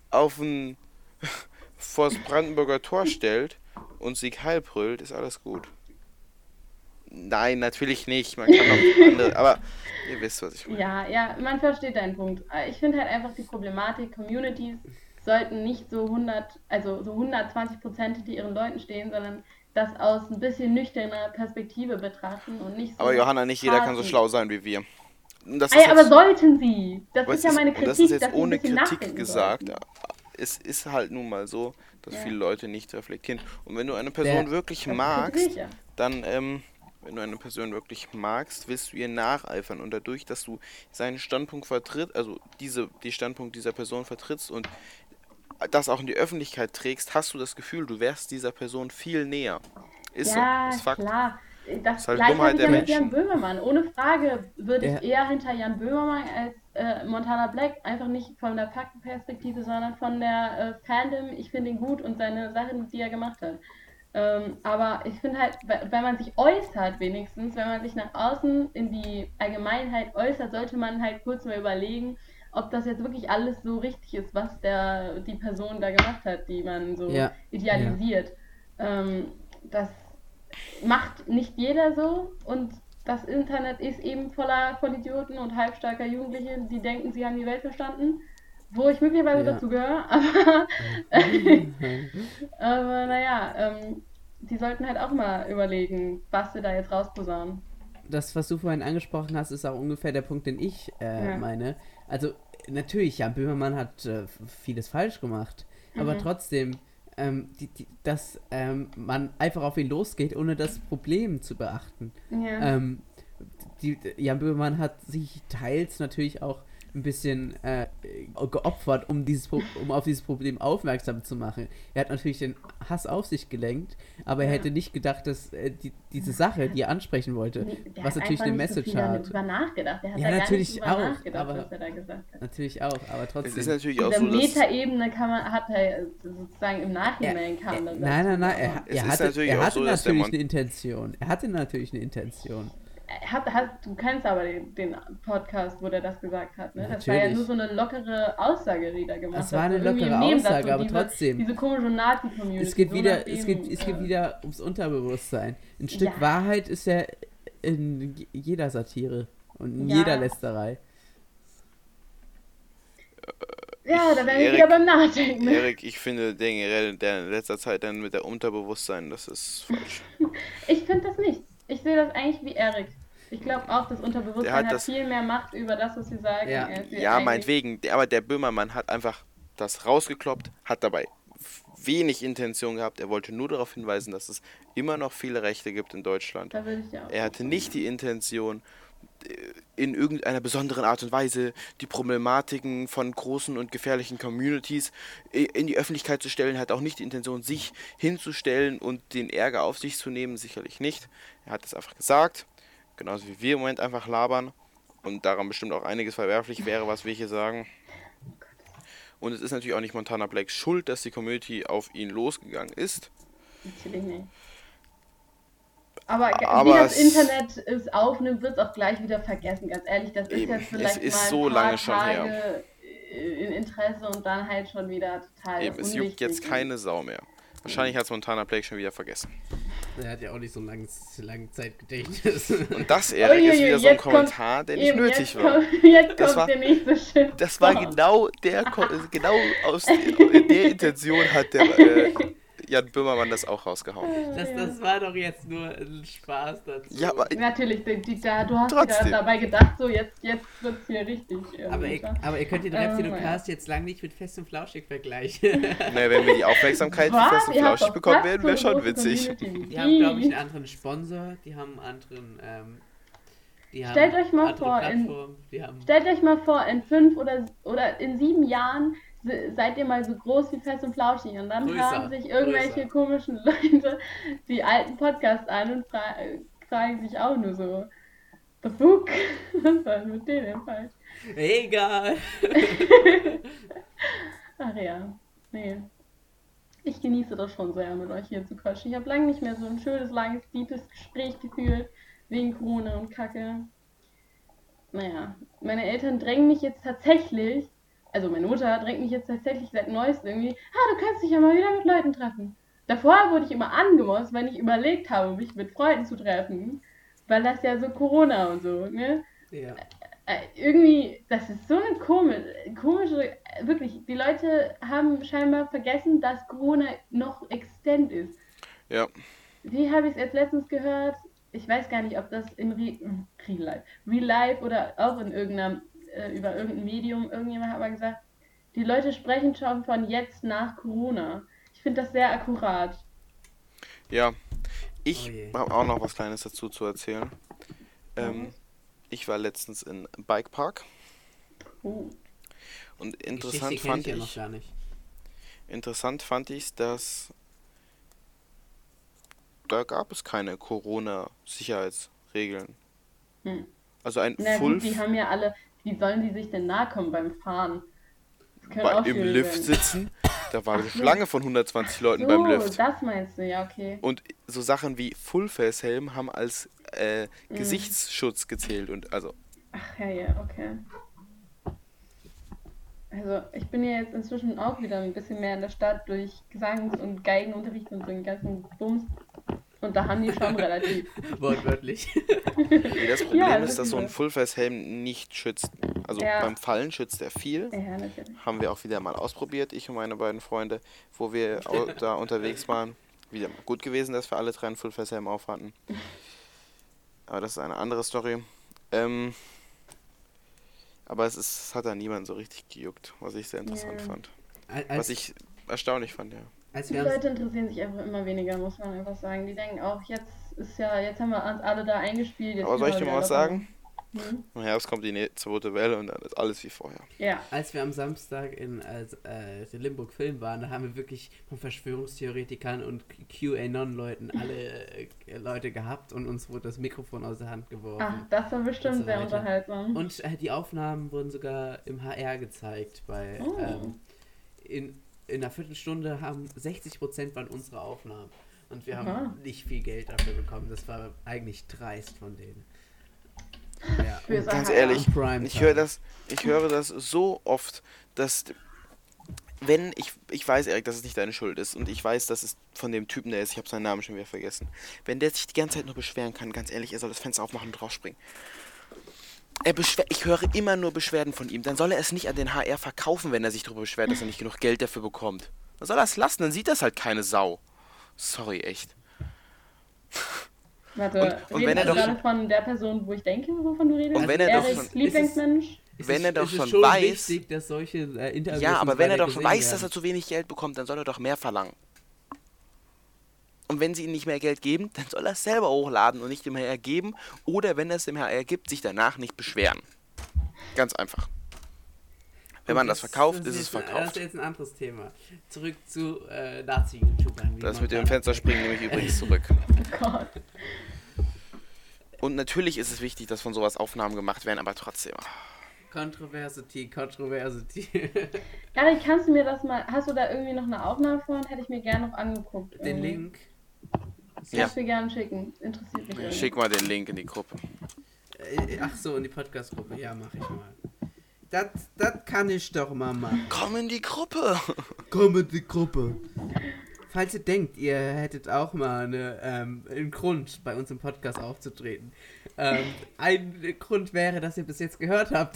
vor das Brandenburger Tor stellt und Sieg Heil brüllt, ist alles gut. Nein, natürlich nicht. Man kann auch andere, aber ihr wisst, was ich meine. Ja, man versteht deinen Punkt. Ich finde halt einfach die Problematik, Communities sollten nicht so 120% hinter ihren Leuten stehen, sondern das aus ein bisschen nüchterner Perspektive betrachten und nicht so... Aber Johanna, nicht jeder kann so schlau sein wie wir. Aber sollten sie? Das ist ja meine Kritik. Das ist jetzt ohne Kritik gesagt. Es ist halt nun mal so, dass viele Leute nicht reflektieren. Und wenn du eine Person wirklich magst, dann... wenn du eine Person wirklich magst, willst du ihr nacheifern und dadurch, dass du seinen Standpunkt vertrittst, also die Standpunkt dieser Person vertrittst und das auch in die Öffentlichkeit trägst, hast du das Gefühl, du wärst dieser Person viel näher. Ist so, ist Fakt. Klar. Das ist halt gleiche Dummheit der mit Menschen. Jan Böhmermann. Ohne Frage würde ich eher hinter Jan Böhmermann als Montana Black, einfach nicht von der Faktenperspektive, sondern von der Fandom. Ich finde ihn gut und seine Sachen, die er gemacht hat. Aber ich finde halt, wenn man sich äußert wenigstens, wenn man sich nach außen in die Allgemeinheit äußert, sollte man halt kurz mal überlegen, ob das jetzt wirklich alles so richtig ist, was die Person da gemacht hat, die man so idealisiert. Das macht nicht jeder so und das Internet ist eben voller Vollidioten und halbstarker Jugendliche, die denken, sie haben die Welt verstanden. Wo ich möglicherweise dazu gehöre, aber naja, die sollten halt auch mal überlegen, was sie da jetzt rausposaunen. Das, was du vorhin angesprochen hast, ist auch ungefähr der Punkt, den ich meine. Also natürlich, Jan Böhmermann hat vieles falsch gemacht, aber trotzdem, dass man einfach auf ihn losgeht, ohne das Problem zu beachten. Ja. Jan Böhmermann hat sich teils natürlich auch ein bisschen geopfert, um auf dieses Problem aufmerksam zu machen. Er hat natürlich den Hass auf sich gelenkt, aber er hätte nicht gedacht, dass diese Sache, die er ansprechen wollte, Der was hat natürlich eine einfach nicht so Message viel hat. darüber nachgedacht. Der hat Ja, da natürlich gar nicht drüber auch, nachgedacht, aber- was er da gesagt hat. Natürlich auch, aber Es trotzdem. ist natürlich In auch der so, dass Metaebene hat er sozusagen im Nachhinein kam das. Nein, Es ist hatte natürlich auch so, dass der natürlich Mann- eine Intention. Er hatte natürlich eine Intention. Du kennst aber den Podcast, wo der das gesagt hat, ne? Das war ja Natürlich. nur so eine lockere Aussage, die da gemacht hat. Das war eine so irgendwie lockere im Nebensatz, Aussage, so aber trotzdem. Diese komische Nazi-Community. Es geht so wieder, nachdem, es geht wieder ums Unterbewusstsein. Ein Stück Wahrheit ist ja in jeder Satire und in Ja. jeder Lästerei. Ja, da wären wir Erik- wieder beim Nachdenken. Ne? Erik, ich finde generell der in letzter Zeit dann mit der Unterbewusstsein, das ist falsch. Ich finde das nicht. Ich sehe das eigentlich wie Erik. Ich glaube auch, das Der Unterbewusstsein hat hat das- viel mehr Macht über das, was sie sagen. Ja. als wir Ja, eigentlich- meinetwegen, aber der Böhmermann hat einfach das rausgekloppt, hat dabei wenig Intention gehabt. Er wollte nur darauf hinweisen, dass es immer noch viele Rechte gibt in Deutschland. Da würde ich ja auch. Er hatte nicht die Intention, in irgendeiner besonderen Art und Weise die Problematiken von großen und gefährlichen Communities in die Öffentlichkeit zu stellen. Er hat auch nicht die Intention, sich hinzustellen und den Ärger auf sich zu nehmen, sicherlich nicht. Er hat es einfach gesagt, genauso wie wir im Moment einfach labern und daran bestimmt auch einiges verwerflich wäre, was wir hier sagen. Und es ist natürlich auch nicht Montana Blacks Schuld, dass die Community auf ihn losgegangen ist. Natürlich nicht. Aber Aber wie das es- Internet es aufnimmt, wird es auch gleich wieder vergessen. Ganz ehrlich, das ist Eben, jetzt vielleicht es ist mal ein so paar lange schon Tage her. in Interesse und dann halt schon wieder total Eben, es juckt jetzt keine Sau mehr. Wahrscheinlich hat es Montana Blake schon wieder vergessen. Er hat ja auch nicht so ein lange Zeitgedächtnis. Und das, Erik, ist wieder so ein Kommentar, der nicht nötig war. Jetzt Das kommt war- der nächste Shit. Das war genau genau aus der Intention hat der Jan Böhmermann das auch rausgehauen. Das war doch jetzt nur ein Spaß dazu. Ja, aber Natürlich, du hast Trotzdem. wieder dabei gedacht, so jetzt wird es hier richtig. Aber ihr könnt den Ja. Reptilocast jetzt lang nicht mit Fest und Flauschig vergleichen. ne, wenn wir die Aufmerksamkeit für Fest und Ihr habt Flauschig doch bekommen fast werden, so wäre eine schon große witzig. Community wie Die haben, glaube ich, die. einen anderen Sponsor, die haben einen anderen, die haben Stellt euch mal andere vor, Plattformen, die haben... Stellt euch mal vor, in 5 oder in 7 Jahren seid ihr mal so groß wie Fest und Flauschig und dann Größer, fragen sich irgendwelche größer. komischen Leute die alten Podcasts an und fragen sich auch nur so, the fuck? Was war denn mit denen falsch? Egal. Ach ja, nee. Ich genieße das schon sehr, mit euch hier zu quatschen. Ich habe lange nicht mehr so ein schönes, langes, deepes Gespräch geführt, wegen Corona und Kacke. Naja, meine Eltern drängen mich jetzt tatsächlich, also meine Mutter drängt mich jetzt tatsächlich seit Neuestem irgendwie, du kannst dich ja mal wieder mit Leuten treffen. Davor wurde ich immer angemotzt, wenn ich überlegt habe, mich mit Freunden zu treffen, weil das ja so Corona und so, ne? Ja. Irgendwie, das ist so eine komische, wirklich, die Leute haben scheinbar vergessen, dass Corona noch existent ist. Ja, Wie habe ich es jetzt letztens gehört? Ich weiß gar nicht, ob das in Real Life oder auch in über irgendein Medium, irgendjemand hat mal gesagt, die Leute sprechen schon von jetzt nach Corona. Ich finde das sehr akkurat. ja. Ich Oh je. habe auch noch was Kleines dazu zu erzählen. Ich war letztens in Bikepark Oh. und Die Geschichte kenn ich ja noch gar nicht. interessant fand ich, dass da gab es keine Corona-Sicherheitsregeln. Hm. Also ein Na Full gut, die haben ja alle, wie sollen die sich denn nahe kommen beim Fahren? Das können auch im schwierig Lift sein. sitzen. Da war eine Ach so. Schlange von 120 Leuten So, beim Lift. das meinst du, ja, okay. Und so Sachen wie Full-Face-Helm haben als Gesichtsschutz gezählt. Und also, Ach ja, okay. Also ich bin ja jetzt inzwischen auch wieder ein bisschen mehr in der Stadt durch Gesangs- und Geigenunterricht und so einen ganzen Bums. Und da haben die schon relativ. Wortwörtlich. nee, das Problem Ja, ist, dass so ein wirklich. Full-Face-Helm nicht schützt. Also Ja. beim Fallen schützt er viel. Ja, natürlich. Haben wir auch wieder mal ausprobiert, ich und meine beiden Freunde, wo wir da unterwegs waren. Wieder mal gut gewesen, dass wir alle drei einen Full-Face-Helm auf hatten. Aber das ist eine andere Story. Aber es hat da niemand so richtig gejuckt, was ich sehr interessant Ja. fand. Was Als, ich erstaunlich fand, ja. als Die wir uns Leute interessieren sich einfach immer weniger, muss man einfach sagen. Die denken auch, jetzt haben wir uns alle da eingespielt. Jetzt Aber soll ich können dir wir mal was wieder sagen? Im Herbst kommt die zweite Welle und dann ist alles wie vorher. Ja. Als wir am Samstag in Limburg Film waren, da haben wir wirklich von Verschwörungstheoretikern und QAnon-Leuten alle Leute gehabt und uns wurde das Mikrofon aus der Hand geworfen. Ach, das war bestimmt Und so sehr weiter. unterhaltsam. Und die Aufnahmen wurden sogar im HR gezeigt. In einer Viertelstunde haben 60% waren unsere Aufnahmen. Und wir haben nicht viel Geld dafür bekommen. Das war eigentlich dreist von denen. Ja. Für Und Ganz HR. ehrlich, Primetime. ich höre das so oft, dass wenn, ich weiß, Erik, dass es nicht deine Schuld ist und ich weiß, dass es von dem Typen, der ist, ich habe seinen Namen schon wieder vergessen, wenn der sich die ganze Zeit nur beschweren kann, ganz ehrlich, er soll das Fenster aufmachen und rausspringen. Ich höre immer nur Beschwerden von ihm, dann soll er es nicht an den HR verkaufen, wenn er sich darüber beschwert, dass er nicht genug Geld dafür bekommt. Dann soll er es lassen, dann sieht das halt keine Sau. Sorry, echt. Warte, und reden wenn er wir doch gerade schon- von der Person, wo ich denke, wovon du redest? Und wenn er doch Eriks schon- Lieblingsmensch? wenn er doch Es ist schon weiß- wichtig, dass solche Interviews Ja, aber und wenn so er weiter doch schon gesehen weiß, dass er werden. zu wenig Geld bekommt, dann soll er doch mehr verlangen. Und wenn sie ihm nicht mehr Geld geben, dann soll er es selber hochladen und nicht dem HR geben. Oder wenn er es dem HR gibt, sich danach nicht beschweren. Ganz einfach. Wenn man das verkauft, ist es Das verkauft. ist jetzt ein anderes Thema. Zurück zu Nazi-YouTubern. wie Das man mit dem kann. Fensterspringen nehme ich übrigens zurück. Oh Gott. Und natürlich ist es wichtig, dass von sowas Aufnahmen gemacht werden, aber trotzdem. Controversity. Erik, kannst du mir das mal, hast du da irgendwie noch eine Aufnahme von? Hätte ich mir gerne noch angeguckt. Den Link. Kannst Ja. du mir gerne schicken. Interessiert mich irgendwie. Schick mal den Link in die Gruppe. Ach so, in die Podcast-Gruppe. Ja, mach ich mal. Das kann ich doch mal machen. Komm in die Gruppe! Komm in die Gruppe. Falls ihr denkt, ihr hättet auch mal einen Grund, bei uns im Podcast aufzutreten. Ein Grund wäre, dass ihr bis jetzt gehört habt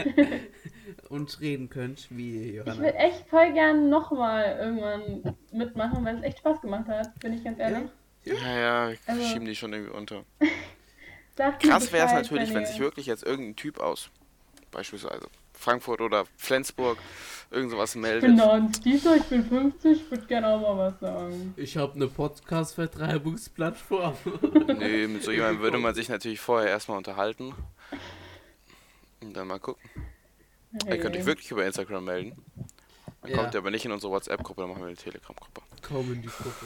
und reden könnt, wie Ich Johanna. würde echt voll gern nochmal irgendwann mitmachen, weil es echt Spaß gemacht hat, bin ich ganz ehrlich. Ja, Also- schieben die schon irgendwie unter. Sagt mir Krass wäre es Bescheid, natürlich, wenn ihr- sich wirklich jetzt irgendein Typ aus beispielsweise Frankfurt oder Flensburg irgend sowas Ich bin meldet. 90, ich bin 50, ich würde gerne auch mal was sagen. Ich habe eine Podcast-Vertreibungsplattform. Nee, mit so jemandem würde man sich natürlich vorher erstmal unterhalten. Und dann mal gucken. Ihr könnt euch wirklich über Instagram melden. Dann Ja. kommt ihr aber nicht in unsere WhatsApp-Gruppe, dann machen wir eine Telegram-Gruppe. Komm in die Gruppe.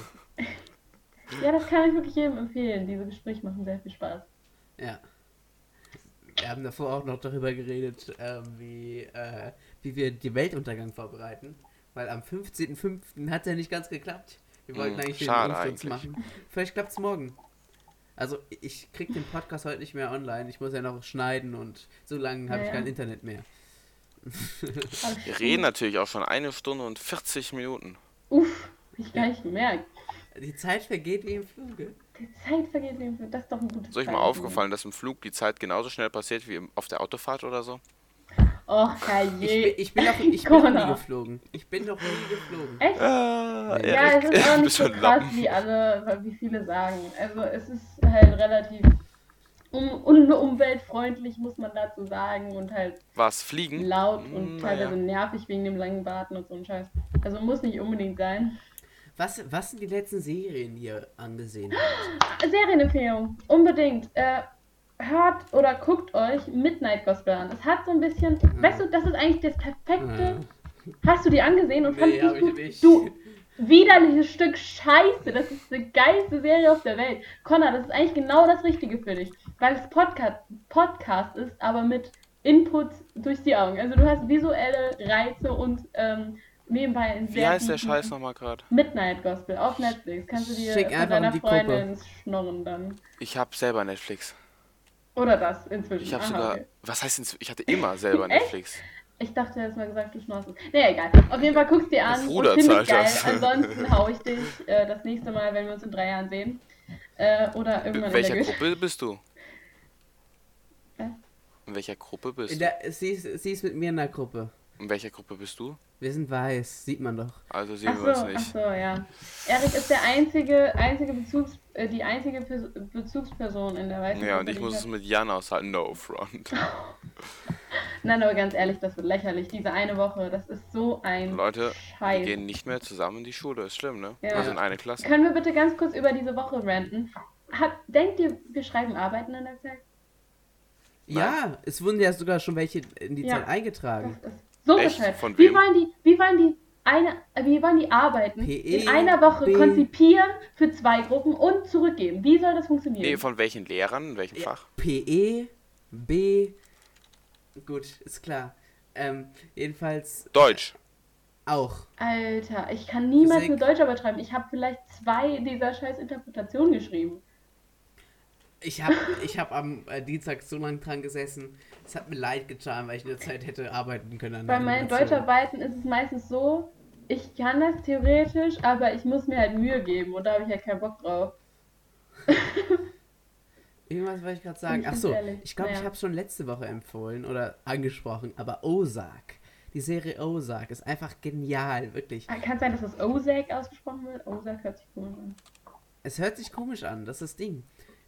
Ja, das kann ich wirklich jedem empfehlen. Diese Gespräche machen sehr viel Spaß. Ja. Wir haben davor auch noch darüber geredet, wie wir den Weltuntergang vorbereiten. Weil am 15.05. hat es ja nicht ganz geklappt. Wir wollten eigentlich den schade Umsturz eigentlich. machen. Vielleicht klappt es morgen. Also ich krieg den Podcast heute nicht mehr online. Ich muss ja noch schneiden und so lange habe ich Ja. kein Internet mehr. Wir reden natürlich auch schon 1 Stunde und 40 Minuten. Uff, ich gar nicht gemerkt. Die Zeit vergeht wie im Fluge. Die Zeit vergeht wie im Flug. Das ist doch ein gutes Ist euch mal Zeichen. aufgefallen, dass im Flug die Zeit genauso schnell passiert wie auf der Autofahrt oder so? Oh, herrje. Ich bin noch nie Connor. geflogen. Ich bin noch nie geflogen. Echt? Ah, Nee. Ja, es ist auch nicht bist so du ein krass, Lappen. wie viele sagen. Also es ist halt relativ umweltfreundlich, muss man dazu sagen. Und halt Was, fliegen? laut und Naja. teilweise nervig wegen dem langen Warten und so ein Scheiß. Also muss nicht unbedingt sein. Was sind die letzten Serien, die ihr angesehen habt? Serienempfehlung, unbedingt. Hört oder guckt euch Midnight Gospel an. Es hat so ein bisschen, weißt du, das ist eigentlich das perfekte. Hast du die angesehen und fandest hab du ich gut? nicht. Du widerliches Stück Scheiße. Das ist die geilste Serie auf der Welt. Connor, das ist eigentlich genau das Richtige für dich, weil es Podcast ist, aber mit Inputs durch die Augen. Also du hast visuelle Reize und nebenbei ein Wie sehr heißt der guten- Scheiß nochmal gerade? Midnight Gospel auf Netflix. Kannst du dir Schick von einfach deiner in die Gruppe. Freundin schnorren dann. Ich habe selber Netflix. Oder das inzwischen. Ich habe Aha, sogar, okay. was heißt denn, ich hatte immer selber Echt? Netflix. Ich dachte, du hättest mal gesagt, du schnorst es. Naja, egal. Auf jeden Fall guckst dir an und Bruder finde zahlt ich geil. das. Ansonsten hau ich dich das nächste Mal, wenn wir uns in 3 Jahren sehen. Oder irgendwann In welcher in der Gruppe bist du? Was? In welcher Gruppe bist In du? sie ist mit mir in der Gruppe. In welcher Gruppe bist du? Wir sind weiß, sieht man doch. Also sehen wir uns Ach nicht. so, ja. Erik ist der einzige die einzige Bezugsperson in der weißen Ja, und Gruppe, ich die muss es mit Jan aushalten. No front. Nein, aber ganz ehrlich, das wird lächerlich. Diese eine Woche, das ist so ein Leute, wir Scheiß. gehen nicht mehr zusammen in die Schule. Ist schlimm, ne? Ja. Also in eine Klasse. Können wir bitte ganz kurz über diese Woche ranten? Denkt ihr, wir schreiben Arbeiten in der Zeit? Ja, es wurden ja sogar schon welche in die Ja. Zeit eingetragen. Das ist so Echt? bescheuert. Von Wie wem? wollen die Arbeiten PE, in einer Woche B. konzipieren für 2 Gruppen und zurückgeben? Wie soll das funktionieren? Nee, von welchen Lehrern, in welchem Fach? PE, B, gut, ist klar. Jedenfalls Deutsch. auch. Alter, ich kann niemals Physik. eine Deutscharbeit schreiben. Ich habe vielleicht 2 dieser scheiß Interpretationen geschrieben. Ich hab am Dienstag so lange dran gesessen, es hat mir leid getan, weil ich in der Zeit hätte arbeiten können. An Bei der meinen Animation. Deutscharbeiten ist es meistens so, ich kann das theoretisch, aber ich muss mir halt Mühe geben und da habe ich halt keinen Bock drauf. Irgendwas wollte ich gerade sagen. Ich Ach bin's so, ehrlich. ich glaube, ich Naja. habe schon letzte Woche empfohlen oder angesprochen, aber Ozark, die Serie Ozark ist einfach genial, wirklich. Kann es sein, dass das Ozark ausgesprochen wird? Ozark hört sich komisch an. Es hört sich komisch an, das ist das Ding.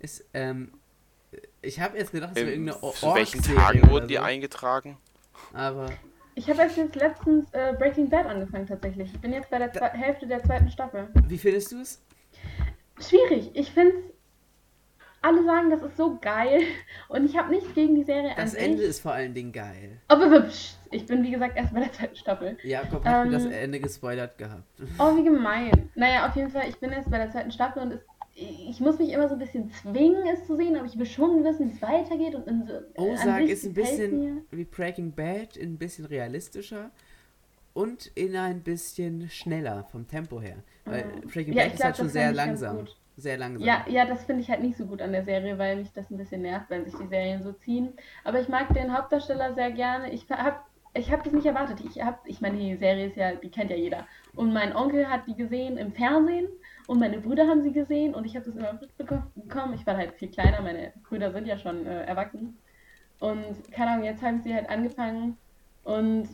Ich habe erst gedacht, es wäre irgendeine Zu welchen Ork-Serie Tagen oder wurden die so, eingetragen? aber Ich habe erst jetzt letztens Breaking Bad angefangen tatsächlich. Ich bin jetzt bei der Hälfte der 2. Staffel. wie findest du es? Schwierig. Ich finde alle sagen, das ist so geil und ich habe nichts gegen die Serie an Das sich. Ende ist vor allen Dingen geil. Aber pst, ich bin wie gesagt erst bei der 2. Staffel. Jakob hat mir das Ähm. Ende gespoilert gehabt. Oh, wie gemein. Naja, auf jeden Fall, ich bin erst bei der 2. Staffel und ich muss mich immer so ein bisschen zwingen, es zu sehen, aber ich will schon wissen, wie es weitergeht. Und an Ozark sich ist ein gefällt's bisschen mir. wie Breaking Bad, ein bisschen realistischer und in ein bisschen schneller vom Tempo her. Weil Breaking Ja, Bad ich ist glaub, halt schon das sehr fand ich ganz langsam. gut. Sehr langsam. Ja, das finde ich halt nicht so gut an der Serie, weil mich das ein bisschen nervt, wenn sich die Serien so ziehen. Aber ich mag den Hauptdarsteller sehr gerne. Ich hab das nicht erwartet. Ich meine, die Serie ist ja, die kennt ja jeder. Und mein Onkel hat die gesehen im Fernsehen und meine Brüder haben sie gesehen und ich habe das immer mitbekommen. Ich war halt viel kleiner, meine Brüder sind ja schon erwachsen. Und keine Ahnung, jetzt haben sie halt angefangen und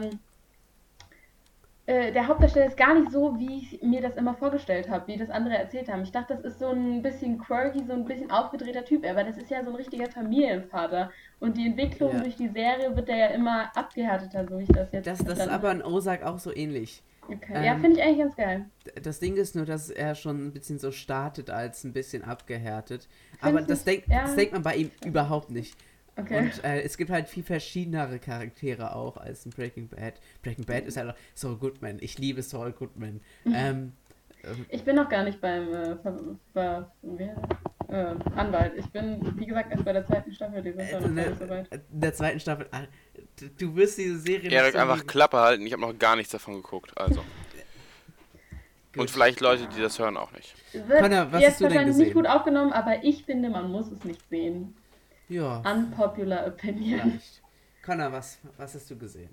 der Hauptdarsteller ist gar nicht so, wie ich mir das immer vorgestellt habe, wie das andere erzählt haben. Ich dachte, das ist so ein bisschen quirky, so ein bisschen aufgedrehter Typ, aber das ist ja so ein richtiger Familienvater. Und die Entwicklung Ja. durch die Serie wird der ja immer abgehärteter, so wie ich das jetzt Das ist verstanden aber in Ozark auch so ähnlich. habe. Okay. Ja, finde ich eigentlich ganz geil. Das Ding ist nur, dass er schon ein bisschen so startet als ein bisschen abgehärtet. Aber Findest das, du- ja. das denkt man bei ihm überhaupt nicht. Okay. Und es gibt halt viel verschiedenere Charaktere auch als in Breaking Bad. Breaking Bad ist halt auch Saul Goodman. Ich liebe Saul Goodman. Ich bin noch gar nicht beim Anwalt. Ich bin, wie gesagt, erst bei der 2. Staffel. Die sind noch nicht so weit. In der 2. Staffel. Du wirst diese Serie Erik, so einfach lieben. Klappe halten, ich habe noch gar nichts davon geguckt, also. Gut. Und vielleicht Leute, die das hören, auch nicht. Wird Connor, was jetzt hast du denn wahrscheinlich gesehen? nicht gut aufgenommen, aber ich finde, man muss es nicht sehen. Ja, Unpopular Opinion. vielleicht. Connor, was hast du gesehen?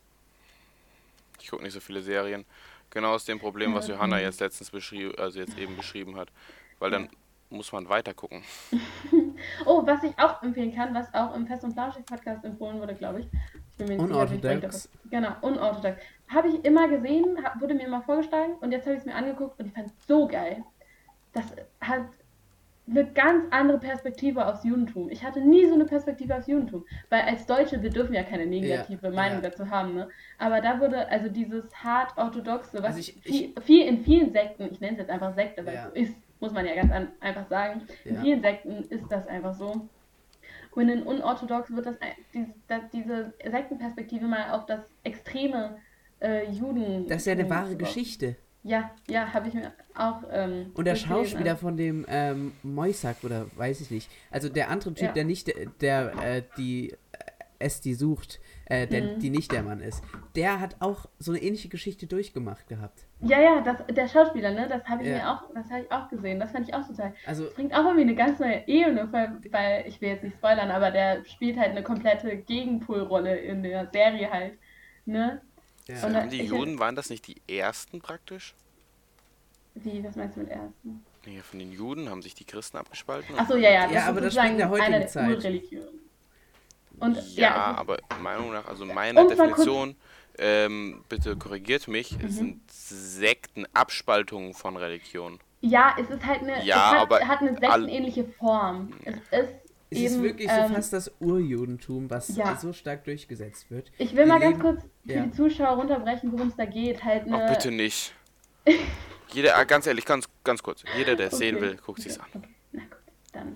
Ich gucke nicht so viele Serien. Genau aus dem Problem, was Johanna jetzt letztens beschrieben hat. Weil dann muss man weiter gucken. Oh, was ich auch empfehlen kann, was auch im Fest und Flauschig Podcast empfohlen wurde, glaube ich. Ich bin mir nicht sicher, wie Unorthodox. Genau, unorthodox. Habe ich immer gesehen, wurde mir immer vorgeschlagen und jetzt habe ich es mir angeguckt und ich fand es so geil. Das hat eine ganz andere Perspektive aufs Judentum. Ich hatte nie so eine Perspektive aufs Judentum. Weil als Deutsche, wir dürfen ja keine negative Meinung dazu haben, ne? Aber da wurde also dieses hart orthodoxe, was Also viel in vielen Sekten, ich nenne es jetzt einfach Sekte, weil Ja. es so ist, muss man ja ganz einfach sagen. In Ja. vielen Sekten ist das einfach so. Und in unorthodox wird diese Sektenperspektive mal auf das extreme Juden. Das ist ja eine wahre Geschichte. Ja, habe ich mir auch. Und der durchgelesen. Schauspieler von dem Moisak oder weiß ich nicht. Also der andere Typ, Ja. der nicht die Esti sucht, die nicht der Mann ist, der hat auch so eine ähnliche Geschichte durchgemacht gehabt. Ja, der Schauspieler, ne? Das habe ich Ja. das habe ich auch gesehen. Das fand ich auch total. Also Das bringt auch irgendwie eine ganz neue Ebene, weil ich will jetzt nicht spoilern, aber der spielt halt eine komplette Gegenpolrolle in der Serie halt, ne? ja. Und Die Juden, waren das nicht die ersten praktisch? Was meinst du mit ersten? Nee, von den Juden haben sich die Christen abgespalten. Achso, ja, das Ja, ist aber das sozusagen spielt in der heutigen einer der Zeit. Urreligionen. Und Ja, es ist- aber Meinung nach, also meiner Um es mal kurz- Definition, bitte korrigiert mich, es sind Sekten, Abspaltungen von Religion. ja, es ist halt eine, Ja, aber hat eine sektenähnliche Form. Es ist es eben, ist wirklich so fast das Urjudentum, was ja. so stark durchgesetzt wird. Ich will Die mal ganz leben- kurz für ja. die Zuschauer runterbrechen, worum es da geht. Halt Ach, eine, bitte nicht. Jeder, ganz ehrlich, ganz kurz, jeder, der es sehen will, guckt sich's an. Okay. Na gut, dann.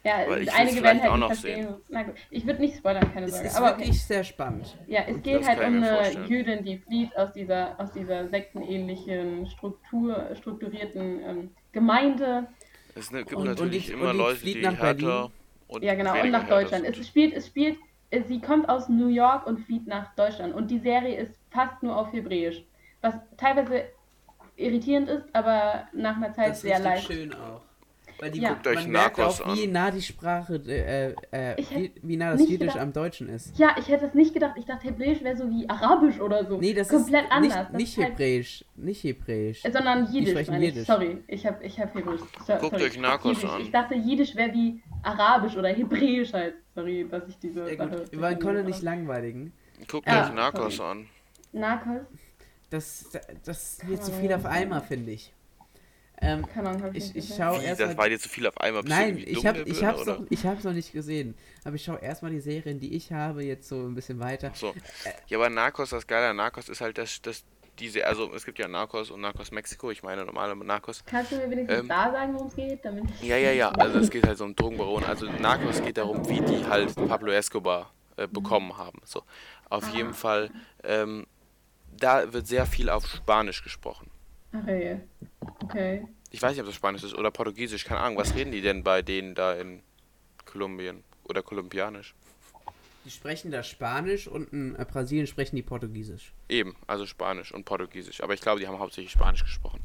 Ja, Aber ich will's einige werden vielleicht halt auch nicht noch verstehen. Na gut, ich würde nicht spoilern, keine Es Sorge. ist Aber okay. wirklich sehr spannend. Ja, es geht Das halt kann um ich mir eine vorstellen. Jüdin, die flieht aus dieser sektenähnlichen, strukturierten Gemeinde. Es gibt Und natürlich die- immer und die Leute, flieht die nach härter Berlin. und Ja, genau, und weniger nach härter Deutschland. sind. Sie kommt aus New York und flieht nach Deutschland. Und die Serie ist fast nur auf Hebräisch. Was teilweise irritierend ist, aber nach einer Zeit Das ist sehr richtig leicht. schön auch. Weil Ja. Guckt euch man merkt Narcos auch, wie an. nah die Sprache, Ich hätte wie nah das nicht Jiddisch gedacht- am Deutschen ist. Ja, ich hätte es nicht gedacht. Ich dachte, Hebräisch wäre so wie Arabisch oder so. Nee, das komplett ist anders. Das nicht ist halt- Hebräisch. Nicht Hebräisch. Sondern Jiddisch, sprechen meine ich. Jiddisch. Sorry, ich hab Hebräisch. Guckt Sorry. euch Narcos Jiddisch. an. Ich dachte, Jiddisch wäre wie Arabisch oder Hebräisch halt. Sorry, dass ich diese Ja, Sache... gut, wir wollen Conor nicht langweiligen. Guckt Ja, euch Narcos sorry. an. Narcos? Das wird zu viel auf einmal, finde ich. Keine Ahnung, hab Ich nicht schau Wie, erst das mal. war dir zu viel auf einmal? Bist du Nein, irgendwie ich dumm, hab, der ich, Birne, hab's oder? noch, ich hab's noch nicht gesehen. Aber ich schaue erstmal die Serien, die ich habe, jetzt so ein bisschen weiter. So. Ja, aber Narcos, das Geile an Narcos ist halt, dass diese, also es gibt ja Narcos und Narcos Mexiko, ich meine normale Narcos. Kannst du mir wenigstens da sagen, worum es geht? Damit ich... Ja, also es geht halt so um Drogenbaron. Also Narcos geht darum, wie die halt Pablo Escobar bekommen haben. So. Auf jeden Fall, da wird sehr viel auf Spanisch gesprochen. Ach ey. Okay. Ich weiß nicht, ob das Spanisch ist oder Portugiesisch, keine Ahnung. Was reden die denn bei denen da in Kolumbien? Oder Kolumbianisch? Die sprechen da Spanisch und in Brasilien sprechen die Portugiesisch. Eben, also Spanisch und Portugiesisch. Aber ich glaube, die haben hauptsächlich Spanisch gesprochen.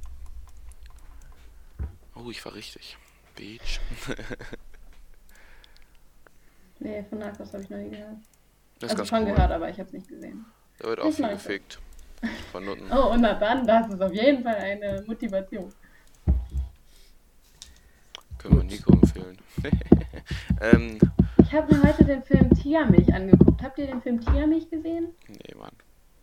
Oh, ich war richtig. Beach. Nee, von Narcos habe ich noch nie gehört. Das ist Also ganz schon cool. gehört, aber ich habe es nicht gesehen. Da wird auch Ich viel mag das. gefickt. Von Nutten. Oh, und na dann, das ist auf jeden Fall eine Motivation. Können wir Nico empfehlen. Ich habe mir heute den Film Tiermilch angeguckt. Habt ihr den Film Tiermilch gesehen? Nee, Mann.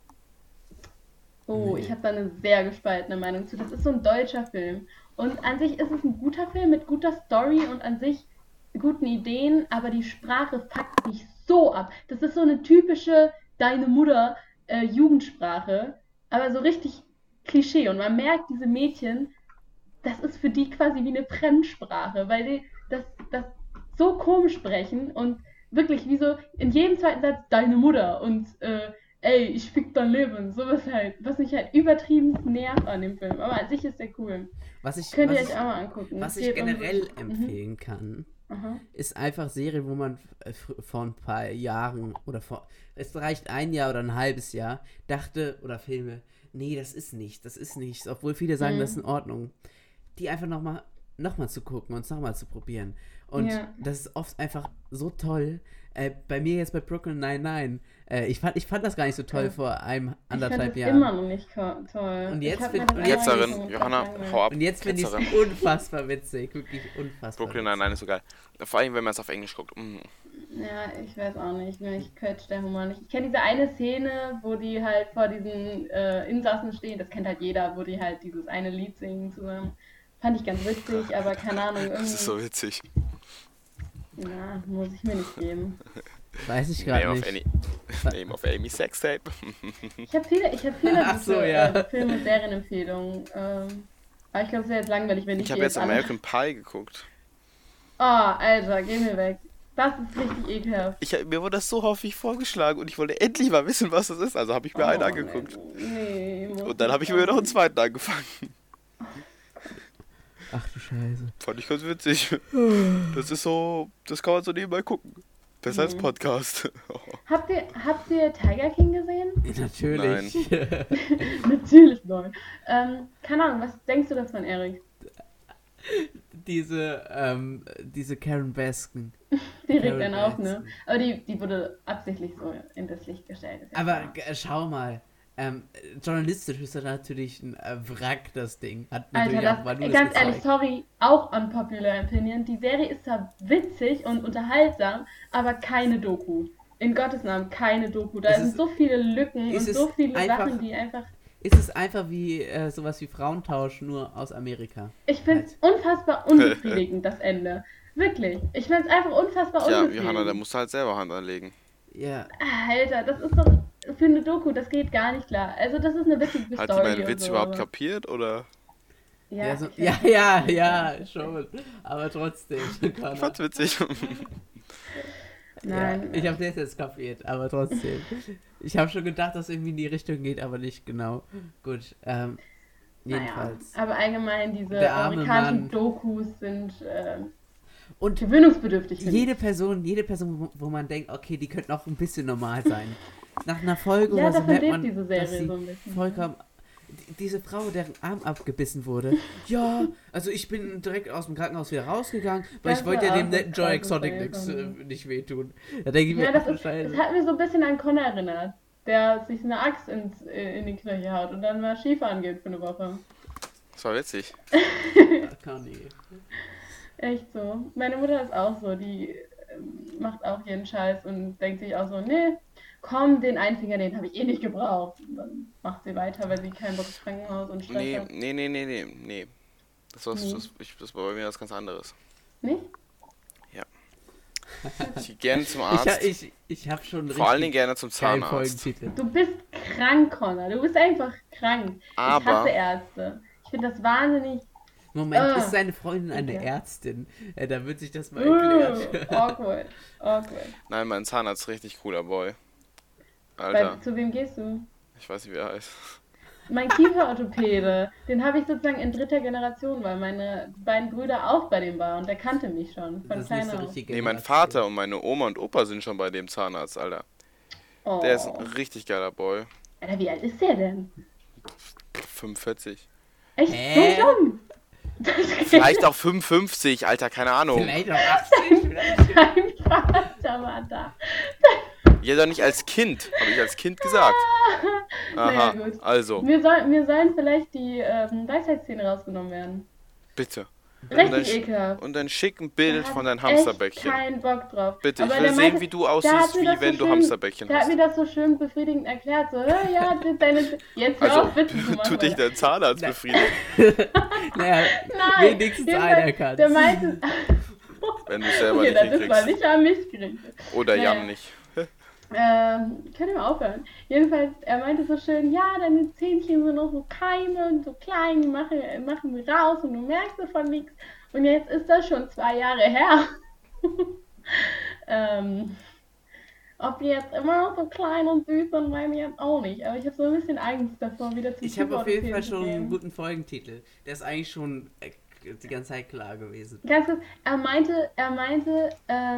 Oh, Nee. ich habe da eine sehr gespaltene Meinung zu. Das ist so ein deutscher Film. Und an sich ist es ein guter Film mit guter Story und an sich guten Ideen, aber die Sprache fuckt mich so ab. Das ist so eine typische Deine Mutter Jugendsprache, aber so richtig Klischee. Und man merkt, diese Mädchen, das ist für die quasi wie eine Fremdsprache, weil die das so komisch sprechen und wirklich wie so in jedem zweiten Satz Deine Mutter und ey, ich fick dein Leben. Sowas halt, was mich halt übertrieben nervt an dem Film. Aber an sich ist der cool. Könnt ihr euch auch mal angucken. Was Es ich geht um- generell Mhm. empfehlen kann, Aha. ist einfach Serien, wo man vor ein paar Jahren oder es reicht ein Jahr oder ein halbes Jahr, dachte, oder Filme, nee, das ist nichts, obwohl viele sagen, das ist in Ordnung. Die einfach nochmal zu gucken und es nochmal zu probieren. Und Ja. das ist oft einfach so toll. Bei mir jetzt bei Brooklyn Nine-Nine. Ich fand das gar nicht so toll Ja. vor einem, Ich fand anderthalb das Jahren. immer noch nicht toll. Und jetzt Ich hab find- mir das und einmal jetzt darin, angeguckt und Johanna, fand das hau ab. Und jetzt finde ich es Ketzerin. unfassbar witzig, wirklich unfassbar Brooklyn witzig. Nine-Nine ist so geil. Vor allem, wenn man es auf Englisch guckt. Ja, ich weiß auch nicht. Mich quetscht der Humor nicht. Ich kenne diese eine Szene, wo die halt vor diesen Insassen stehen. Das kennt halt jeder, wo die halt dieses eine Lied singen zusammen. Fand ich ganz witzig, aber keine Ahnung, irgendwie. Das ist so witzig. Ja, muss ich mir nicht geben. Weiß ich gerade Name of, nicht. Name of Amy Sextape. Ich habe viele Ach so, gute ja. Film- und Serienempfehlungen. Aber ich glaube, es wäre jetzt langweilig, wenn ich Ich habe die jetzt alle... American Pie geguckt. Oh, Alter, geh mir weg. Das ist richtig ekelhaft. Mir wurde das so häufig vorgeschlagen und ich wollte endlich mal wissen, was das ist. Also habe ich mir einen angeguckt. Nee, muss Und dann nicht habe ich mir noch einen zweiten angefangen. Ach du Scheiße. Fand ich ganz witzig. Das ist so, das kann man so nebenbei gucken. Besser als Podcast. Habt ihr Tiger King gesehen? Natürlich. Natürlich nein. Keine Ahnung, was denkst du davon, Erik? diese Karen Baskin. Direkt dann Karen auch, ne? Baskin. Aber die wurde absichtlich so in das Licht gestellt. ist ja Aber klar. schau mal. Journalistisch ist das natürlich ein Wrack, das Ding. Hat Alter, natürlich auch Valulis ganz ehrlich, gezeigt. sorry, auch unpopular opinion. Die Serie ist zwar witzig und unterhaltsam, aber keine Doku. In Gottes Namen, keine Doku. Da Es sind ist- so viele Lücken und es ist so viele einfach- Sachen, die einfach... Ist es einfach wie sowas wie Frauentausch, nur aus Amerika. Ich finde es unfassbar unbefriedigend, das Ende. Wirklich. Ich finde es einfach unfassbar Ja, unbefriedigend. Johanna, da musst du halt selber Hand anlegen. Ja, Alter, das ist doch für eine Doku, das geht gar nicht klar. Also das ist eine witzige Hat die Story meinen und Witz so, überhaupt aber- kapiert oder? Ja, so, ja, schon. Aber trotzdem. Ich fand's witzig. Nein. Ja, ich habe das jetzt kapiert, aber trotzdem. Ich habe schon gedacht, dass es irgendwie in die Richtung geht, aber nicht genau. Gut, jedenfalls. Naja, aber allgemein diese Der arme amerikanischen Mann. Dokus sind Und gewöhnungsbedürftig. finde ich. jede Person, wo man denkt, okay, die könnte noch ein bisschen normal sein. Nach einer Folge Ja, oder so davon merkt lebt man, diese Serie dass sie so ein bisschen. vollkommen... Diese Frau, deren Arm abgebissen wurde. Ja, also ich bin direkt aus dem Krankenhaus wieder rausgegangen, weil Das ich wollte ja war dem auch netten Joy krass, Exotic das nicht wehtun. Da denke ich mir, Ja, ach das du ist, Scheiße. das hat mich so ein bisschen an Connor erinnert, der sich eine Axt in die Knöchel haut und dann mal Skifahren geht für eine Woche. Das war witzig. Conny. Echt so. Meine Mutter ist auch so, die macht auch jeden Scheiß und denkt sich auch so, nee, komm, den Einfinger, den habe ich eh nicht gebraucht. Und dann macht sie weiter, weil sie keinen Bock ins Krankenhaus und Stress Nee, hat. nee. Das war bei mir was ganz anderes. Nicht? Ich gehe gerne zum Arzt. Ich habe schon Vor allen Dingen richtig gerne zum geilen Zahnarzt. Folgentitel. Du bist krank, Connor. Du bist einfach krank. Ich Aber- hasse Ärzte. Ich finde das wahnsinnig Moment, ist seine Freundin eine Okay. Ärztin? Da wird sich das mal erklären. awkward. Nein, mein Zahnarzt ist richtig cooler Boy. Alter, Zu wem gehst du? ich weiß nicht, wie er heißt. Mein Kieferorthopäde, den habe ich sozusagen in 3. Generation, weil meine beiden Brüder auch bei dem waren und der kannte mich schon von Das ist nicht klein so auf. richtig Nee, mein Generation. Vater und meine Oma und Opa sind schon bei dem Zahnarzt, Alter. Oh. Der ist ein richtig geiler Boy. Alter, wie alt ist der denn? 45. Echt Hä? so jung? Vielleicht auch 55, Alter, keine Ahnung. Vielleicht auch 80. Vielleicht. Dein Vater war da. Ja, doch nicht als Kind, habe ich als Kind gesagt. Aha, Naja, gut. also, Mir sollen vielleicht die Weisheitszähne rausgenommen werden. bitte. Richtig ekelhaft. Und ein schicken Bild Da von hab deinem ich echt Hamsterbäckchen. keinen Bock drauf. Bitte, ich Aber will der sehen, meinte- wie du der hat aussiehst, mir wie das wenn so du schön- Hamsterbäckchen Der hat hast. mir das so schön befriedigend erklärt. So, ja, jetzt hör Also, auf, Witze zu machen. tut dich dein Zahnarzt Nein. befriedigen, Naja, Nein, wenigstens jedenfalls, einer kann. Der meinte, wenn du es selber okay, nicht das ist mal hinkriegst. nicht an mich gerichtet. Oder Naja. Jan nicht. Könnt ihr mal aufhören? Jedenfalls, er meinte so schön, ja, deine Zähnchen sind noch so Keime und so klein, die machen wir raus und du merkst davon nichts. Und jetzt ist das schon 2 Jahre her. Ob die jetzt immer noch so klein und süß sind, weiß ich jetzt auch nicht. Aber ich habe so ein bisschen Angst davor, wieder zum Ich habe auf jeden Fall Kieferorthopäden zu schon einen gehen. guten Folgentitel. Der ist eigentlich schon die ganze Zeit klar gewesen. Ganz kurz, er meinte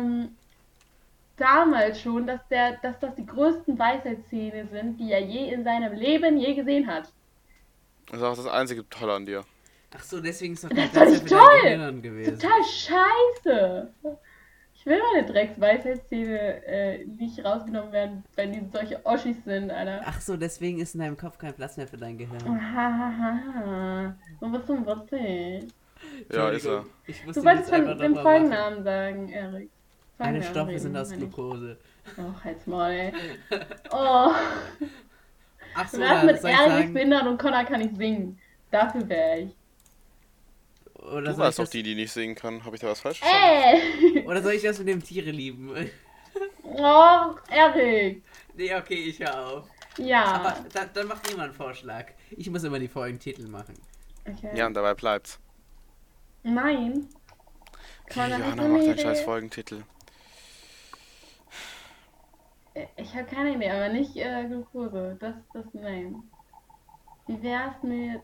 damals schon, dass das die größten Weisheitszähne sind, die er je in seinem Leben je gesehen hat. Das ist auch das einzige Tolle an dir. Ach so, deswegen ist doch Das kein ist doch Platz nicht mehr für toll! dein Gehirn gewesen. Total scheiße! Ich will meine Drecks-Weisheitszähne nicht rausgenommen werden, wenn die solche Oschis sind, Alter. Ach so, deswegen ist in deinem Kopf kein Platz mehr für dein Gehirn. Hahaha. So bist du witzig. Ja, ist er. Entschuldigung, ich musste Du wolltest jetzt einfach schon den noch mal machen. Folgennamen sagen, Erik. Alle Folgennamen Stoffe reden sind aus wir nicht. Glucose. Oh, halt's Maul, ey. Oh, Ach so, du hast dann mit soll ich Erik ist sagen, behindert und Connor kann nicht singen. Dafür wäre ich. oder Du soll ich warst doch das, die nicht singen kann. Habe ich da was falsch verstanden? oder soll ich das mit dem Tiere lieben? Oh, Erik. Nee, okay, ich hör auf. Ja. Aber dann macht jemand einen Vorschlag. Ich muss immer die Folgentitel machen. Okay. Ja, und dabei bleibt's. Nein. Okay, Connor, hast Johanna du macht eine einen scheiß Idee? Folgentitel. Ich habe keine Idee, aber nicht Glucose. Das Name. Wie wär's mit.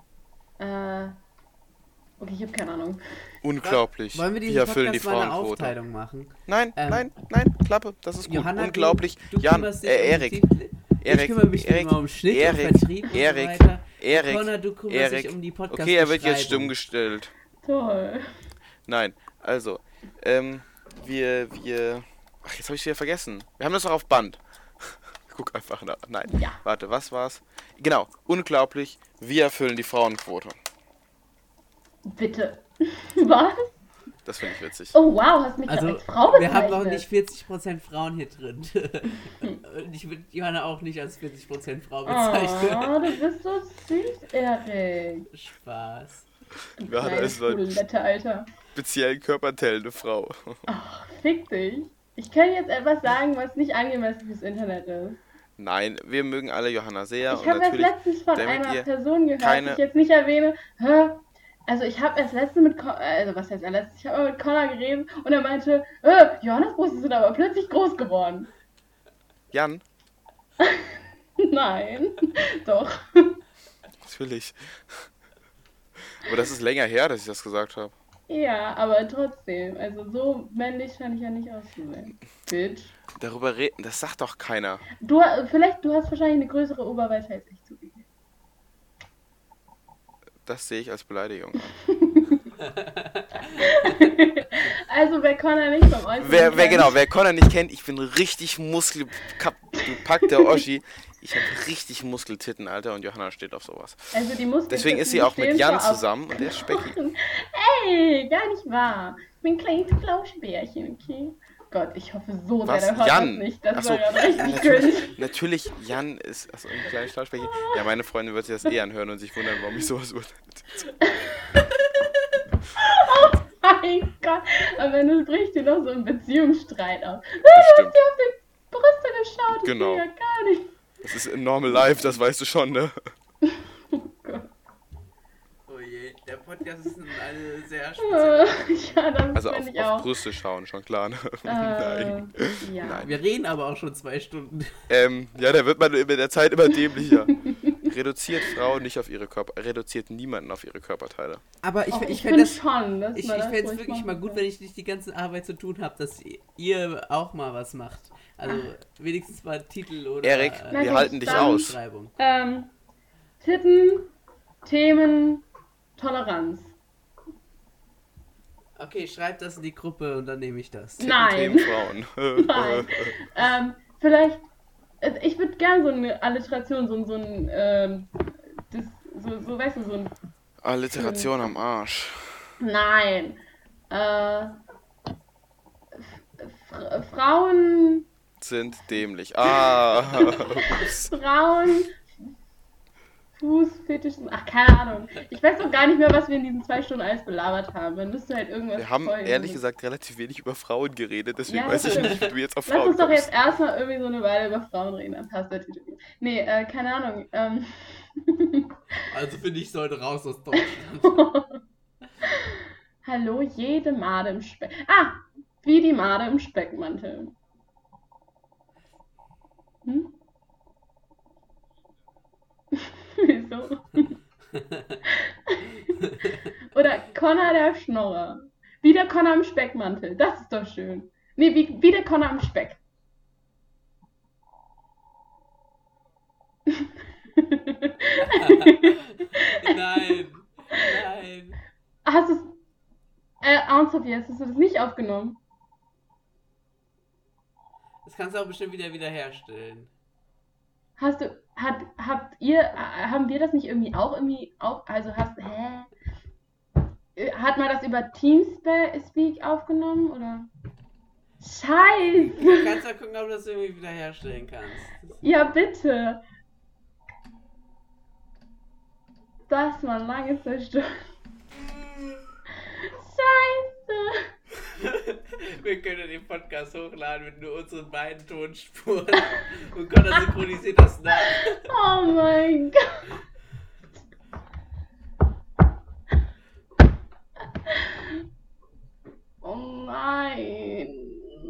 Okay, ich habe keine Ahnung. Unglaublich. Wollen wir Wie diesen erfüllen die Podcast mal eine Frauenquote. Aufteilung machen? Nein, Ähm, nein, Klappe, das ist gut. Johanna, Unglaublich. du Jan, kümmerst dich um die Erik, Titel. Ich Erik, kümmere mich Erik, immer um Schnitt Erik, und Vertrieb Erik, und so weiter. Erik, Connor, du kümmerst Erik. dich um die podcast Okay, er wird jetzt stumm gestellt. Toll. Nein, also, wir, ach, jetzt habe ich wieder vergessen. Wir haben das doch auf Band. Guck einfach nach. Nein, Ja. warte, was war's? Genau, unglaublich, wir erfüllen die Frauenquote. Bitte. Was? Das finde ich witzig. Oh wow, hast mich Also, als Frau wir haben noch bezeichnet. nicht 40% Frauen hier drin. Und ich würde Johanna auch nicht als 40% Frau bezeichnen. Oh, du bist so süß, Erik. Spaß. Du Ja, da kleine ist so ein- Pudellette, Alter. Speziell körpertellende Frau. Fick dich. Ich kann jetzt etwas sagen, was nicht angemessen fürs Internet ist. Nein, wir mögen alle Johanna sehr Ich und habe erst natürlich letztens von damit einer ihr Person gehört, keine- die ich jetzt nicht erwähne, Also ich habe erst letztens mit was heißt letztens? Ich habe mal mit Connor geredet und er meinte, Johannesbrust sind aber plötzlich groß geworden. Jan? Nein, doch. Natürlich. Aber das ist länger her, dass ich das gesagt habe. Ja, aber trotzdem, also so männlich scheine ich ja nicht auszusehen. Bitch. Darüber reden, das sagt doch keiner. Du hast wahrscheinlich eine größere Oberweite als ich zugegeben. Das sehe ich als Beleidigung. Also wer Connor nicht vom Äußeren Wer Connor nicht kennt, ich bin richtig muskelpackter Oschi. Ich habe richtig Muskeltitten, Alter, und Johanna steht auf sowas. Also die Muskeln. Deswegen ist sie auch mit Jan zusammen und der ist Specki. Ey, gar nicht wahr. Ich bin ein kleines Flauschbärchen, okay? Gott, ich hoffe so sehr, Was? der hört Jan? das nicht. Das Achso, war gerade richtig cringe. natürlich, Jan ist ein kleines Flauschbärchen. Ja, meine Freundin wird sich das anhören und sich wundern, warum ich sowas urteile. Oh mein Gott. Am Ende bricht dir noch so ein Beziehungsstreit auf. Du Bestimmt. hast dir auf die Brüste geschaut, das Genau. geht ja gar nicht. Das ist in normal life, das weißt du schon, ne? Oh Gott. Oh je, der Podcast ist eine sehr spezielle. Ja, das Also finde ich auf auch. Brüste schauen, schon klar, ne? Nein. Ja. Nein. Wir reden aber auch schon 2 Stunden. Ja, da wird man mit der Zeit immer dämlicher. Reduziert Frauen nicht auf ihre reduziert niemanden auf ihre Körperteile. Aber Och, ich finde fände das schon, dass Ich man das fände es ruhig wirklich machen mal gut, kann. wenn ich nicht die ganze Arbeit zu tun habe, dass ihr auch mal was macht. Also wenigstens mal Titel oder Erik, Na wir gut, halten dich dann- aus. Beschreibung. Titten, Themen, Toleranz. Okay, schreibt das in die Gruppe und dann nehme ich das. Nein. Themenfrauen. Nein. Vielleicht, also ich würde gerne so eine Alliteration, so ein, weißt du, so ein, Alliteration am Arsch. nein. Frauen, Sind dämlich. Ups. Frauen, Fußfetisch, ach, keine Ahnung. Ich weiß doch gar nicht mehr, was wir in diesen 2 Stunden alles belabert haben. Dann müsste halt irgendwas Wir haben voll- ehrlich gesagt relativ wenig über Frauen geredet, deswegen Ja, weiß ich stimmt. nicht, wie du jetzt auf Lass Frauen uns doch kommst. jetzt erstmal irgendwie so eine Weile über Frauen reden, dann passt der Titel. Nee, keine Ahnung. Also finde ich, sollte raus aus Deutschland. Hallo, jede Made im Speck. Wie die Made im Speckmantel. Hm? Wieso? Oder Connor der Schnorrer. Wie der Connor im Speckmantel. Das ist doch schön. Nee, wie der Connor im Speck. Nein. Nein. Hast du es. Ernsthaft jetzt, hast du das nicht aufgenommen? Das kannst du auch bestimmt wieder wiederherstellen. Haben wir das nicht irgendwie auch also hat man das über Teamspeak aufgenommen, oder? Scheiße! Du kannst mal gucken, ob du das irgendwie wiederherstellen kannst. Ja, bitte! Das war eine lange Zerstörung. Scheiße! Wir können den Podcast hochladen mit nur unseren beiden Tonspuren. Und Connor synchronisiert das nach. Oh mein Gott! Oh nein!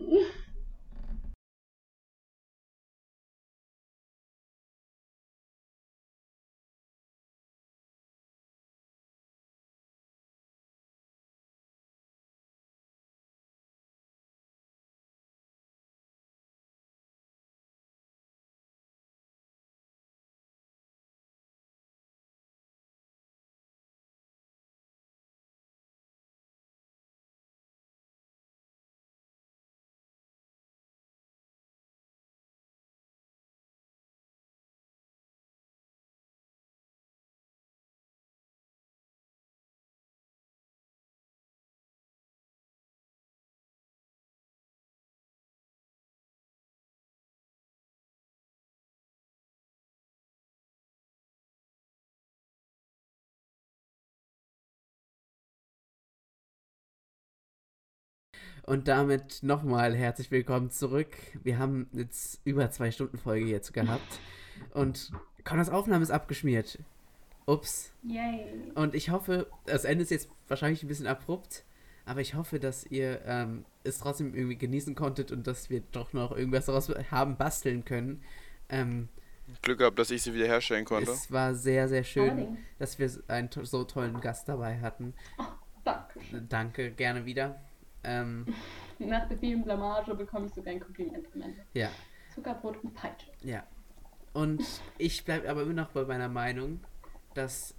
Und damit nochmal herzlich willkommen zurück. Wir haben jetzt über 2 Stunden Folge jetzt gehabt. Und Connors Aufnahme ist abgeschmiert. Ups. Yay. Und ich hoffe, das Ende ist jetzt wahrscheinlich ein bisschen abrupt, aber ich hoffe, dass ihr es trotzdem irgendwie genießen konntet und dass wir doch noch irgendwas daraus haben basteln können. Glück gehabt, dass ich sie wieder herstellen konnte. Es war sehr, sehr schön, Allerdings. dass wir einen so tollen Gast dabei hatten. Dankeschön. Danke, gerne wieder. Nach der vielen Blamage bekomme ich sogar ein Kompliment am Ende. Ja, Zuckerbrot und Peitsche. ja. Und ich bleibe aber immer noch bei meiner Meinung, dass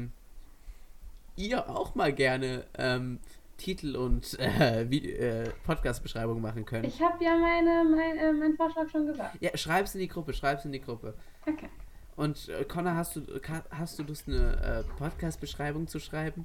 ihr auch mal gerne Titel und Podcast-Beschreibung machen könnt. Ich habe ja meinen Vorschlag schon gesagt. Ja, schreib's in die Gruppe. Okay. Und Connor, hast du Lust, eine Podcast-Beschreibung zu schreiben?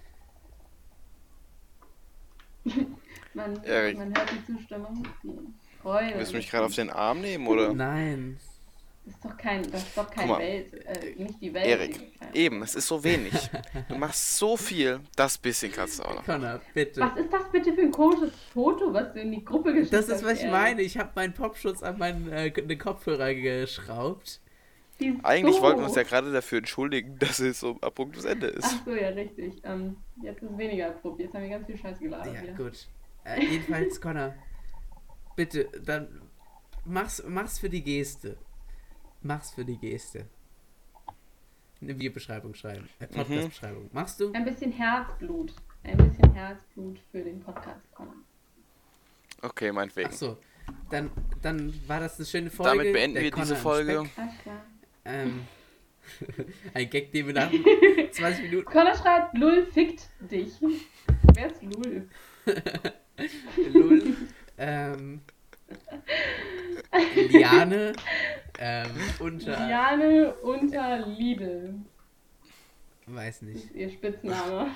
Man Erik. hört die Zustimmung, die Freude. Willst du mich gerade auf den Arm nehmen, oder? Nein. Das ist doch kein Guck mal. nicht die Welt. Erik, eben, es ist so wenig. Du machst so viel, das bisschen kannst du auch noch. Connor, bitte. Was ist das bitte für ein komisches Foto, was du in die Gruppe geschickt hast? Das ist, was ich Erik? meine. Ich habe meinen Popschutz an den Kopfhörer geschraubt. Wieso? Eigentlich wollten wir uns ja gerade dafür entschuldigen, dass es so abruptes Ende ist. Ach so, ja, richtig. Jetzt ist weniger abrupt. Jetzt haben wir ganz viel Scheiß gelabert. Ja, wieder. gut. Jedenfalls, Connor, bitte, dann mach's für die Geste. Mach's für die Geste. Eine Videobeschreibung schreiben. Podcast-Beschreibung. Machst du? Ein bisschen Herzblut. Ein bisschen Herzblut für den Podcast, Connor. Okay, meinetwegen. Achso. Dann war das eine schöne Folge. Damit beenden Der wir diese Connor im Folge. Speck. Alles klar. Ein Gag, den wir nach 20 Minuten... Connor schreibt, Lull fickt dich. Wer ist Lull? Lull. Liane. Unter... Liane unter Lidl. Weiß nicht. Ist ihr Spitzname.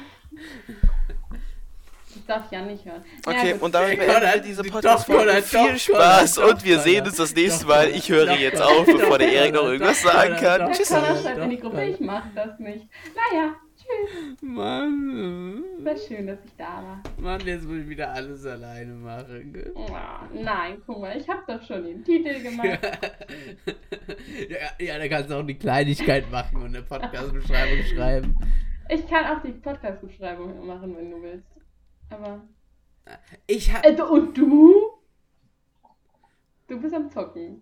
Das darf Jan nicht hören. Okay, gut. und damit Connor, beenden wir diese doch, Podcast-Folge. Connor, Viel doch, Spaß Connor, und wir doch, sehen Connor. uns das nächste Doch, Mal. Connor, Ich höre doch, jetzt Connor, auf, bevor der doch, Erik noch Connor, irgendwas doch, sagen Connor, kann. doch, Der Tschüss. Connor schreibt in die Doch, Gruppe, Connor. ich mach das nicht. Naja, tschüss. Mann. War schön, dass ich da war. Mann, jetzt will ich wieder alles alleine machen. Gell? Oh, nein, guck mal, ich hab doch schon den Titel gemacht. Ja, da kannst du auch die Kleinigkeit machen und eine Podcast-Beschreibung schreiben. Ich kann auch die Podcast-Beschreibung machen, wenn du willst. Aber... Ich hab... Und du? Du bist am Zocken.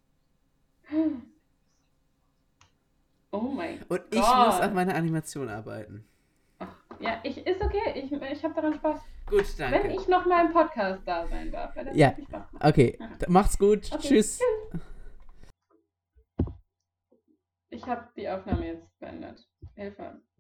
Oh mein Gott. Und ich muss an meiner Animation arbeiten. Ja, ist okay. Ich hab daran Spaß. Gut, danke. Wenn ich noch mal im Podcast da sein darf. Weil das Ja. hat mich Spaß gemacht. Okay, macht's gut. Okay, Tschüss. Ich habe die Aufnahme jetzt beendet. Hilfe.